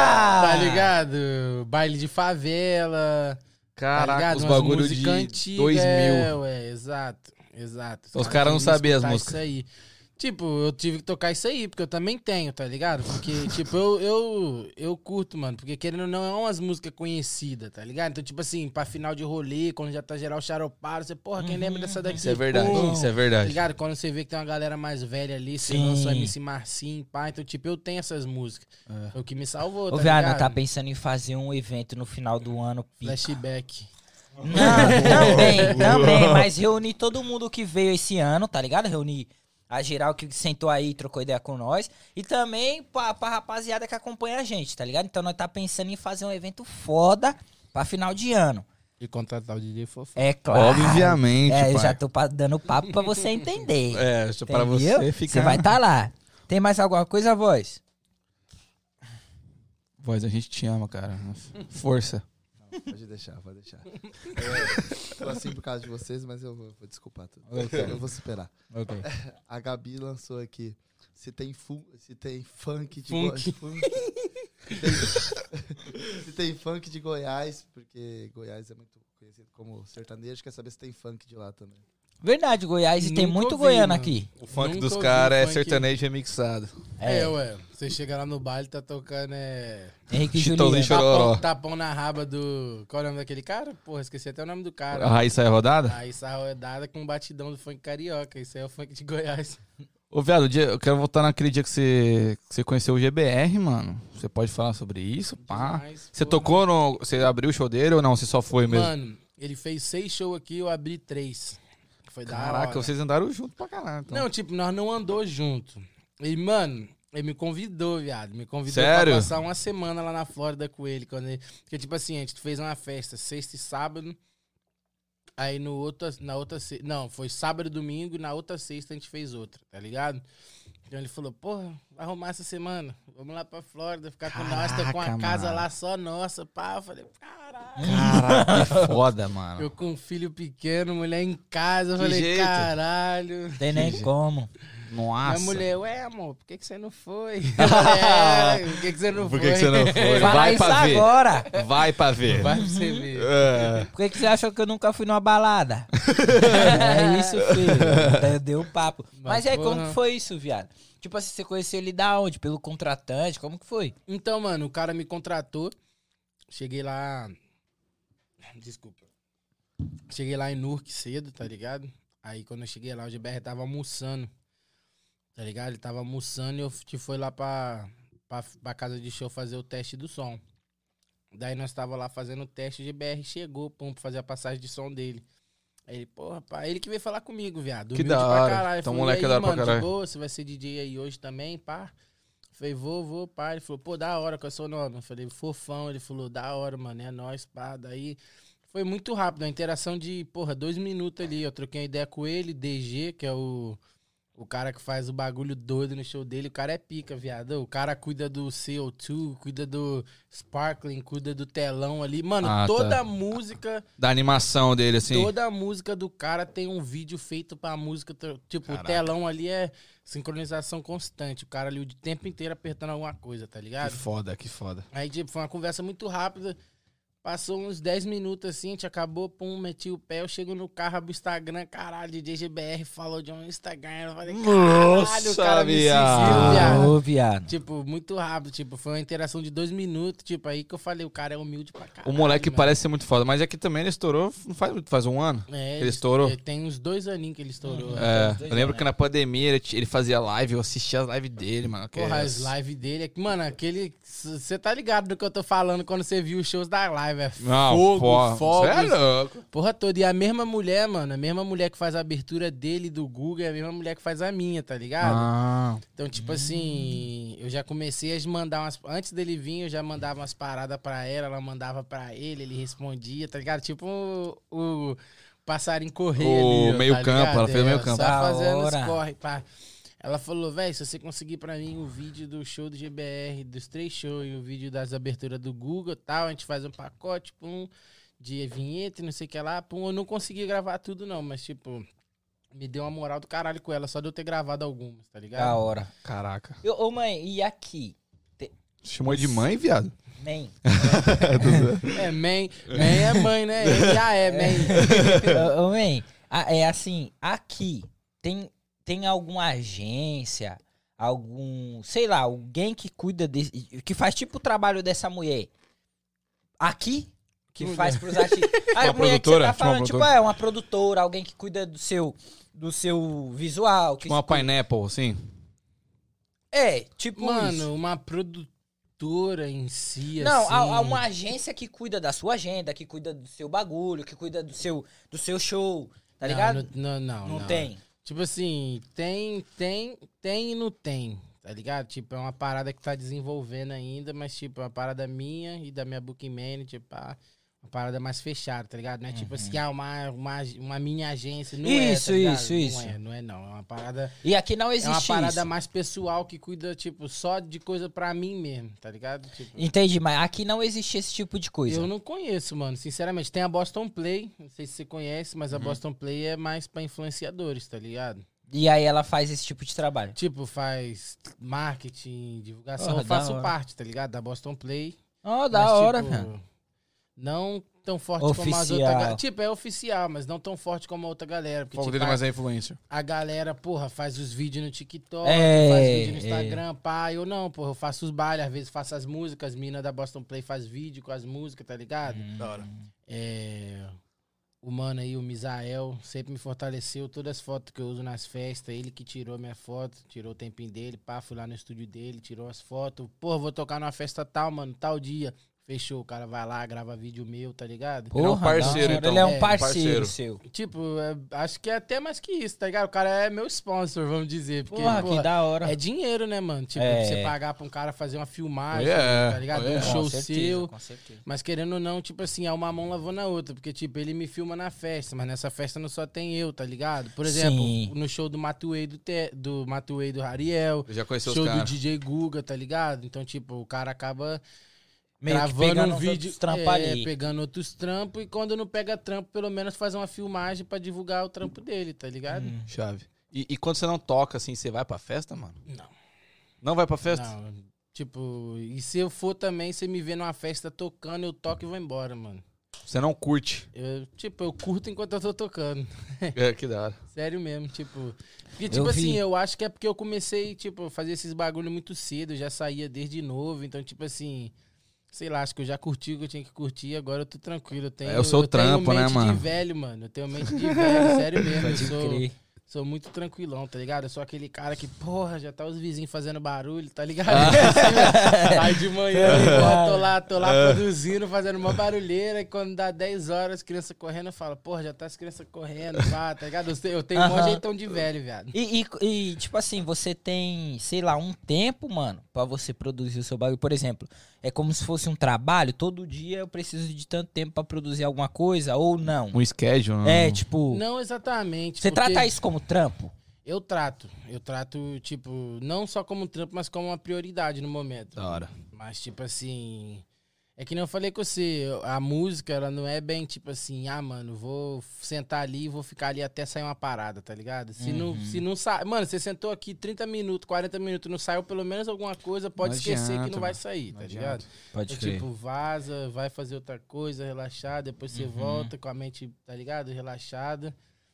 S3: Tá ligado? Baile de favela.
S1: Caraca,
S3: tá ligado?
S1: os
S3: Umas
S1: bagulho de
S3: música antiga,
S1: dois mil.
S3: É, ué, exato, exato.
S1: Os caras não
S3: queriam
S1: sabiam as
S3: escutar
S1: músicas.
S3: Isso aí. Tipo, eu tive que tocar isso aí, porque eu também tenho, tá ligado? Porque, tipo, eu, eu, eu curto, mano. Porque querendo ou não, é umas músicas conhecidas, tá ligado? Então, tipo assim, pra final de rolê, quando já tá geral xaropado, você, porra, quem lembra dessa daqui?
S1: Isso é verdade,
S3: Pum.
S1: isso é
S3: Tá
S1: verdade.
S3: ligado? Quando você vê que tem uma galera mais velha ali, você
S2: Sim.
S3: lança o M C Marcinho, pá. Então, tipo, eu tenho essas músicas. Foi o que me salvou,
S2: Ô,
S3: tá
S2: viado,
S3: ligado?
S2: tá pensando em fazer um evento no final do ano. pica.
S3: Flashback.
S2: Não, também, também, mas reuni todo mundo que veio esse ano, tá ligado? Reuni a geral que sentou aí e trocou ideia com nós. E também pra, pra rapaziada que acompanha a gente, tá ligado? Então nós tá pensando em fazer um evento foda pra final de ano.
S3: E contratar o D J Fofão.
S2: É claro.
S1: Obviamente,
S2: É, eu
S1: pai.
S2: já tô pa- dando papo pra você entender.
S1: É, só pra
S2: entendeu?
S1: você ficar...
S2: Você vai estar tá lá. Tem mais alguma coisa, voz?
S1: Voz, a gente te ama, cara. Força.
S5: Pode deixar, pode deixar. É, tô assim por causa de vocês, mas eu vou, vou desculpar tudo. Eu vou superar.
S2: Ok.
S5: A Gabi lançou aqui. Se tem, fu se tem funk de
S3: Funk.
S5: Go funk. Se, tem, se tem funk de Goiás, porque Goiás é muito conhecido como sertanejo, quer saber se tem funk de lá também.
S2: Verdade, Goiás, e tem
S3: Nunca
S2: muito
S3: ouvi,
S2: goiano
S3: mano.
S2: aqui.
S1: O funk
S3: Nunca
S1: dos
S3: ouvi
S1: caras é
S3: funk.
S1: sertanejo remixado.
S3: É,
S2: É,
S3: ué. Você chega lá no baile, tá tocando, é...
S2: Henrique e
S1: Chitãozinho
S2: Juliano.
S1: Chororó.
S3: Tapão, tapão na raba do... Qual é o nome daquele cara? Porra, esqueci até o nome do
S1: A
S3: cara.
S1: raiz sai rodada?
S3: Aí sarro é dada com um batidão do funk carioca. Isso aí é o funk de Goiás.
S1: Ô, viado, o dia- eu quero voltar naquele dia que você, que você conheceu o G B R, mano. Você pode falar sobre isso, pá?
S3: Demais,
S1: Você
S3: porra.
S1: tocou no... Você abriu o show dele ou não? Você só foi mesmo?
S3: Mano, ele fez seis shows aqui, eu abri três. Foi da
S1: Caraca,
S3: hora.
S1: vocês andaram junto pra caralho. Então.
S3: Não, tipo, nós não andou junto. E, mano, ele me convidou, viado. Me convidou
S1: Sério?
S3: pra passar uma semana lá na Flórida com ele. Quando ele... Porque, tipo assim, a gente fez uma festa sexta e sábado. Aí no outro, na outra se... Não, foi sábado e domingo. E na outra sexta a gente fez outra, tá ligado? Então ele falou, porra, vai arrumar essa semana. Vamos lá pra Flórida, ficar com nós. Tá com a
S1: Caraca,
S3: casa
S1: mano.
S3: lá só nossa, pá. Eu falei, caralho.
S1: Caraca, que foda, mano.
S3: Eu com um filho pequeno, mulher em casa. Eu
S1: Que
S3: falei,
S1: jeito.
S3: caralho.
S2: Tem nem como.
S1: Nossa.
S3: Minha mulher, ué, amor, por que, que você não foi? Eu falei, é, por que, que você não
S1: Por
S3: foi?
S1: que, que você não foi?
S2: Fala
S1: Vai
S2: isso
S1: pra ver.
S2: agora.
S1: Vai pra ver.
S3: Vai pra você ver.
S1: É.
S2: Por que, que você achou que eu nunca fui numa balada? É isso, filho. Deu papo. Mas,
S3: Mas,
S2: aí, como
S3: porra.
S2: que foi isso, viado? Tipo assim, você conheceu ele da onde? Pelo contratante? Como que foi?
S3: Então, mano, o cara me contratou. Cheguei lá. Desculpa. Cheguei lá em Nurk cedo, tá ligado? Aí quando eu cheguei lá, o G B R tava almoçando. Tá ligado? Ele tava almoçando e eu f- fui lá pra, pra, pra casa de show fazer o teste do som. Daí nós tava lá fazendo o teste, o G B R chegou, pum, pra fazer a passagem de som dele. Aí ele, porra, pá, ele que veio falar comigo, viado.
S1: Que
S3: Humilde
S1: da
S3: pra
S1: hora.
S3: caralho.
S1: Então,
S3: Falou,
S1: moleque
S3: "E
S1: é
S3: aí,
S1: da hora pra
S3: mano, de
S1: caralho."
S3: boa, você vai ser D J aí hoje também, pá. Falei, vou, vou, pai. Ele falou, pô, da hora, qual é o seu nome? Eu falei, Fofão. Ele falou, da hora, mano, é nóis, pá. Daí foi muito rápido, a interação de, porra, dois minutos ali. Eu troquei uma ideia com ele, D G, que é o, o cara que faz o bagulho doido no show dele. O cara é pica, viado. O cara cuida do C O dois, cuida do Sparkling, cuida do telão ali. Mano,
S1: Ah,
S3: toda
S1: tá.
S3: a música...
S1: Da animação dele, assim.
S3: Toda a música do cara tem um vídeo feito pra música. Tipo,
S1: Caraca.
S3: o telão ali é sincronização constante. O cara ali o tempo inteiro apertando alguma coisa, tá
S1: Que
S3: ligado?
S1: foda, que foda.
S3: Aí, tipo, foi uma conversa muito rápida. Passou uns dez minutos assim, a gente acabou, pum, meti o pé. Eu chego no carro, abro o Instagram, caralho, D J G B R falou de um Instagram. Eu falei, caralho, o cara me
S1: viado.
S3: seguiu, viado.
S2: Ô, viado.
S3: Tipo, muito rápido, tipo, foi uma interação de dois minutos, tipo, aí que eu falei, o cara é humilde pra caralho.
S1: O moleque
S3: mano.
S1: parece ser muito foda, mas é que também ele estourou, não faz muito, faz um ano.
S3: É,
S1: ele estourou.
S3: Tem uns dois aninhos que ele estourou.
S1: É,
S2: dois
S1: eu lembro
S2: anos,
S1: que na pandemia ele, ele fazia live, eu assistia as lives dele, mano. que
S3: Porra,
S1: é-
S3: as lives dele é que, mano, aquele. Você tá ligado do que eu tô falando quando você viu os shows da live. É
S1: Não,
S3: fogo,
S1: porra,
S3: fogo.
S1: cê é louco.
S3: Porra toda. E a mesma mulher, mano, a mesma mulher que faz a abertura dele do Google é a mesma mulher que faz a minha, tá ligado?
S1: Ah,
S3: Então, tipo assim, eu já comecei a mandar umas. Antes dele vir, eu já mandava umas paradas pra ela, ela mandava pra ele, ele respondia, tá ligado? Tipo o. o passarinho correr
S1: O
S3: ali, ó,
S1: meio
S3: tá
S1: campo,
S3: ligado?
S1: ela fez o meio campo.
S3: Só
S2: Da
S3: fazendo os
S2: hora.
S3: corre, pá. Ela falou, velho, se você conseguir pra mim o vídeo do show do G B R, dos três shows e o vídeo das aberturas do Google e tal, a gente faz um pacote, pum, de vinheta e não sei o que lá, pum. Eu não consegui gravar tudo não, mas tipo, me deu uma moral do caralho com ela, só de eu ter gravado algumas, tá ligado?
S2: Da hora.
S1: caraca.
S2: Eu- Ô, mãe, e aqui?
S1: Chamou de mãe, viado?
S2: Man.
S3: É, man, man é mãe, né? Ele já é, man.
S2: Ô, ô, man, a- é assim, aqui tem, tem alguma agência, algum, sei lá, alguém que cuida desse, que faz tipo o trabalho dessa mulher aqui, que
S3: Que
S2: faz
S3: mulher?
S2: pros artistas. Ah,
S1: Uma
S2: a mulher que você
S1: produtora?
S2: tá
S1: Tipo uma
S2: falando, tipo,
S1: produtora?
S2: é uma produtora, alguém que cuida do seu, do seu visual. Que
S1: Tipo uma
S2: se cuida-
S1: pineapple, assim.
S2: É, tipo
S3: Mano,
S2: isso.
S3: uma produtora em si,
S2: Não,
S3: assim...
S2: há, há uma agência que cuida da sua agenda, que cuida do seu bagulho, que cuida do seu, do seu show, tá
S3: Não,
S2: ligado?
S3: Não, não, não.
S2: Não tem.
S3: Tipo assim, tem, tem, tem e não tem, tá ligado? Tipo, é uma parada que tá desenvolvendo ainda, mas tipo, é uma parada minha e da minha booking manager, pá, uma parada mais fechada, tá ligado? Não é tipo assim, ah, uma, uma, uma mini agência, não é,
S2: Isso,
S3: tá ligado?
S2: isso,
S3: não
S2: isso.
S3: É, não é não, é uma parada,
S2: E aqui não
S3: é
S2: existe
S3: uma parada
S2: isso.
S3: mais pessoal que cuida, tipo, só de coisa pra mim mesmo, tá ligado? Tipo,
S2: Entendi, mas aqui não existe esse tipo de coisa.
S3: eu não conheço, mano, sinceramente. Tem a Boston Play, não sei se você conhece, mas a
S2: Uhum.
S3: Boston Play é mais pra influenciadores, tá ligado?
S2: E aí ela faz esse tipo de trabalho.
S3: Tipo, faz marketing, divulgação.
S2: Porra,
S3: eu faço
S2: da hora.
S3: parte, tá ligado? Da Boston Play.
S2: Ó, da
S3: mas,
S2: hora,
S3: tipo,
S2: velho.
S3: não tão forte como as
S2: Oficial.
S3: outras galera. Tipo, é oficial, mas não tão forte como a outra galera.
S1: O
S3: Porque,
S1: foco
S3: tipo,
S1: dele
S3: a,
S1: mais é influencer.
S3: a galera, porra, faz os vídeos no TikTok,
S2: É,
S3: faz vídeo no
S2: é.
S3: Instagram, pá. Eu não, porra, eu faço os bailes, às vezes faço as músicas. As minas da Boston Play faz vídeo com as músicas, tá ligado?
S1: Da hora.
S3: É, o mano aí, o Misael, sempre me fortaleceu. Todas as fotos que eu uso nas festas, ele que tirou minha foto, tirou o tempinho dele, pá, fui lá no estúdio dele, tirou as fotos. Pô, vou tocar numa festa tal, mano, tal dia. Fechou, o cara vai lá, grava vídeo meu, tá ligado?
S1: Ele é um
S2: Porra, da
S1: parceiro,
S2: hora.
S1: então.
S2: Ele é um
S3: É,
S2: parceiro,
S1: parceiro.
S2: seu.
S3: Tipo, é, acho que é até mais que isso, tá ligado? O cara é meu sponsor, vamos dizer. Porque,
S2: Porra,
S3: porra,
S2: que da hora.
S3: é dinheiro, né, mano? Tipo,
S2: É.
S3: você pagar pra um cara fazer uma filmagem,
S1: É,
S3: tá ligado?
S1: é.
S3: Um
S1: Com
S3: show
S2: com certeza,
S3: seu.
S2: com certeza.
S3: Mas querendo ou não, tipo assim, é uma mão lavando a outra. Porque, tipo, ele me filma na festa, mas nessa festa não só tem eu, tá ligado? Por exemplo,
S2: Sim.
S3: no show do Matuei do, Te, do Matuei do Ariel,
S1: Eu já conheci os
S3: show do
S1: caras.
S3: D J Guga, tá ligado? Então, tipo, o cara acaba
S2: Meio que
S3: gravando
S2: pegando
S3: um
S2: uns
S3: vídeo,
S2: outros trampos
S3: é,
S2: ali.
S3: pegando outros trampos. E quando não pega trampo, pelo menos faz uma filmagem pra divulgar o trampo dele, tá ligado?
S2: Hum.
S1: Chave. E, e quando você não toca, assim, você vai pra festa, mano?
S3: Não.
S1: Não vai pra festa?
S3: Não, tipo, e se eu for também, você me vê numa festa tocando, eu toco e vou embora, mano.
S1: Você não curte.
S3: Eu, tipo, eu curto enquanto eu tô tocando.
S1: É, que da hora.
S3: Sério mesmo, tipo. Porque, tipo
S2: Eu
S3: assim,
S2: vi.
S3: eu acho que é porque eu comecei, tipo, a fazer esses bagulho muito cedo, eu já saía desde novo, então, tipo assim. Sei lá, acho que eu já curti o que eu tinha que curtir, agora eu tô tranquilo. Eu tenho,
S1: É o seu
S3: eu
S1: trampo,
S3: tenho
S1: né,
S3: mente
S1: mano?
S3: de velho, mano. Eu tenho mente de velho, sério mesmo. Eu
S2: Pode
S3: sou,
S2: crer.
S3: Sou muito tranquilão, tá ligado? Eu sou aquele cara que, porra, já tá os vizinhos fazendo barulho, tá ligado? Aí de manhã eu tô lá, tô lá produzindo, fazendo uma barulheira, e quando dá dez horas, as crianças correndo, eu falo, porra, já tá as crianças correndo, pá, tá ligado? Eu tenho, eu tenho um maior jeitão de velho, viado.
S2: E, e, e, tipo assim, você tem, sei lá, um tempo, mano, pra você produzir o seu bagulho. Por exemplo, é como se fosse um trabalho, todo dia eu preciso de tanto tempo pra produzir alguma coisa, ou não?
S1: Um schedule.
S2: É,
S1: não.
S2: tipo...
S3: Não exatamente.
S2: Você
S3: porque
S2: trata isso como trampo?
S3: Eu trato. Eu trato, tipo, não só como trampo, mas como uma prioridade no momento.
S1: Da hora.
S3: Mas, tipo assim... É que nem eu falei com você, a música, ela não é bem, tipo assim, ah, mano, vou sentar ali e vou ficar ali até sair uma parada, tá ligado? Se
S2: Uhum.
S3: não, se não sai... Mano, você sentou aqui trinta minutos, quarenta minutos, não saiu pelo menos alguma coisa, pode
S1: Não
S3: esquecer
S1: adianta,
S3: que não vai
S1: mano.
S3: sair,
S1: Não
S3: tá
S1: adianta.
S3: ligado?
S2: Pode
S3: É
S2: crer.
S3: tipo, vaza, vai fazer outra coisa, relaxar, depois você
S2: Uhum.
S3: volta com a mente, tá ligado? Relaxada.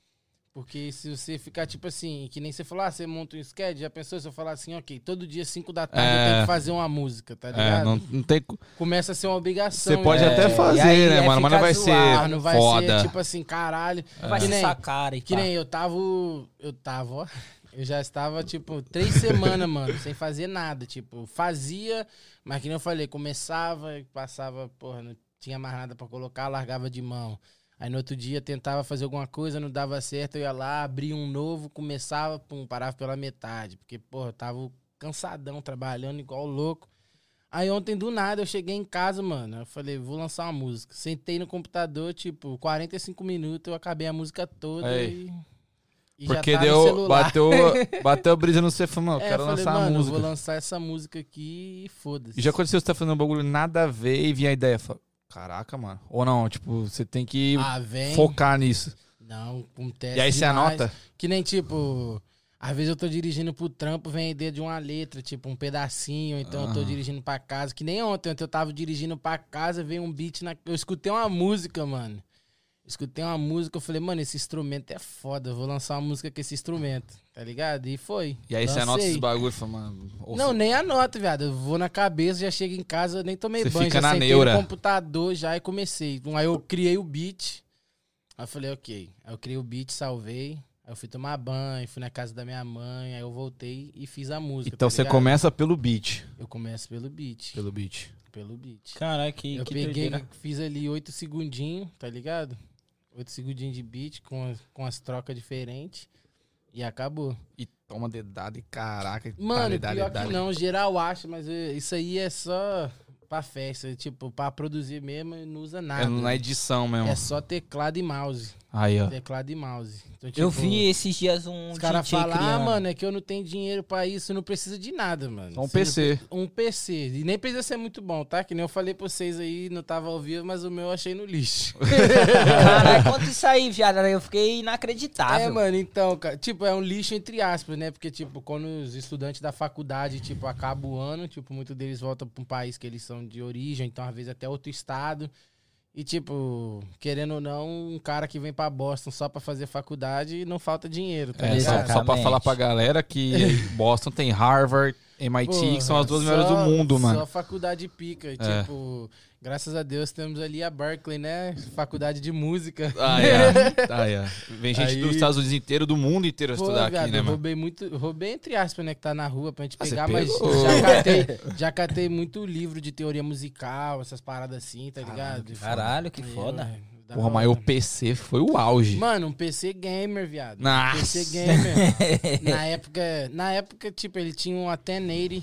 S3: Porque se você ficar, tipo assim, que nem você falou, ah, você monta um sketch, já pensou se eu falar assim, ok, todo dia, cinco da tarde, eu
S1: É.
S3: tenho que fazer uma música, tá
S1: É,
S3: ligado?
S1: não, não tem...
S3: Começa a ser uma obrigação.
S1: Você pode
S3: né?
S1: até
S2: É,
S1: fazer,
S2: e aí
S1: né,
S2: é
S1: mano? Mas não
S2: ficar
S1: vai
S2: zoado,
S1: ser
S3: não vai
S1: foda.
S3: ser, tipo assim, caralho.
S2: Vai
S3: Que
S2: ser
S3: nem,
S2: sua cara e
S3: que
S2: pá.
S3: nem eu tava, eu tava, ó, eu já estava, tipo, três semanas, mano, sem fazer nada, tipo, fazia, mas que nem eu falei, começava, passava, porra, não tinha mais nada pra colocar, largava de mão. Aí no outro dia tentava fazer alguma coisa, não dava certo, eu ia lá, abria um novo, começava, pum, parava pela metade. Porque, porra, eu tava cansadão, trabalhando igual louco. Aí ontem, do nada, eu cheguei em casa, mano, eu falei, vou lançar uma música. Sentei no computador, tipo, quarenta e cinco minutos, eu acabei a música toda
S1: Aí.
S3: e... e
S1: Porque
S3: já tá no
S1: deu,
S3: celular.
S1: bateu, bateu a brisa no você, falou, mano, eu
S3: É,
S1: quero
S3: eu falei,
S1: lançar a
S3: mano, eu
S1: música.
S3: vou lançar essa música aqui e foda-se.
S1: E já aconteceu você tá fazendo um bagulho nada a ver e vinha a ideia, fala, caraca, mano. Ou não, tipo, você tem que
S3: Ah, vem.
S1: focar nisso.
S3: Não, acontece
S1: E aí você
S3: demais.
S1: anota?
S3: Que nem, tipo, às vezes eu tô dirigindo pro trampo, vem a ideia de uma letra, tipo, um pedacinho, então eu tô
S1: Aham.
S3: dirigindo pra casa. Que nem ontem, ontem eu tava dirigindo pra casa, veio um beat, na... eu escutei uma música, mano. Escutei uma música, eu falei, mano, esse instrumento é foda, eu vou lançar uma música com esse instrumento, tá ligado? E foi.
S1: E aí você anota
S3: Lancei.
S1: esses bagulhos e fala, mano... ou
S3: Não,
S1: você-
S3: nem anoto, viado. Eu vou na cabeça, já chego em casa, nem tomei
S1: Você
S3: banho,
S1: fica
S3: já
S1: na
S3: sentei
S1: neura.
S3: no computador já e comecei. Então, aí eu criei o beat, aí eu falei, ok. Aí eu criei o beat, salvei, aí eu fui tomar banho, fui na casa da minha mãe, aí eu voltei e fiz a música.
S1: Então
S3: tá
S1: você
S3: ligado?
S1: começa pelo beat.
S3: Eu começo pelo beat,
S1: Pelo beat.
S3: pelo beat.
S2: Caralho, que,
S3: Eu
S2: que
S3: peguei,
S2: doideira.
S3: fiz ali oito segundinhos, tá ligado? Oito segundinhos de beat com, as- com as trocas diferentes e acabou.
S1: E toma dedada e caraca.
S3: Mano,
S1: dale, dale,
S3: pior
S1: dale.
S3: que não, geral acha, mas eh, isso aí é só pra festa, tipo, pra produzir mesmo, não usa nada.
S1: É na edição mesmo.
S3: É só teclado e mouse.
S1: Aí, ó.
S3: Teclado e mouse. Então,
S2: Eu
S3: tipo,
S2: vi esses dias um
S3: os caras
S2: D J
S3: falam, ah,
S2: criando.
S3: mano, é que eu não tenho dinheiro pra isso, não precisa de nada, mano.
S1: Só um
S3: Você não
S1: P C.
S3: pre- Um P C. E nem precisa ser muito bom, tá? Que nem eu falei pra vocês aí, não tava ao vivo, mas o meu eu achei no lixo.
S2: Caralho, conta isso aí, viado. Eu fiquei inacreditável.
S3: É, mano, então, cara, tipo, é um lixo entre aspas, né? Porque, tipo, quando os estudantes da faculdade, tipo, acabam o ano, tipo, muitos deles voltam pra um país que eles são de origem, então, às vezes, até outro estado. E, tipo, querendo ou não, um cara que vem pra Boston só pra fazer faculdade, não falta dinheiro, tá
S1: É, só,
S3: ligado?
S1: só pra
S2: Exatamente.
S1: falar pra galera que Boston tem Harvard, M I T, que são as duas
S3: Porra,
S1: melhores do
S3: só-
S1: mundo, mano.
S3: Só faculdade pica. E,
S1: É.
S3: tipo, graças a Deus temos ali a Berkeley, né? Faculdade de música.
S1: Ah, é. Ah, é. Vem gente
S3: Aí-
S1: dos Estados Unidos inteiro, do mundo inteiro
S3: Pô,
S1: estudar
S3: viado,
S1: aqui, né,
S3: eu
S1: mano?
S3: roubei muito, roubei entre aspas, né, que tá na rua pra gente
S1: Ah, você
S3: pegar, mas
S1: pegou.
S3: já catei, já catei muito livro de teoria musical, essas paradas assim, tá ligado?
S2: Caralho, que
S3: Aí,
S2: foda.
S3: eu- da
S1: Porra,
S3: hora.
S1: mas o P C foi o auge.
S3: Mano, um P C gamer, viado.
S1: Nossa.
S3: Um P C gamer. na época, na época, tipo, ele tinha um até R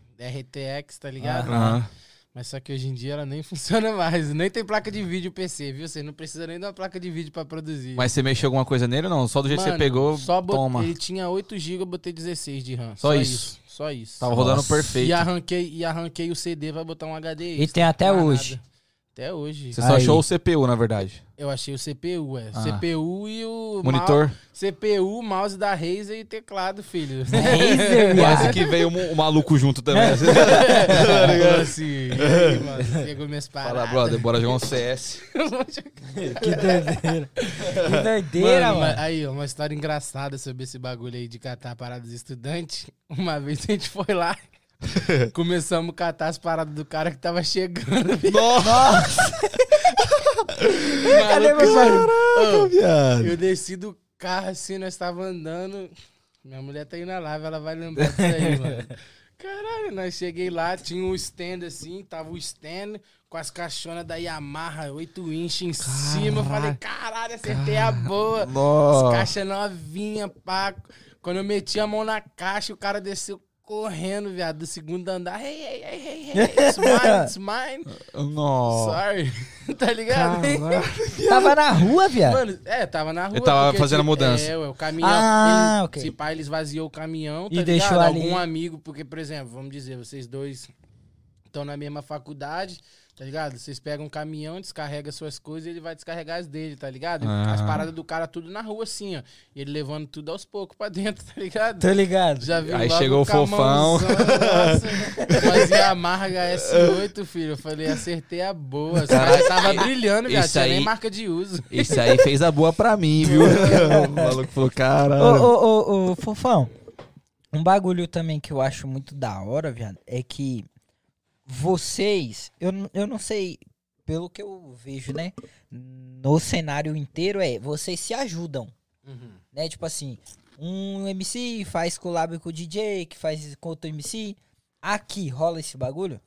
S3: T X, tá ligado?
S1: Aham.
S3: Mas só que hoje em dia ela nem funciona mais. Nem tem placa de vídeo P C, viu? Você não precisa nem de uma placa de vídeo pra produzir.
S1: Mas você mexeu alguma coisa nele ou não? Só do jeito que
S3: Mano,
S1: você pegou,
S3: só bot-
S1: toma.
S3: Ele tinha oito gigas, eu botei dezesseis de RAM.
S1: Só isso?
S3: Só isso.
S1: Tava rodando
S2: Nossa.
S1: perfeito.
S3: E arranquei, e arranquei o C D pra botar um H D
S2: E
S3: extra,
S2: tem até
S3: mais
S2: hoje.
S3: nada. Até hoje.
S1: Você só
S2: Aí.
S1: achou o C P U, na verdade.
S3: Eu achei o C P U, é.
S1: Ah.
S3: C P U e o...
S1: Monitor.
S3: Mau- C P U, mouse da Razer e teclado, filho.
S2: Razer,
S1: Quase
S2: viado.
S1: que veio o maluco junto também.
S3: Falou assim, e aí, mano, pegou minhas paradas.
S1: Fala, brother, bora jogar um C S.
S2: Que doideira. Que doideira,
S3: Mano,
S2: mano.
S3: mas aí, ó, uma história engraçada sobre esse bagulho aí de catar paradas dos estudantes. Uma vez a gente foi lá, começamos a catar as paradas do cara que tava chegando.
S1: Nossa,
S3: Cadê
S2: meu
S3: mano? Ô,
S1: viado.
S3: eu desci do carro assim, nós tava andando. Minha mulher tá indo na live, ela vai lembrar disso aí, mano. Caralho, nós cheguei lá, tinha um stand assim, tava o stand com as caixonas da Yamaha, oito inch em cima. Eu falei, caralho, acertei a boa.
S1: Nossa.
S3: As caixas novinhas, pá. Quando eu meti a mão na caixa, o cara desceu correndo, viado, do segundo andar. Hey, hey, hey, hey, hey, it's mine, it's mine.
S1: Nossa.
S3: Sorry. Tá ligado?
S2: Tava na rua, viado.
S3: Mano, é, tava na rua.
S1: Ele tava
S3: porque,
S1: fazendo a
S3: tipo,
S1: mudança.
S3: É, ué, o caminhão.
S2: Ah,
S3: ele,
S2: ok.
S3: Se pá, ele esvaziou o caminhão, tá
S2: E
S3: ligado?
S2: deixou ali.
S3: Algum amigo, porque, por exemplo, vamos dizer, vocês dois estão na mesma faculdade, tá ligado? Vocês pegam um caminhão, descarrega suas coisas e ele vai descarregar as dele, tá ligado?
S1: Ah.
S3: As paradas do cara tudo na rua, assim, ó. E ele levando tudo aos poucos pra dentro, tá ligado?
S2: Tô ligado.
S3: Já viu
S1: Aí
S3: logo
S1: chegou o
S3: com a
S1: fofão.
S3: mãozona, Nossa, mas Yamaha H S oito, filho. Eu falei, acertei a boa. Os caras tava brilhando, viado.
S1: Isso
S3: Tinha
S1: aí-
S3: nem marca de uso.
S1: Isso aí fez a boa pra mim, viu? O maluco falou,
S2: Ô,
S1: caralho.
S2: ô, ô, ô, Fofão, um bagulho também que eu acho muito da hora, viado, é que vocês, eu, n- eu não sei, pelo que eu vejo, né, no cenário inteiro, é, vocês se ajudam,
S3: Uhum.
S2: né, tipo assim, um M C faz collab com o D J, que faz com outro M C, aqui rola esse bagulho?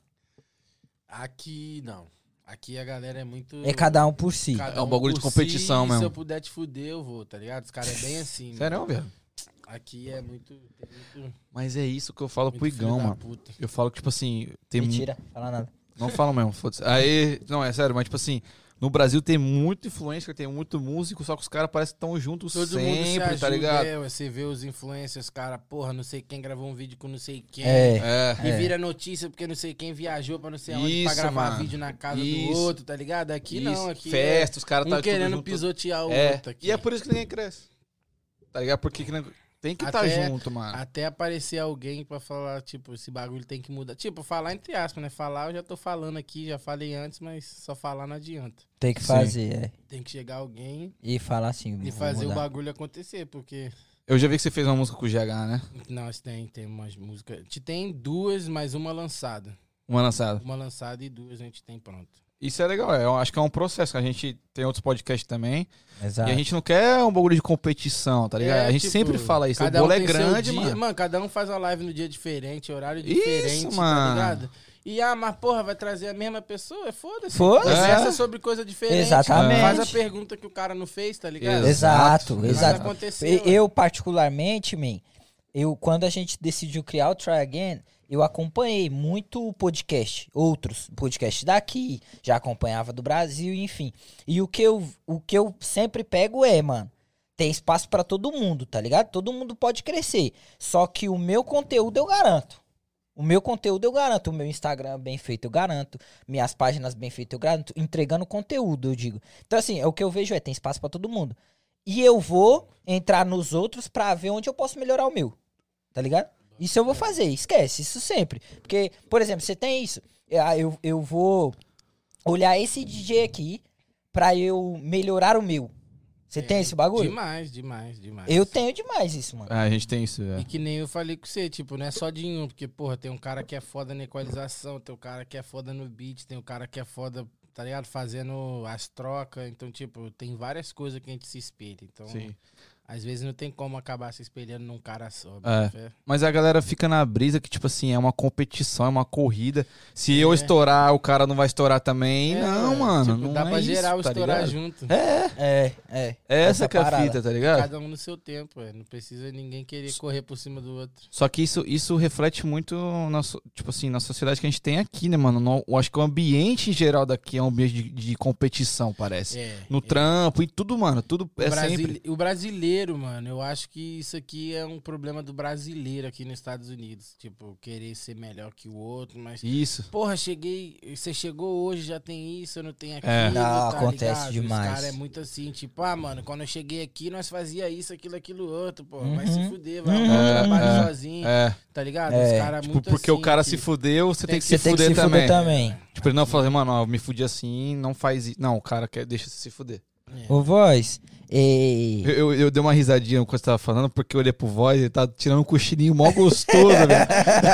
S3: Aqui, não. Aqui a galera é muito...
S2: É cada um por si.
S3: cada
S1: É um bagulho de
S3: por
S1: competição
S3: si,
S1: mesmo.
S3: Se eu puder te fuder, eu vou, tá ligado? Os caras é bem assim.
S1: Sério,
S3: mano.
S1: velho?
S3: Aqui é muito... Tem muito,
S1: Mas é isso que eu falo
S3: muito
S1: pro
S3: filho
S1: Igão,
S3: da
S1: mano.
S3: puta.
S1: Eu falo que, tipo assim, tem mu-
S2: Mentira, fala nada.
S1: Não falo mesmo, foda-se. Aí, não, é sério, mas tipo assim, no Brasil tem muito influencer, tem muito músico, só que os caras parecem que estão juntos
S3: Todo mundo se
S1: sempre,
S3: ajuda,
S1: tá ligado?
S3: é, você vê os influencers, cara, porra, não sei quem gravou um vídeo com não sei quem.
S2: É.
S1: É.
S3: E
S2: É.
S3: vira notícia porque não sei quem viajou pra não sei aonde pra
S1: Isso,
S3: gravar
S1: mano.
S3: vídeo na casa
S1: Isso.
S3: do outro, tá ligado? Aqui não,
S1: Isso,
S3: aqui
S1: festa, os caras
S3: é
S1: tá
S3: um querendo
S1: tudo junto.
S3: pisotear o
S1: É.
S3: outro aqui.
S1: E é por isso que ninguém cresce. Tá ligado? Porque que não- tem que estar
S3: Até-
S1: junto, mano.
S3: Até aparecer alguém pra falar, tipo, esse bagulho tem que mudar. Tipo, falar entre aspas, né? Falar eu já tô falando aqui, já falei antes, mas só falar não adianta.
S2: Tem que
S1: Sim.
S2: fazer, é.
S3: Tem que chegar alguém
S2: E falar assim,
S3: e
S2: vou
S3: fazer o
S2: mudar.
S3: bagulho acontecer, porque
S1: Eu já vi que você fez uma música com o G H, né?
S3: nós tem, tem umas músicas. A gente tem duas, mas uma lançada.
S1: Uma lançada.
S3: Uma lançada e duas a gente tem pronto.
S1: Isso é legal, é, eu acho que é um processo, que a gente tem outros podcasts também,
S2: Exato.
S1: e a gente não quer um bagulho de competição, tá ligado?
S3: É,
S1: a gente
S3: tipo,
S1: sempre fala isso, o
S3: cada
S1: bolo
S3: um
S1: é
S3: tem seu
S1: grande,
S3: dia.
S1: mano.
S3: Cada um faz uma live no dia diferente, horário
S1: Isso,
S3: diferente, tá
S1: mano.
S3: ligado? E, ah, mas porra, vai trazer a mesma pessoa? Foda-se.
S2: Foda-se.
S3: Conversa
S1: É.
S3: sobre coisa diferente.
S2: Exatamente.
S3: Faz a pergunta que o cara não fez, tá ligado?
S2: Exato,
S3: Faz
S2: exato.
S3: acontecer,
S2: E- Eu, particularmente, man, eu, quando a gente decidiu criar o Try Again, eu acompanhei muito podcast, outros podcasts daqui, já acompanhava do Brasil, enfim. E o que eu, o que eu sempre pego é, mano, tem espaço pra todo mundo, tá ligado? Todo mundo pode crescer. Só que o meu conteúdo eu garanto. O meu conteúdo eu garanto. O meu Instagram bem feito eu garanto. Minhas páginas bem feitas eu garanto. Entregando conteúdo, eu digo. Então, assim, é o que eu vejo é, tem espaço pra todo mundo. E eu vou entrar nos outros pra ver onde eu posso melhorar o meu. Tá ligado? Isso eu vou fazer, esquece, isso sempre. Porque, por exemplo, você tem isso. Ah, Eu, eu vou olhar esse D J aqui pra eu melhorar o meu. Você tem esse bagulho?
S3: Demais, demais, demais.
S2: Eu tenho demais isso, mano.
S1: Ah, a gente tem isso, é.
S3: E que nem eu falei com você, tipo, não é só de um, porque, porra, tem um cara que é foda na equalização, tem um cara que é foda no beat, tem um cara que é foda, tá ligado? Fazendo as trocas, então, tipo, tem várias coisas que a gente se espelha, então...
S1: Sim.
S3: Às vezes não tem como acabar se espelhando num cara só.
S1: É.
S3: bota fé.
S1: Mas a galera fica na brisa que, tipo assim, é uma competição, é uma corrida. Se eu
S3: É.
S1: estourar, o cara não vai estourar também.
S3: É,
S1: não, mano.
S3: tipo,
S1: não
S3: dá
S1: é
S3: pra
S1: isso,
S3: geral
S1: tá
S3: estourar
S1: ligado?
S3: junto.
S1: É,
S2: É, é.
S1: essa
S2: Essa
S1: que é a
S2: parada.
S1: fita, tá ligado?
S3: Cada um no seu tempo, é. Não precisa ninguém querer correr por cima do outro.
S1: Só que isso, isso reflete muito na, so- tipo assim, na sociedade que a gente tem aqui, né, mano? No- eu acho que o ambiente em geral daqui é um ambiente de, de competição, parece.
S3: É.
S1: No
S3: é.
S1: trampo e tudo, mano. Tudo
S3: O,
S1: é
S3: Brasile-
S1: sempre.
S3: o brasileiro, mano, eu acho que isso aqui é um problema do brasileiro aqui nos Estados Unidos. Tipo, querer ser melhor que o outro, mas.
S1: Isso.
S3: Porra, cheguei. Você chegou hoje, já tem isso, eu não tenho aquilo.
S1: É.
S2: Não,
S3: tá
S2: acontece
S3: ligado?
S2: demais.
S3: Os caras é muito assim, tipo, ah, mano, quando eu cheguei aqui, nós fazia isso, aquilo, aquilo outro, pô. Vai se
S2: Uhum.
S3: fuder, vai
S2: Uhum.
S3: arrumar um trabalho
S1: É,
S3: sozinho,
S1: É.
S3: tá ligado?
S2: É.
S3: Os caras
S1: Tipo,
S3: muito
S1: porque
S3: assim
S1: o cara
S3: que-
S1: se fudeu, você tem que
S2: Você
S1: se
S2: tem que
S1: fuder
S2: se
S1: também.
S2: fuder também.
S1: Tipo, ele não fazer, mano, ó, eu me fudi assim, não faz isso. Não, o cara quer, deixa você se fuder.
S3: É.
S2: Ô, Voz, e...
S1: Eu, eu, eu dei uma risadinha quando você tava falando, porque eu olhei pro voz e ele tava tirando um cochilinho mó gostoso, velho.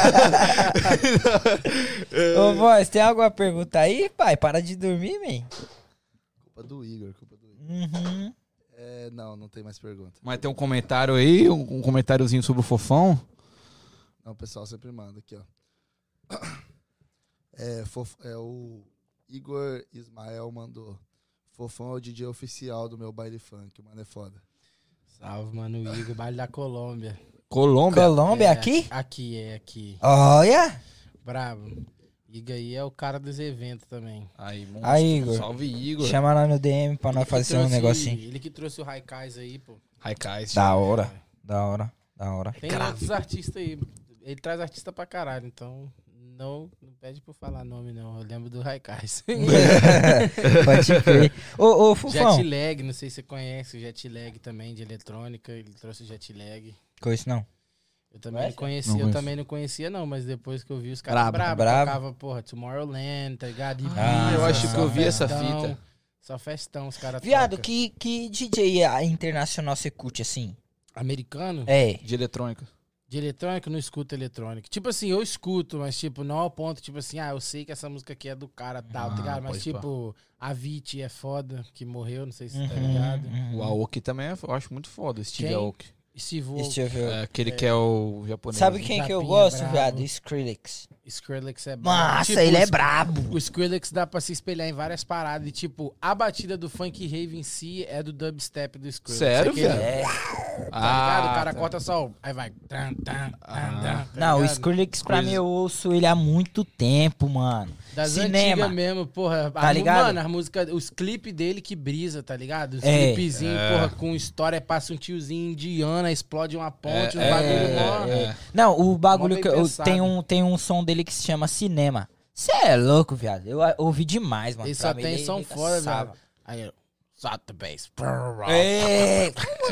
S2: Ô, Voz, tem alguma pergunta aí, pai? Para de dormir, man.
S5: Culpa do Igor, culpa do Igor.
S2: Uhum.
S5: É, não, não tem mais pergunta.
S1: Mas tem um comentário aí, um, um comentáriozinho sobre o Fofão.
S5: Não, o pessoal sempre manda aqui, ó. É, fof, é o Igor Ismael mandou. Fofão é o D J oficial do meu baile funk, mano, é foda.
S3: Salve, mano, o Igor, baile da Colômbia.
S1: Colômbia.
S2: Colômbia
S3: É,
S2: aqui?
S3: Aqui, é aqui.
S2: Olha!
S3: Bravo. Igor aí é o cara dos eventos também.
S1: Aí, monstro.
S2: Aí, Igor.
S1: Salve, Igor.
S2: Chama lá no D M pra
S3: Ele
S2: nós
S3: que
S2: fazer um
S3: trouxe-
S2: negocinho.
S3: Ele que trouxe o Raikais aí, pô.
S1: Raikais.
S2: Da hora, da hora, da hora.
S3: Tem outros artistas aí. Ele traz artista pra caralho, então não, não pede pra eu falar nome, não. Eu lembro do Raikais.
S2: Pode crer. Ô, ô, Fufão.
S3: Jetlag, não sei se você conhece o Jetlag também, de eletrônica. Ele trouxe o Jetlag.
S2: Conheço não.
S3: Eu também
S2: Conhece?
S3: não conhecia,
S1: Não
S3: eu
S1: conheço.
S3: também não conhecia, não, mas depois que eu vi os caras
S1: Brabo,
S3: brabo,
S2: brabo.
S3: tocava, porra, Tomorrowland, tá ligado?
S2: Ah,
S1: eu acho
S2: só
S1: que eu vi essa
S3: festão,
S1: fita.
S3: Só festão, os caras
S2: Viado,
S3: tocam.
S2: que, que D J internacional você curte assim?
S3: Americano?
S2: É.
S1: De eletrônica.
S3: De eletrônica, eu não escuto eletrônica. Tipo assim, eu escuto, mas tipo, não ao ponto, tipo assim, ah, eu sei que essa música aqui é do cara tal,
S1: Ah,
S3: tá ligado? Mas
S1: pode
S3: tipo, a Avicii é foda, que morreu, não sei se você tá
S2: Uhum,
S3: ligado.
S2: uhum.
S1: O Aoki também é- eu acho muito foda, Steve
S3: Quem?
S1: Aoki.
S3: Steve
S2: Deixa eu ver.
S1: É, aquele que é o japonês.
S2: Sabe
S1: né?
S2: quem que eu
S3: Japinha
S2: gosto,
S3: brabo.
S2: viado? Skrillex.
S3: Skrillex é brabo.
S2: Nossa,
S3: Tipo,
S2: ele
S3: o
S2: é
S3: Sk-
S2: brabo.
S3: O Skrillex dá pra se espelhar em várias paradas. E, tipo, a batida do funk rave em si é do dubstep do Skrillex.
S1: Sério,
S3: Aquele-
S1: viado?
S2: É.
S3: Tá ligado? O cara
S1: tá.
S3: corta só o... Aí vai... Tan, tan, tan, tan, tá
S2: Não, o
S3: ligado?
S2: Skrillex pra
S1: Coisa-
S2: mim eu ouço ele há muito tempo, mano.
S3: Das
S2: Cinema.
S3: antigas mesmo, porra.
S2: Tá
S3: a,
S2: ligado?
S3: Mano, a música, os clipes dele que brisa, tá ligado? Os
S2: É.
S3: clipezinhos,
S1: É.
S3: porra, com história, passa um tiozinho indiana, explode uma ponte,
S1: É,
S3: um bagulho
S1: é,
S3: mó.
S1: é.
S2: Não, o bagulho
S3: bem
S2: que eu,
S3: pensado.
S2: tem um tem um som dele que se chama Cinema. Cê é louco, viado. Eu a- ouvi demais, mano.
S3: Ele
S2: Pra
S3: só
S2: mim,
S3: tem
S2: ele
S3: som fora,
S2: arregaçava.
S3: velho. Aí, eu... Solta the bass.
S2: É,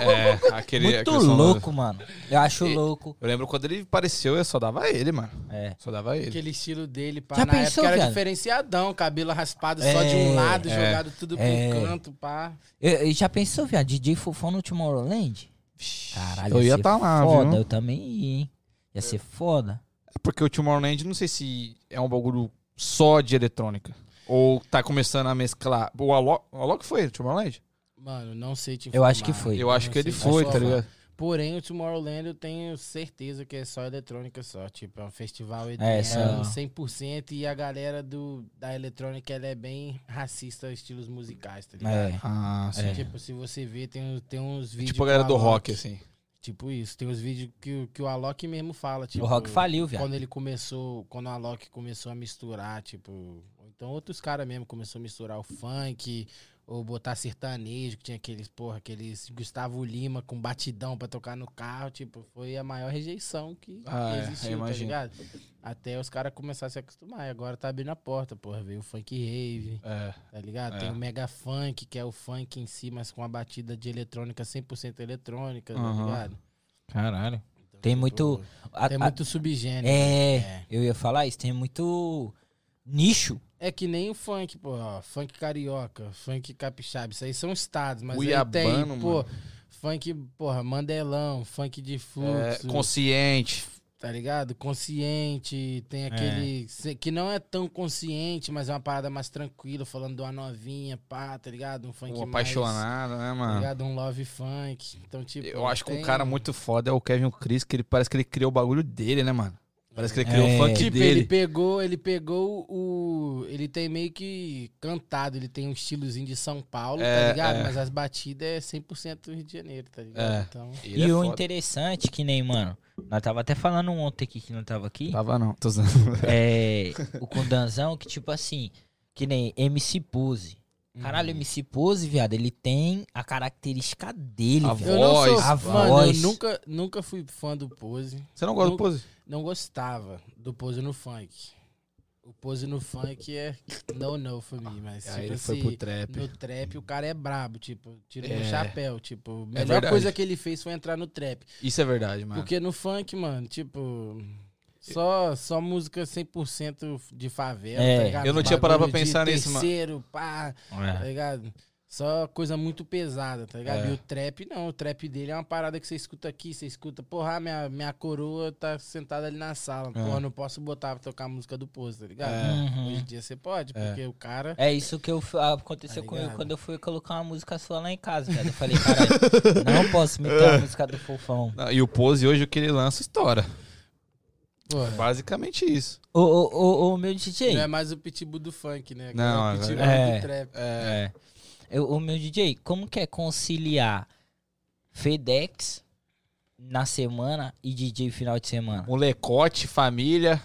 S1: É, aquele,
S2: muito
S1: aquele som
S2: louco, mano. Eu acho
S1: E-
S2: louco.
S1: Eu lembro quando ele apareceu, eu só dava ele, mano.
S2: É.
S1: Só dava ele.
S3: Aquele estilo dele, pá.
S2: Já
S3: Na
S2: pensou,
S3: época era
S2: viado?
S3: diferenciadão, cabelo raspado só
S2: É,
S3: de um lado,
S1: é,
S3: jogado tudo pro
S2: é.
S3: canto, pá.
S2: Eu, eu já pensou, viado? D J Fofão no Tomorrowland? Caralho,
S1: Eu ia
S2: ser
S1: tá lá,
S2: foda.
S1: viu?
S2: Eu também ia, hein? Ia ser foda.
S1: É porque o Tomorrowland, não sei se é um bagulho só de eletrônica. Ou tá começando a mesclar. O Alok, o Alok foi o Tomorrowland?
S3: Mano, não sei te
S2: Eu acho
S3: informar.
S2: que foi.
S1: Eu acho
S3: não
S1: que ele
S3: sei te
S1: foi, tá
S3: informar.
S1: ligado?
S3: Porém, o Tomorrowland eu tenho certeza que é só eletrônica só. Tipo, é um festival E D
S2: É,
S3: M
S2: só-
S3: cem por cento e a galera do, da eletrônica ela é bem racista a estilos musicais, tá ligado?
S2: É.
S1: Ah, sim.
S2: É.
S3: Tipo, se você ver, tem, tem uns vídeos...
S1: Tipo a
S3: que
S1: galera
S3: o
S1: do
S3: Alok-
S1: rock, assim.
S3: Tipo isso, tem os vídeos que, o- que o Alok mesmo fala, tipo...
S2: O rock faliu, viado.
S3: Quando ele começou, quando o Alok começou a misturar, tipo... ou então outros caras mesmo começou a misturar o funk, ou botar sertanejo, que tinha aqueles, porra, aqueles Gustavo Lima com batidão pra tocar no carro, tipo, foi a maior rejeição que
S1: Ah, é, eu
S3: existiu, tá
S1: imagino.
S3: ligado? Até os caras começaram a se acostumar, e agora tá abrindo a porta, porra, veio o funk rave,
S1: É.
S3: tá ligado?
S1: É.
S3: Tem o mega funk, que é o funk em si, mas com a batida de eletrônica, cem por cento eletrônica, tá
S1: Aham.
S3: ligado?
S2: Caralho.
S3: Então,
S2: Tem
S3: tipo,
S2: muito. a-
S3: Tem
S2: a-
S3: muito subgênero.
S2: É,
S3: É.
S2: eu ia falar isso. Tem muito nicho.
S3: É que nem o funk, pô, ó, funk carioca, funk capixaba, isso aí são estados, mas
S1: Cuiabano,
S3: aí tem, pô,
S1: mano.
S3: funk, porra, Mandelão, funk de
S1: É,
S3: fluxo,
S1: consciente.
S3: tá ligado? Consciente, tem aquele se- que não é tão consciente, mas é uma parada mais tranquila, falando de uma novinha, pá, tá ligado? Um funk
S1: Um
S3: mais,
S1: apaixonado, né,
S3: tá
S1: mano?
S3: ligado? Um love funk, então tipo...
S1: Eu acho que
S3: tem-
S1: um cara muito foda é o Kevin Chris, que ele parece que ele criou o bagulho dele, né, mano? Parece que ele criou
S2: É.
S1: o funk
S3: Tipo, ele
S1: dele.
S3: pegou, ele pegou o... Ele tem meio que cantado, ele tem um estilozinho de São Paulo,
S1: É,
S3: tá ligado?
S1: é.
S3: Mas as batidas é cem por cento Rio de Janeiro, tá ligado?
S1: É.
S3: Então...
S1: Ele
S2: E
S1: é
S2: o
S1: foda.
S2: interessante, que nem, mano, nós tava até falando ontem aqui que não tava aqui.
S1: Tava não, tô usando.
S2: É. O Kundanzão, que tipo assim, que nem M C Pose. Caralho, M C Pose, viado, ele tem a característica dele,
S1: A
S2: viado.
S3: Eu não sou...
S1: Voz,
S2: a
S3: mano,
S2: voz.
S3: eu nunca, nunca fui fã do Pose.
S1: Você não gosta
S3: Não-
S1: do pose?
S3: Não gostava do Pose no funk. O Pose no funk é no no for mim, mas
S1: Aí
S3: tipo
S1: ele foi
S3: assim,
S1: pro trap.
S3: no trap o cara é brabo, tipo, tira
S1: É.
S3: no chapéu, tipo, a
S1: É
S3: melhor
S1: verdade.
S3: coisa que ele fez foi entrar no trap.
S1: Isso é verdade, mano.
S3: Porque no funk, mano, tipo, só, só música cem por cento de favela,
S2: É.
S3: tá ligado?
S1: Eu não
S3: Os
S1: tinha parado pra
S3: bagulho de
S1: pensar nisso, mano.
S3: terceiro, pá, tá
S2: É.
S3: ligado? Só coisa muito pesada, tá ligado?
S1: É.
S3: E o trap, não. O trap dele é uma parada que você escuta aqui, você escuta, porra, minha, minha coroa tá sentada ali na sala.
S1: É.
S3: Porra, não posso botar pra tocar a música do Poço, tá ligado?
S2: Uhum.
S3: Hoje em dia você pode, porque o cara...
S2: É isso que eu, f- aconteceu
S3: Tá
S2: comigo
S3: ligado?
S2: quando eu fui colocar uma música sua lá em casa, cara. Eu falei, caralho, não posso meter a música do Fofão.
S1: Não, e o Pose hoje, o que ele lança, estoura.
S3: Porra,
S1: Basicamente isso.
S2: Ô, ô, ô, ô, meu D J.
S3: não é mais o pitbull do funk, né?
S1: Não,
S3: é o pitbull
S2: agora-
S3: do trap.
S2: É. Eu, ô, meu D J, como que é conciliar FedEx na semana e D J final de semana?
S1: Molecote, família.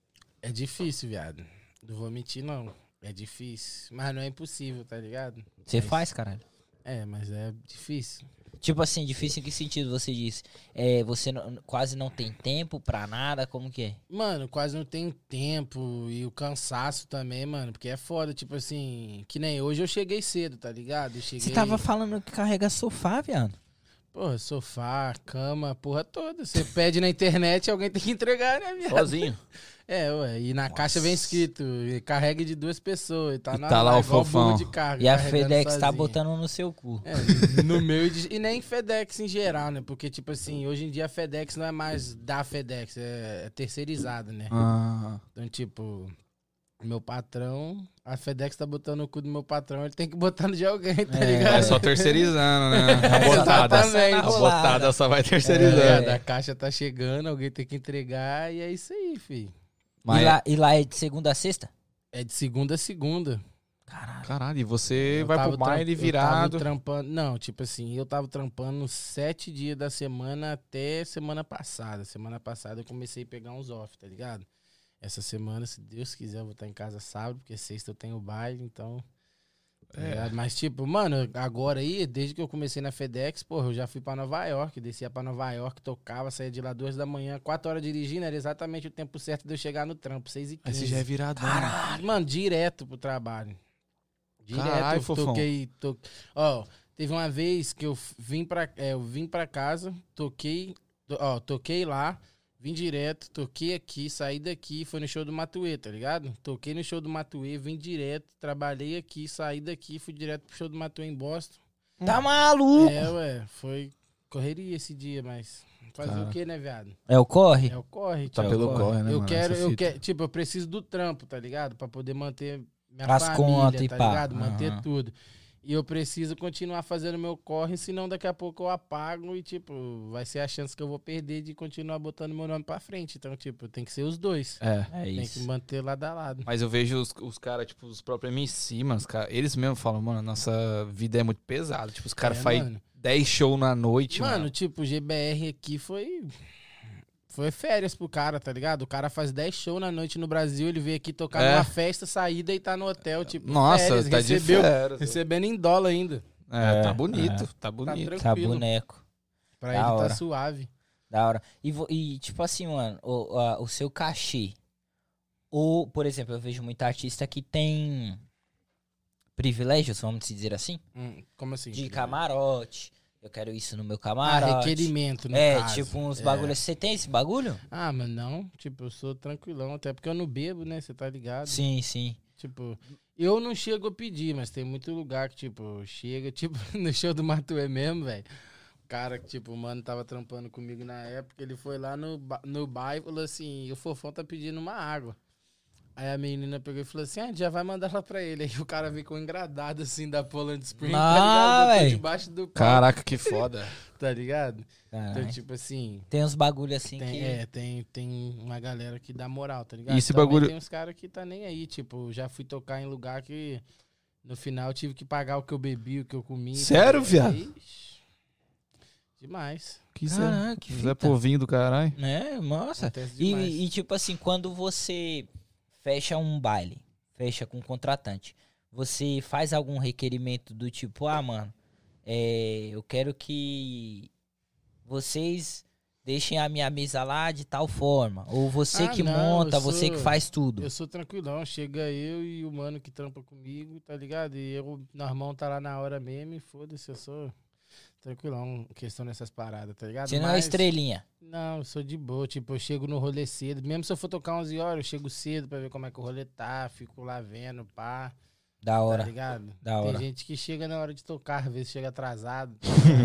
S3: É difícil, viado. Não vou mentir, não. É difícil. Mas não é impossível, tá ligado?
S2: Você
S3: Mas-
S2: faz, caralho?
S3: É, mas é difícil.
S2: Tipo assim, difícil em que sentido você disse? É, você não- quase não tem tempo pra nada, como que é?
S3: Mano, quase não tenho tempo e o cansaço também, mano, porque é foda, tipo assim, que nem hoje eu cheguei cedo, tá ligado? Eu cheguei,
S2: Você tava falando que carrega sofá, viado.
S3: porra, sofá, cama, porra toda. Você pede na internet e alguém tem que entregar, né, viado?
S1: Sozinho.
S3: É, ué, e na caixa vem escrito, carregue de duas pessoas, e tá,
S1: E
S3: na,
S1: tá lá o
S3: igual
S1: fofão.
S3: burro de carga,
S2: E a
S3: carregando
S2: FedEx tá
S3: sozinho.
S2: botando no seu cu.
S3: É, no meu e, de- e nem FedEx em geral, né? Porque, tipo assim, hoje em dia a FedEx não é mais da FedEx, é, é terceirizada, né?
S1: Ah,
S3: Então, tipo, meu patrão, a FedEx tá botando o cu do meu patrão, ele tem que botar no de alguém, tá
S2: É,
S3: ligado?
S1: é só terceirizando, né? A botada.
S3: Exatamente.
S1: A botada só vai
S3: É,
S1: terceirizando.
S3: a caixa tá chegando, alguém tem que entregar e é isso aí, filho.
S1: Mas
S2: E, lá, e lá é de segunda a sexta?
S3: É de segunda a segunda.
S2: Caralho.
S1: Caralho, e você
S3: Eu
S1: vai
S3: tava
S1: pro baile
S3: tram-
S1: virado.
S3: Eu tava trampando, não, tipo assim, eu tava trampando sete dias da semana até semana passada. Semana passada eu comecei a pegar uns off, tá ligado? Essa semana, se Deus quiser, eu vou estar em casa sábado, porque sexta eu tenho baile, então... tá
S1: É.
S3: ligado? Mas, tipo, mano, agora aí, desde que eu comecei na FedEx, porra, eu já fui pra Nova York, descia pra Nova York, tocava, saía de lá duas da manhã, quatro horas dirigindo, era exatamente o tempo certo de eu chegar no trampo, seis e
S1: Aí
S3: quinze.
S1: você já é viradão.
S3: Mano, direto pro trabalho. Direto,
S1: Caralho,
S3: eu
S1: fofão.
S3: toquei, to... Ó, teve uma vez que eu f- vim pra, é, eu vim pra casa, toquei, to- ó, toquei lá, vim direto, toquei aqui, saí daqui, foi no show do Matuê, tá ligado? Toquei no show do Matuê, vim direto, trabalhei aqui, saí daqui, fui direto pro show do Matuê em Boston.
S2: Tá maluco?
S3: É, ué, foi correria esse dia, mas fazer
S1: Cara.
S3: o que, né, viado?
S2: É o corre?
S3: É o corre,
S1: Tá
S3: tipo,
S1: pelo corre, né,
S3: eu
S1: mano?
S3: quero,
S1: Essa
S3: eu
S1: fita.
S3: quero, tipo, eu preciso do trampo, tá ligado? Pra poder manter minha
S2: As
S3: família,
S2: contas e
S3: tá
S2: pá.
S3: ligado? Manter
S2: Aham.
S3: tudo. E eu preciso continuar fazendo meu corre, senão daqui a pouco eu apago e, tipo, vai ser a chance que eu vou perder de continuar botando meu nome pra frente. Então, tipo, tem que ser os dois.
S1: É.
S2: É
S3: Tem que
S2: isso.
S3: manter lado a lado.
S1: Mas eu vejo os, os caras, tipo, os próprios M C, mano, os cara, eles mesmos falam, mano, nossa vida é muito pesada. Tipo, os caras
S3: É,
S1: fazem
S3: mano.
S1: dez shows na noite,
S3: Mano,
S1: mano.
S3: tipo, o G B R aqui foi... Foi férias pro cara, tá ligado? O cara faz dez shows na noite no Brasil, ele veio aqui tocar
S1: É.
S3: numa festa, sair e tá no hotel, tipo,
S1: Nossa,
S3: férias,
S1: tá de
S3: recebeu,
S1: férias.
S3: recebendo em dólar ainda.
S1: É,
S2: É,
S1: tá bonito,
S2: é.
S1: tá bonito.
S3: tranquilo.
S2: Tá boneco.
S3: Pra
S2: Da
S3: ele
S2: hora.
S3: tá suave.
S2: Da hora. E, vo- e, tipo assim, mano, o, a- o seu cachê. Ou, por exemplo, eu vejo muita artista que tem privilégios, vamos dizer assim,
S3: Hum, como assim?
S2: de camarote. Eu quero isso no meu
S3: Ah,
S2: camarote.
S3: requerimento, no
S2: É,
S3: caso.
S2: tipo uns
S3: É.
S2: bagulhos. Você tem esse bagulho?
S3: Ah, mas não. Tipo, eu sou tranquilão. Até porque eu não bebo, né? Você tá ligado?
S2: Sim, sim.
S3: Tipo, eu não chego a pedir, mas tem muito lugar que, tipo, chega, tipo, no show do Matuê mesmo, velho. O cara que, tipo, o mano tava trampando comigo na época, ele foi lá no, ba- no bar e falou assim, o Fofão tá pedindo uma água. Aí a menina pegou e falou assim, ah, já vai mandar lá pra ele. Aí o cara ficou engradado, assim, da Poland Spring,
S2: Ah,
S3: tá ligado? Botou
S2: véi.
S3: debaixo do pau,
S1: Caraca, que foda.
S3: tá ligado? Então,
S2: Caralho.
S3: tipo assim...
S2: Tem uns bagulho assim
S3: Tem,
S2: que.
S3: é, tem, tem uma galera que dá moral, tá ligado?
S1: E esse
S3: Também
S1: bagulho-
S3: tem uns caras que tá nem aí, tipo, já fui tocar em lugar que no final eu tive que pagar o que eu bebi, o que eu comi. tá
S1: Sério,
S3: ligado?
S1: viado?
S3: Ixi, demais.
S1: Que
S2: Caraca, que
S1: Zé
S2: fita.
S1: Povinho do caralho.
S2: É, nossa.
S3: Acontece demais.
S2: E, e, tipo assim, quando você fecha um baile, fecha com um contratante, você faz algum requerimento do tipo, ah, mano, é, eu quero que vocês deixem a minha mesa lá de tal forma. Ou você
S3: Ah,
S2: que
S3: não,
S2: monta,
S3: eu
S2: você
S3: sou-
S2: que faz tudo.
S3: Eu sou tranquilão, chega eu e o mano que trampa comigo, tá ligado? E eu, normal, tá lá na hora mesmo e foda-se, eu sou tranquilão, questão dessas paradas, tá ligado?
S2: Você não é
S3: Mas-
S2: estrelinha.
S3: Não, eu sou de boa. Tipo, eu chego no rolê cedo. Mesmo se eu for tocar onze horas, eu chego cedo pra ver como é que o rolê tá. Fico lá vendo, pá.
S2: Da
S3: Tá
S2: hora,
S3: ligado?
S2: da hora.
S3: Tem gente que chega na hora de tocar, às vezes chega atrasado.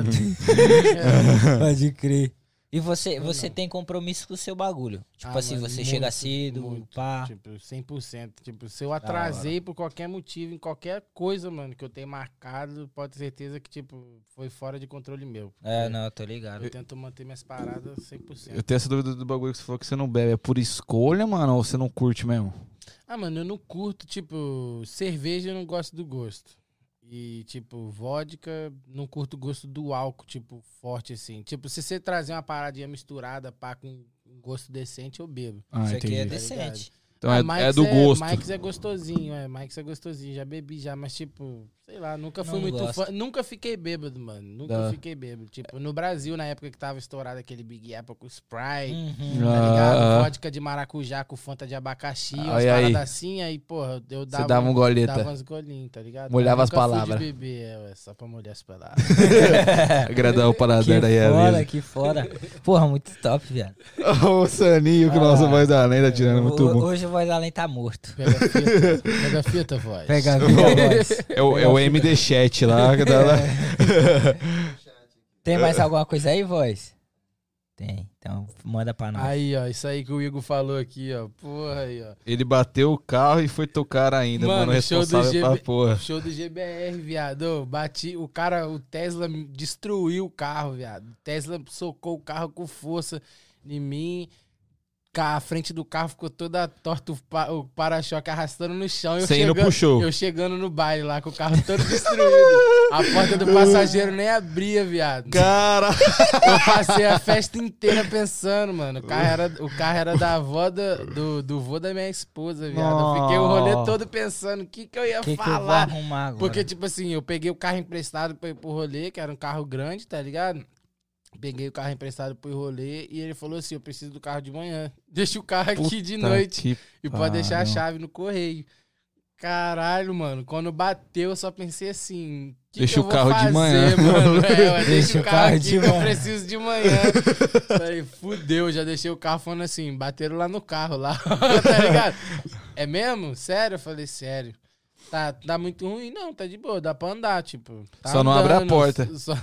S2: Pode crer. E você, você tem compromisso com o seu bagulho? Tipo
S3: Ah,
S2: assim,
S3: mano,
S2: você
S3: muito,
S2: chega cedo,
S3: muito,
S2: pá.
S3: Tipo, cem por cento. Tipo, se eu atrasei por qualquer motivo, em qualquer coisa, mano, que eu tenho marcado, pode ter certeza que, tipo, foi fora de controle meu.
S2: É, não, tô ligado.
S3: Eu tento manter minhas paradas cem por cento.
S1: Eu tenho essa dúvida do bagulho que você falou que você não bebe. É por escolha, mano, ou você não curte mesmo?
S3: Ah, mano, eu não curto, tipo, cerveja eu não gosto do gosto. E, tipo, vodka, não curto o gosto do álcool, tipo, forte assim. Tipo, se você trazer uma paradinha misturada, pá, com um gosto decente, eu bebo.
S1: Ah,
S2: Isso aqui é
S1: entendi.
S2: decente.
S1: Então
S3: Ah,
S1: é,
S3: Mike's
S1: é do gosto.
S3: Mike's é gostosinho, é. Mike's é gostosinho, já bebi já, mas tipo, sei lá, nunca fui
S2: Não
S3: muito
S2: gosto.
S3: fã. Nunca fiquei bêbado, mano. Nunca
S1: Dá.
S3: fiquei bêbado. Tipo, no Brasil, na época que tava estourado aquele Big Apple com Sprite,
S2: Uhum.
S3: tá
S1: Ah,
S3: ligado?
S1: ah.
S3: Vodka de maracujá com Fanta de abacaxi, umas
S1: Aí, aí.
S3: paradas assim, aí, porra, eu dava,
S1: dava um goleta.
S3: dava uns golinhos, tá ligado?
S1: Molhava
S3: Mas
S1: as
S3: nunca fui
S1: palavras.
S3: de beber, é, só pra molhar as palavras.
S1: Agradar o
S2: Que
S1: paladar aí,
S2: foda,
S1: amigo.
S2: que foda. Porra, muito top, viado.
S1: O Saninho, que o nosso
S2: Ah.
S1: voz da lenda tirando, muito
S2: Ho-
S1: bom.
S2: Hoje o Voz Além tá morto.
S3: Pega a fita, pega a fita, voz.
S2: Pega a minha voz.
S1: É o, é o M D Chat lá, que tá lá.
S2: Tem mais alguma coisa aí, Voz? Tem, então manda pra nós.
S3: Aí, ó, isso aí que o Igor falou aqui, ó. Porra aí, ó.
S1: Ele bateu o carro e foi tocar ainda,
S3: Mano,
S1: mano.
S3: show do
S1: Responsável
S3: G B
S1: pra porra.
S3: Show do G B R, viado. Ô, bati, o cara, o Tesla me destruiu o carro, viado. O Tesla socou o carro com força em mim. Ca- A frente do carro ficou toda torta, o pa- o para-choque arrastando no chão. Eu
S1: Você indo
S3: chegando,
S1: pro show.
S3: eu chegando no baile lá, com o carro todo destruído. A porta do passageiro nem abria, viado.
S1: Cara!
S3: Eu passei a festa inteira pensando, mano. O carro era, o carro era da avó da- do, do vô da minha esposa, viado. Eu fiquei o rolê todo pensando o que, que eu ia
S2: O que, que eu vou
S3: falar.
S2: arrumar agora?
S3: Porque, tipo assim, eu peguei o carro emprestado pra ir pro rolê, que era um carro grande, tá ligado? Peguei o carro emprestado pro rolê e ele falou assim: eu preciso do carro de manhã. Deixa o carro aqui de
S1: Puta
S3: noite
S1: que
S3: e pode deixar a
S1: pariu.
S3: chave no correio. Caralho, mano. Quando bateu, eu só pensei assim: que
S1: Deixa
S3: que eu
S1: o
S3: vou
S1: carro de
S3: fazer,
S1: manhã.
S3: mano? É, eu deixa o carro aqui
S2: de
S3: que eu
S2: manhã.
S3: preciso de manhã. Falei, fudeu, já deixei o carro falando assim: bateram lá no carro, lá, tá ligado? É mesmo? Sério? Eu falei, sério. Tá, tá muito ruim? Não, tá de boa, dá pra andar, tipo. tá
S1: Só não abre a
S3: andando,
S1: porta.
S3: Só,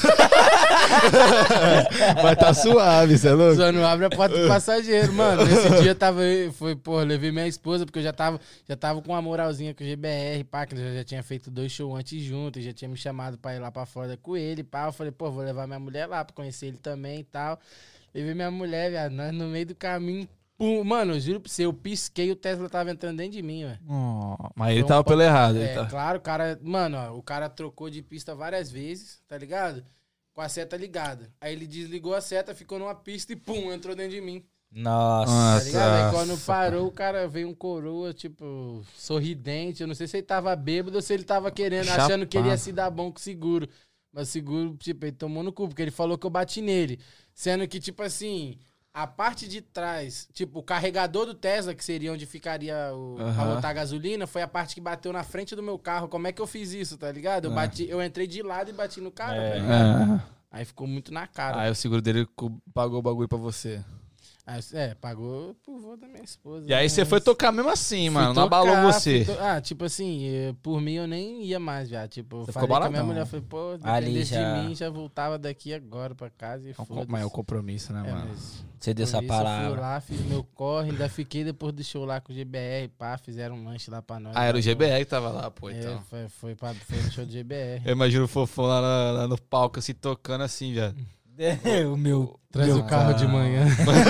S1: Mas tá suave, cê é louco?
S3: só não abre a porta do passageiro, mano. Nesse dia tava, foi, pô, levei minha esposa, porque eu já tava, já tava com uma moralzinha com o G B R, pá, que eu já, já tinha feito dois shows antes juntos, já tinha me chamado pra ir lá pra fora com ele, pá. Eu falei, pô, vou levar minha mulher lá pra conhecer ele também e tal. Levei minha mulher, viado, nós no meio do caminho. Pum, mano, eu juro pra você, eu pisquei e o Tesla tava entrando dentro de mim, velho.
S1: Oh, mas ele
S3: Foi um
S1: tava
S3: po-
S1: pelo errado. ele
S3: É,
S1: tá-
S3: claro, o cara, mano, ó, o cara trocou de pista várias vezes, tá ligado? Com a seta ligada. Aí ele desligou a seta, ficou numa pista e pum, entrou dentro de mim.
S2: Nossa.
S1: Ah,
S3: Tá ligado? Aí
S1: Nossa.
S3: quando parou, o cara veio um coroa, tipo, sorridente. Eu não sei se ele tava bêbado ou se ele tava querendo,
S1: Chapado.
S3: achando que ele ia se dar bom com o seguro. Mas o seguro, tipo, ele tomou no cu, porque ele falou que eu bati nele. Sendo que, tipo assim, a parte de trás, tipo, o carregador do Tesla, que seria onde ficaria o, pra
S1: Aham.
S3: botar gasolina, foi a parte que bateu na frente do meu carro. Como é que eu fiz isso, tá ligado? Eu,
S1: Ah.
S3: bati, eu entrei de lado e bati no cara,
S2: É.
S3: velho.
S1: Ah,
S3: Aí ficou muito na cara.
S1: aí o seguro dele co- pagou o bagulho pra você.
S3: Aí, é, pagou pro vô da minha esposa.
S1: E aí
S3: né?
S1: você foi tocar mesmo assim,
S3: Fui
S1: mano. Não
S3: tocar,
S1: abalou você.
S3: fui to- Ah, tipo assim, eh, por mim eu nem ia mais já. Tipo, eu
S1: Você
S3: falei
S1: ficou
S3: com a minha
S1: baladão.
S3: mulher, falei, pô,
S2: Ali
S3: dependesse
S2: já-
S3: de mim, já voltava daqui agora pra casa e
S1: É um co-
S3: foda-se.
S1: Mas é o compromisso, né,
S3: É,
S1: mano?
S3: mas
S2: Você deu
S3: por
S2: essa
S3: isso eu fui
S2: palavra.
S3: lá, fiz meu corre, ainda fiquei depois do show lá com o G B R, pá, fizeram um lanche lá pra nós.
S1: Ah, era
S3: lá
S1: o G
S3: no-
S1: B R que tava lá, pô,
S3: É,
S1: então.
S3: foi, foi, pra, foi no show do G B R.
S1: Eu imagino o Fofão lá, na- lá no palco, assim, tocando assim, já.
S2: o meu.
S3: Traz
S2: meu
S3: o carro de manhã.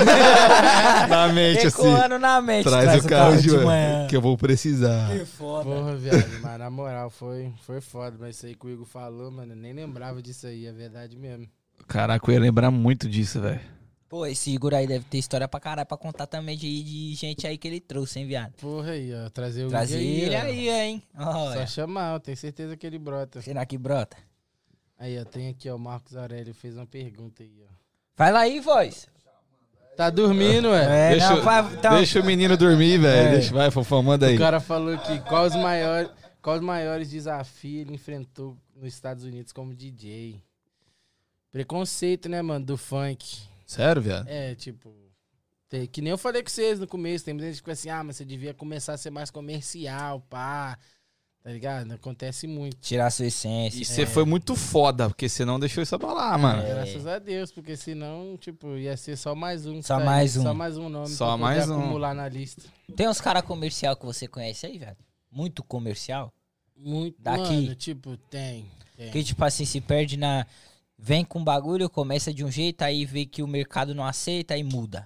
S1: Na mente, assim.
S2: Ecoando na mente.
S1: Traz o carro de manhã, que eu vou precisar.
S2: Que foda.
S3: Porra, viado, mas na moral, foi, foi foda. Mas isso aí que o Igor falou, mano, eu nem lembrava disso aí, é verdade mesmo.
S1: Caraca, eu ia lembrar muito disso, velho.
S2: Pô, esse Igor aí deve ter história pra caralho pra contar também de, de gente aí que ele trouxe, hein, viado?
S3: Porra aí, ó, trazer o
S2: Trazer
S3: Igor
S2: ele
S3: ó.
S2: aí, hein?
S3: Só
S2: Olha.
S3: chamar, eu tenho certeza que ele brota.
S2: Será que brota?
S3: Aí, ó, tem aqui, ó, o Marcos Aurélio fez uma pergunta aí, ó.
S2: Vai lá aí, voz.
S3: Tá dormindo, ué?
S2: É,
S1: deixa,
S2: não, vai, então,
S1: deixa o menino dormir, velho.
S2: É.
S1: Deixa, vai, Fofão, manda aí.
S3: O cara falou aqui, quais os maiores, quais os maiores desafios ele enfrentou nos Estados Unidos como D J? Preconceito, né, mano, do funk.
S1: Sério, viado?
S3: É, tipo, tem- que nem eu falei com vocês no começo, tem muita gente que fala assim, ah, mas você devia começar a ser mais comercial, pá. Tá ligado? Acontece muito.
S2: Tirar sua essência.
S1: E você foi muito foda, porque você não deixou isso abalar, mano.
S3: É, graças a Deus, porque senão, tipo, ia ser só mais um. que
S2: Só
S3: tá
S2: mais
S3: aí,
S2: um.
S3: Só mais um nome
S1: Só
S3: pra poder
S1: mais um.
S3: acumular na lista.
S2: Tem uns caras comercial que você conhece aí, velho? Muito comercial?
S3: Muito,
S2: Daqui.
S3: mano, tipo, tem. tem.
S2: Que tipo assim, se perde na... Vem com bagulho, começa de um jeito, aí vê que o mercado não aceita, aí muda.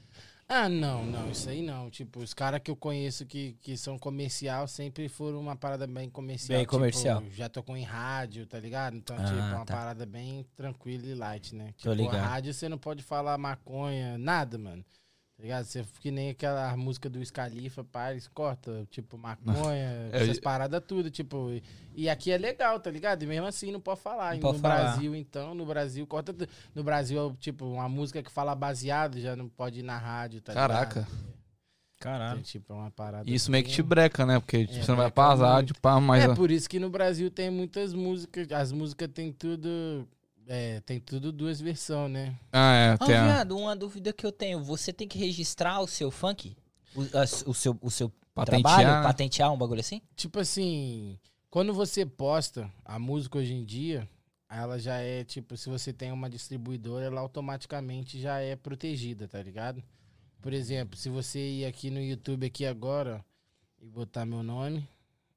S3: Ah, não, não, isso aí não. Tipo, os caras que eu conheço que, que são comercial sempre foram uma parada bem comercial.
S2: Bem
S3: tipo,
S2: comercial.
S3: Já tocou em rádio, tá ligado? Então,
S2: Ah,
S3: tipo, é uma
S2: tá.
S3: parada bem tranquila e light, né?
S2: Tô
S3: Tipo,
S2: ligado.
S3: a rádio você não pode falar maconha, nada, mano. Tá ligado? Você que nem aquela música do Scalifa, pá, eles cortam, tipo, maconha,
S1: É,
S3: essas paradas tudo, tipo. E, e aqui é legal, tá ligado? E mesmo assim não pode falar.
S2: Não
S3: E
S2: pode
S3: no
S2: falar.
S3: Brasil, então, no Brasil, corta. tudo. No Brasil, tipo, uma música que fala baseado já não pode ir na rádio, tá
S1: Caraca.
S3: ligado?
S2: Caralho.
S3: Então, tipo, é uma parada.
S1: E isso meio que
S3: bem-
S1: te breca, né? Porque tipo,
S3: É,
S1: você não vai
S3: breca
S1: pra
S3: muito.
S1: rádio, pá, mas...
S3: É por isso que no Brasil tem muitas músicas. As músicas tem tudo. É, tem tudo duas versões, né?
S1: Ah, é,
S2: Ah,
S1: tem a...
S2: viado, uma dúvida que eu tenho. Você tem que registrar o seu funk? O, as- o seu, o seu
S1: Patentear,
S2: trabalho?
S1: né?
S2: Patentear um bagulho assim?
S3: Tipo assim, quando você posta a música hoje em dia, ela já é, tipo, se você tem uma distribuidora, ela automaticamente já é protegida, tá ligado? Por exemplo, se você ir aqui no YouTube aqui agora e botar meu nome,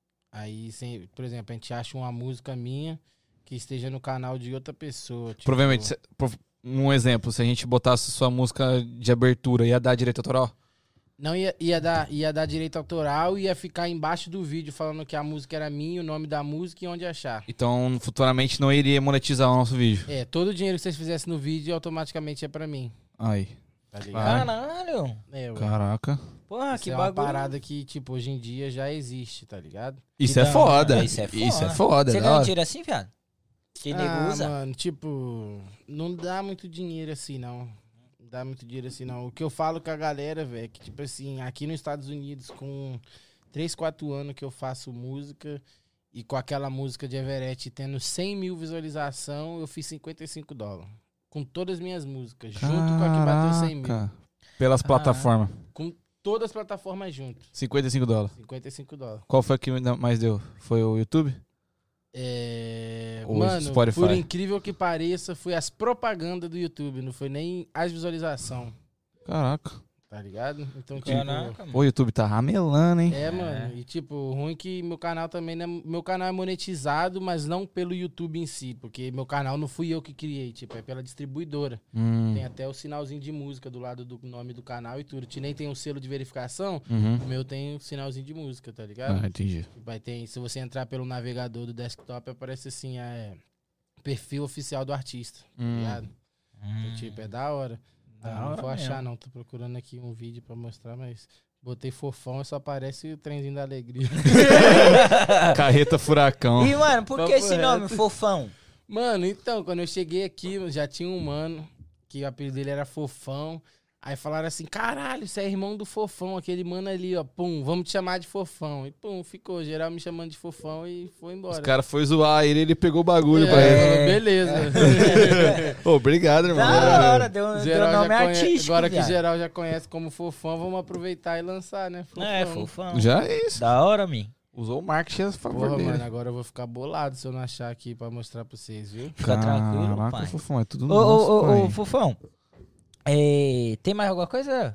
S3: aí, sem, por exemplo, a gente acha uma música minha que esteja no canal de outra pessoa. Tipo,
S1: Provavelmente, cê- prov- um exemplo, se a gente botasse sua música de abertura, ia dar direito autoral?
S3: Não ia, ia, dar, ia dar direito autoral e ia ficar embaixo do vídeo falando que a música era minha, o nome da música e onde achar.
S1: Então, futuramente não iria monetizar o nosso vídeo.
S3: É, todo o dinheiro que vocês fizessem no vídeo automaticamente é pra mim.
S1: Aí.
S3: Tá ligado?
S2: Caralho.
S3: É, ué.
S1: Caraca.
S2: Porra,
S3: Isso
S2: que
S3: é uma
S2: bagulho.
S3: parada que, tipo, hoje em dia já existe, tá ligado?
S1: Isso
S2: Que
S1: é
S2: da
S1: foda.
S2: hora. Isso é foda.
S1: Isso é foda.
S2: Você
S1: da
S2: ganha
S1: hora.
S2: dinheiro assim, viado? Que nego
S3: ah,
S2: usa?
S3: mano, tipo, não dá muito dinheiro assim, não. Não dá muito dinheiro assim, não. O que eu falo com a galera, velho, é que, tipo assim, aqui nos Estados Unidos, com três, quatro anos que eu faço música e com aquela música de Everett tendo cem mil visualização, eu fiz cinquenta e cinco dólares. Com todas as minhas músicas, junto com a que bateu cem mil.
S1: Caraca. Pelas
S2: Ah.
S1: plataformas.
S3: Com todas as plataformas juntas.
S1: cinquenta e cinco dólares.
S3: cinquenta e cinco dólares.
S1: Qual foi que mais deu? Foi o YouTube?
S3: É...
S1: Ou
S3: Mano,
S1: Spotify?
S3: por incrível que pareça, foi as propagandas do YouTube, não foi nem as visualizações,
S1: Caraca.
S3: tá ligado? Então, tipo...
S2: Caraca, mano.
S1: O YouTube tá ramelando, hein?
S3: É, mano, e tipo, ruim que meu canal também, né? Meu canal é monetizado, mas não pelo YouTube em si, porque meu canal não fui eu que criei, tipo, é pela distribuidora.
S1: Hum.
S3: Tem até o sinalzinho de música do lado do nome do canal e tudo. Te nem tem um selo de verificação,
S1: Uhum.
S3: o meu tem um sinalzinho de música, tá ligado?
S1: Ah, entendi.
S3: Vai ter, se você entrar pelo navegador do desktop, aparece assim, é perfil oficial do artista, tá
S1: Hum.
S3: ligado? Então, tipo, é da hora.
S2: Da
S3: Ah, não
S2: hora
S3: vou achar,
S2: mesmo.
S3: não. Tô procurando aqui um vídeo pra mostrar, mas botei fofão e só aparece o trenzinho da alegria.
S1: Carreta Furacão.
S2: E, mano, por que
S3: Papo
S2: esse nome,
S3: reto.
S2: Fofão?
S3: Mano, então, quando eu cheguei aqui, já tinha um mano que o apelido dele era Fofão. Aí falaram assim, caralho, você é irmão do Fofão, aquele mano ali, ó, pum, vamos te chamar de Fofão. E pum, ficou, geral me chamando de Fofão e foi embora.
S1: Os caras foram zoar ele, ele pegou o bagulho
S3: É,
S1: pra ele.
S3: falou, beleza.
S1: Ô, obrigado, irmão.
S2: Da hora, deu, deu
S3: Geral
S2: nome
S3: já conhece-
S2: artístico,
S3: agora que
S2: viado.
S3: geral já conhece como Fofão, vamos aproveitar e lançar, né? Fofão.
S2: É, Fofão.
S1: Já é isso.
S2: Da hora, mim.
S1: Usou o marketing a favor
S3: Porra,
S1: dele.
S3: mano, agora eu vou ficar bolado se eu não achar aqui pra mostrar pra vocês, viu?
S2: Fica tranquilo,
S1: Caraca,
S2: pai.
S1: Fofão, é tudo
S2: Ô,
S1: nosso,
S2: ô, ô,
S1: pai.
S2: ô, Fofão. É, tem mais alguma coisa?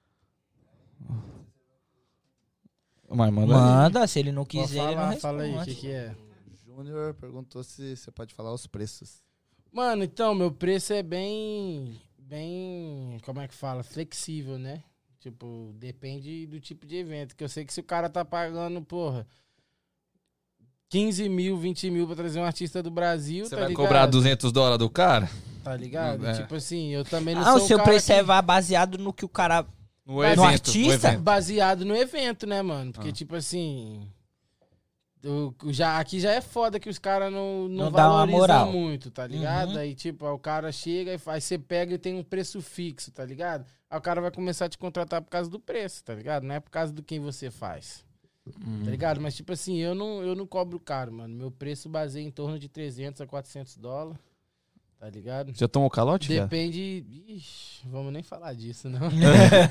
S1: Mas manda aí.
S2: Manda, se ele não
S3: Pode
S2: quiser, ele não
S3: falar,
S2: responde.
S3: fala aí, o que que é?
S5: O Júnior perguntou se você pode falar os preços.
S3: Mano, então, meu preço é bem, bem, como é que fala? Flexível, né? Tipo, depende do tipo de evento. Que eu sei que se o cara tá pagando, porra, quinze mil, vinte mil pra trazer um artista do Brasil,
S1: Você
S3: tá
S1: vai
S3: ligado?
S1: cobrar duzentos dólares do cara?
S3: Tá ligado?
S1: É.
S3: Tipo assim, eu também não
S2: Ah,
S3: sou
S2: o seu
S3: cara
S2: preço
S3: que-
S2: é baseado no que o cara...
S1: No
S3: Mas
S2: no
S1: evento,
S2: artista?
S1: no evento.
S3: baseado no evento, né, mano? Porque,
S1: Ah.
S3: tipo assim. eu- já, aqui já é foda que os caras não, não,
S2: Não dá uma
S3: valorizam
S2: moral.
S3: muito, tá ligado?
S2: Uhum.
S3: Aí, tipo, aí o cara chega e faz, você pega e tem um preço fixo, tá ligado? Aí o cara vai começar a te contratar por causa do preço, tá ligado? Não é por causa do quem você faz,
S1: Hum.
S3: tá ligado? Mas, tipo assim, eu não, eu não cobro caro, mano. Meu preço baseia em torno de trezentos a quatrocentos dólares. tá ligado?
S1: Já tomou calote, viado?
S3: Depende... Ixi, vamos nem falar disso, não.
S2: De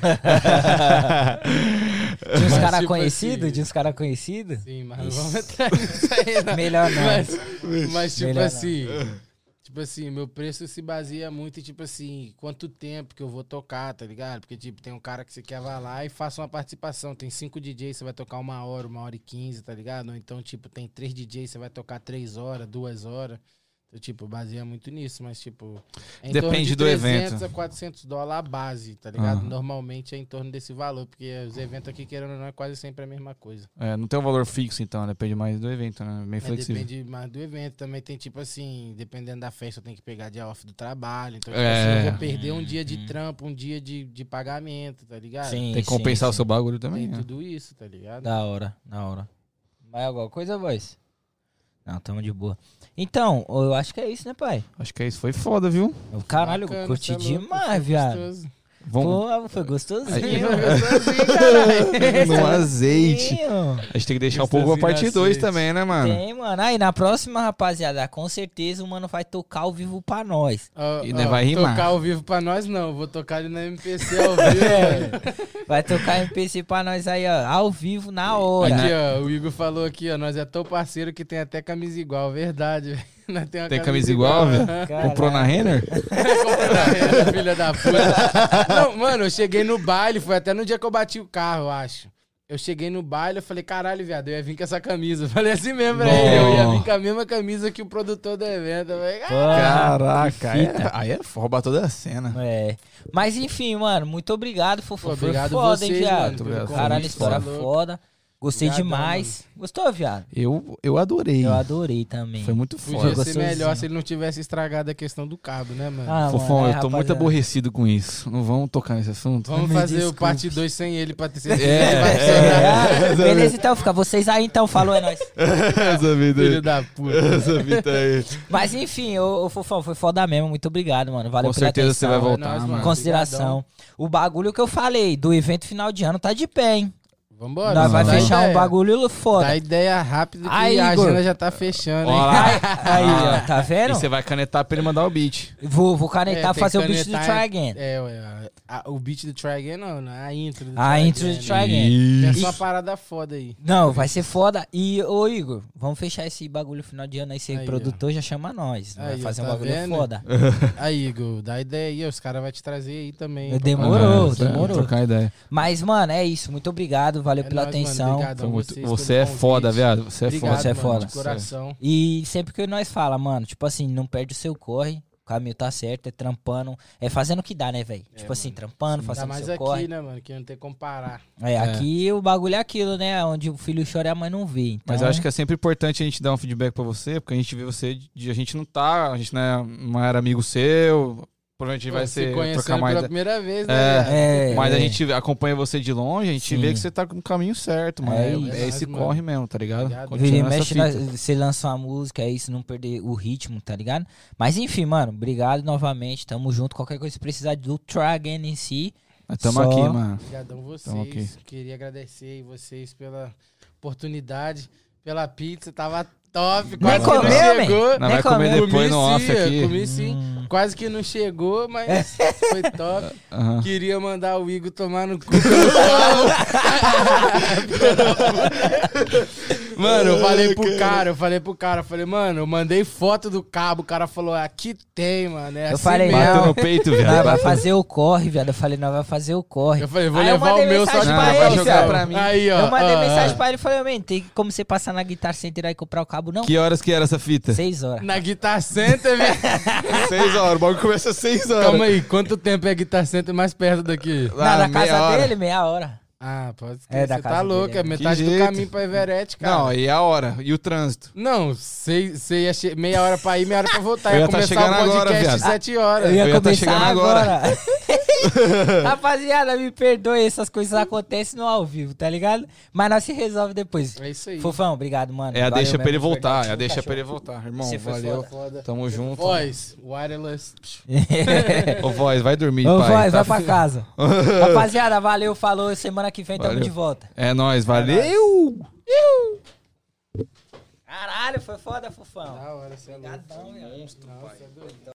S2: uns
S3: Mas,
S2: caras
S3: tipo
S2: conhecidos?
S3: assim-
S2: De uns caras conhecidos?
S3: Sim, mas não vamos entrar nisso aí, não.
S2: Melhor não.
S3: Mas, mas tipo
S2: Melhor não.
S3: assim... Tipo assim, meu preço se baseia muito em, tipo assim, quanto tempo que eu vou tocar, tá ligado? Porque, tipo, tem um cara que você quer vai lá e faça uma participação. Tem cinco D Js, você vai tocar uma hora, uma hora e quinze, tá ligado? Ou então, tipo, tem três D Js, você vai tocar três horas, duas horas. Então, tipo, baseia muito nisso, mas, tipo... É em torno
S1: Depende
S3: de
S1: do
S3: trezentos
S1: evento.
S3: a quatrocentos dólares a base, tá ligado?
S1: Aham.
S3: Normalmente é em torno desse valor, porque os eventos aqui, querendo ou não, é quase sempre a mesma coisa.
S1: É, não tem um valor fixo, então. Depende mais do evento, né? Bem
S3: É,
S1: flexível.
S3: depende mais do evento. Também tem, tipo assim, dependendo da festa, eu tenho que pegar dia off do trabalho. Então, tipo
S1: É.
S3: assim, eu vou perder um dia de
S2: Hum.
S3: trampo, um dia de, de pagamento, tá ligado?
S2: Sim,
S1: Tem que compensar o
S2: sim,
S1: seu bagulho
S3: Tem
S1: também. né?
S3: tudo isso, tá ligado?
S2: Da hora, da hora. Mais alguma coisa, voz? Não, tamo de boa. Então, eu acho que é isso, né, pai?
S1: Acho que é isso. Foi foda, viu?
S2: Eu, caralho,
S3: Bacana,
S2: eu curti
S3: cê é louco,
S2: demais,
S3: foi
S2: viado.
S3: gostoso.
S1: Vamos
S2: Pô, foi gostosinho.
S1: Aí-
S3: Gostosinho, caralho.
S1: no azeite.
S2: Gostosinho.
S1: A gente tem que deixar um pouco pra
S3: Gostosinho
S1: parte
S3: no
S1: dois
S3: azeite.
S1: também, né, mano?
S2: Tem, mano. Aí, na próxima, rapaziada, com certeza o mano vai tocar ao vivo pra nós.
S3: Ó,
S1: E
S3: ó,
S1: não vai rimar.
S3: Tocar ao vivo pra nós, não. Vou tocar ali na M P C ao vivo, velho.
S2: Vai tocar M P C pra nós aí, ó, ao vivo, na hora.
S3: Aqui, ó, o Igor falou aqui, ó, nós é tão parceiro que tem até camisa igual, verdade, velho. Nós tem uma
S1: Tem camisa igual, velho?
S2: Caralho.
S1: Comprou na Renner?
S3: Comprou na renda, filha da puta. Não, mano, eu cheguei no baile, foi até no dia que eu bati o carro, eu acho. Eu cheguei no baile, eu falei, caralho, viado, eu ia vir com essa camisa. Eu falei assim mesmo pra
S1: Bom.
S3: ele, eu ia vir com a mesma camisa que o produtor do evento. Eu falei,
S2: Pô,
S1: Caraca, aí
S2: fita.
S1: é, aí é roubar toda a cena.
S2: É. Mas enfim, mano, muito obrigado, Fofo.
S3: Pô,
S2: Foi
S3: obrigado
S2: foda, hein,
S3: vocês,
S2: viado?
S3: mano, pelo
S1: convite,
S2: Caralho, história
S3: tá louco.
S2: foda. Gostei
S3: Obrigadão,
S2: demais. Gostou, viado?
S1: Eu, eu adorei.
S2: Eu adorei também.
S1: Foi muito
S3: Podia
S1: foda.
S3: ser
S2: gostosinho.
S3: melhor se ele não tivesse estragado a questão do cabo, né, mano?
S2: Ah,
S1: Fofão,
S2: mano, é,
S1: eu tô muito
S2: rapaziada.
S1: aborrecido com isso. Não vamos tocar nesse assunto?
S3: Vamos
S2: me
S3: fazer o
S2: desculpe.
S3: parte dois sem ele pra ter certeza
S1: É,
S3: que vai
S1: é.
S3: funcionar.
S2: Ah, beleza, então, fica vocês aí, então. Falou, é nóis.
S1: Essa vida
S3: Filho da puta.
S1: Essa vida aí.
S2: Mas enfim, ô, ô Fofão, foi foda mesmo. Muito obrigado, mano. Valeu
S1: Com
S2: pela
S1: certeza você
S2: atenção.
S1: vai
S3: É
S1: voltar,
S3: nóis,
S1: mano.
S3: mano.
S2: Consideração. O bagulho que eu falei do evento final de ano tá de pé, hein?
S3: Vambora.
S2: Nós vai
S3: dá
S2: fechar um
S3: ideia.
S2: bagulho foda.
S3: Dá ideia rápida que
S2: Aí,
S3: a
S2: Igor.
S3: agenda já tá fechando, hein?
S1: Ó lá.
S2: Aí, ó, tá
S1: E
S2: vendo?
S1: você vai canetar pra ele mandar o beat.
S2: Vou, vou canetar,
S3: É, tem
S2: fazer
S3: que
S2: o beat do
S3: canetar,
S2: Try Again.
S3: É, ué, a- o beat do Try Again não, não, a intro do
S2: A
S3: Try
S2: intro do
S3: Again,
S2: Try
S3: né?
S2: Again.
S3: Pensa
S1: Isso.
S3: uma parada foda aí.
S2: Não, vai ser foda. E, ô Igor, vamos fechar esse bagulho final de ano aí. Ser
S3: Aí,
S2: produtor, já chama nós. Vai
S3: Aí, ó,
S2: fazer um
S3: tá
S2: bagulho
S3: vendo?
S2: foda.
S3: Aí, Igor, dá ideia aí, os caras vão te trazer aí também.
S2: Demorou,
S1: Ah,
S2: demorou.
S1: Trocar ideia.
S2: Mas, mano, é isso. Muito obrigado. Valeu
S3: É
S2: pela
S3: nóis, mano,
S2: atenção.
S3: obrigado.
S1: Foi muito-
S3: vocês
S1: Você
S3: pelo
S1: é foda,
S3: convite.
S1: viado. Você é
S3: Obrigado,
S1: foda.
S2: Você é
S3: mano,
S2: foda.
S3: de coração.
S2: E sempre que nós fala, mano, tipo assim, não perde o seu corre. O caminho tá certo, é trampando. É fazendo o que dá, né, velho? Tipo assim, trampando,
S3: Ainda
S2: fazendo o
S3: mais
S2: seu
S3: aqui,
S2: corre.
S3: né, mano, que não tem como parar.
S2: É, aqui o bagulho é aquilo, né? Onde o filho chora e a mãe não vê. Então,
S1: Mas eu acho que é sempre importante a gente dar um feedback pra você, porque a gente vê você, de, a gente não tá, a gente não, é, não era amigo seu, provavelmente vai
S3: Se
S1: ser
S3: conhecendo
S1: trocar mais.
S3: pela primeira vez, né?
S1: É,
S3: viado?
S2: é,
S1: Mas
S2: é.
S1: a gente acompanha você de longe, a gente
S2: Sim.
S1: vê que você tá no caminho certo, mano.
S2: É
S1: É,
S2: isso.
S1: é esse
S3: Mano.
S1: corre mesmo, tá ligado?
S3: Obrigado.
S1: Continua
S2: Vira e
S1: nessa
S2: mexe,
S1: fita.
S2: nós- você lança uma música, é isso, não perder o ritmo, tá ligado? Mas enfim, mano, obrigado novamente, tamo junto. Qualquer coisa que precisar do Try Again em si.
S1: Mas tamo
S2: Só-
S1: aqui, mano.
S3: Obrigadão vocês.
S1: Então, ok.
S3: Queria agradecer aí vocês pela oportunidade, pela pizza. Tava top. Quase que
S2: comeu,
S3: não
S2: man?
S3: chegou.
S1: Não,
S2: Nem
S1: vai comer
S2: comeu.
S1: depois no
S3: Comi
S1: off
S3: sim,
S1: aqui.
S3: Comi sim.
S2: Hum.
S3: Quase que não chegou, mas foi top.
S1: Aham.
S3: Queria mandar o Igor tomar no cu pelo pau. Mano, eu falei pro cara, eu falei pro cara, eu falei, mano, eu mandei foto do cabo, o cara falou, aqui tem, mano. É
S2: Eu
S3: assim
S2: falei,
S3: mesmo.
S2: não.
S1: Bateu no peito,
S2: Nós
S1: viado.
S2: vai fazer o corre, viado. Eu falei, nós vai fazer o corre.
S3: Eu falei, vou
S2: Aí eu
S3: levar o
S2: mandei
S3: meu só de
S2: mensagem
S1: pra
S3: pra
S1: ele,
S3: vai jogar
S1: cara.
S3: pra mim. Aí, ó.
S2: Eu mandei
S3: ó,
S2: mensagem
S3: ó.
S2: pra ele e falei, man, tem como você passar na Guitar Center aí e comprar o cabo, não?
S1: Que horas que era essa fita?
S2: Seis horas.
S3: Na Guitar Center, velho.
S1: Seis horas. O bagulho começa às seis horas.
S3: Calma aí, quanto tempo é Guitar Center mais perto daqui?
S2: Na, na
S1: Ah, meia
S2: casa
S1: hora.
S2: dele, meia hora.
S3: Ah, pode
S2: É,
S3: ser.
S2: da
S3: Você
S2: casa
S3: tá
S2: dele,
S3: louco,
S2: é.
S3: é metade
S1: Que
S3: do
S1: jeito.
S3: caminho pra Everett, cara.
S1: Não, e a hora? E o trânsito?
S3: Não, você ia che- meia hora pra ir, meia hora pra voltar.
S1: Eu
S3: Ia
S1: ia tá
S3: começar
S1: chegando
S3: o
S1: agora,
S3: podcast
S1: viado.
S3: às sete horas.
S2: Eu ia
S1: Eu ia tá
S2: começar
S1: chegando
S2: agora. Rapaziada, me perdoe, essas coisas acontecem no ao vivo, tá ligado? Mas nós se resolve depois.
S3: É isso aí.
S2: Fofão, obrigado, mano.
S1: É a
S2: Valeu
S1: deixa pra ele
S2: mesmo, de
S1: voltar.
S2: verdade.
S1: É a deixa
S2: Cachorro.
S1: pra ele voltar. Irmão,
S2: Você foi
S1: valeu.
S3: Foda.
S1: Tamo junto.
S3: Voz, wireless.
S1: Ô, voz, vai dormir,
S2: Ô,
S1: pai.
S2: vai,
S1: Tá-
S2: vai pra casa. Rapaziada, valeu, falou. Semana que vem tamo
S1: Valeu.
S2: de volta.
S1: É nóis, valeu!
S2: Caralho, foi foda, Fofão.
S3: Da hora, você é louco.
S2: Obrigadão, meu.
S3: Nossa, é doido.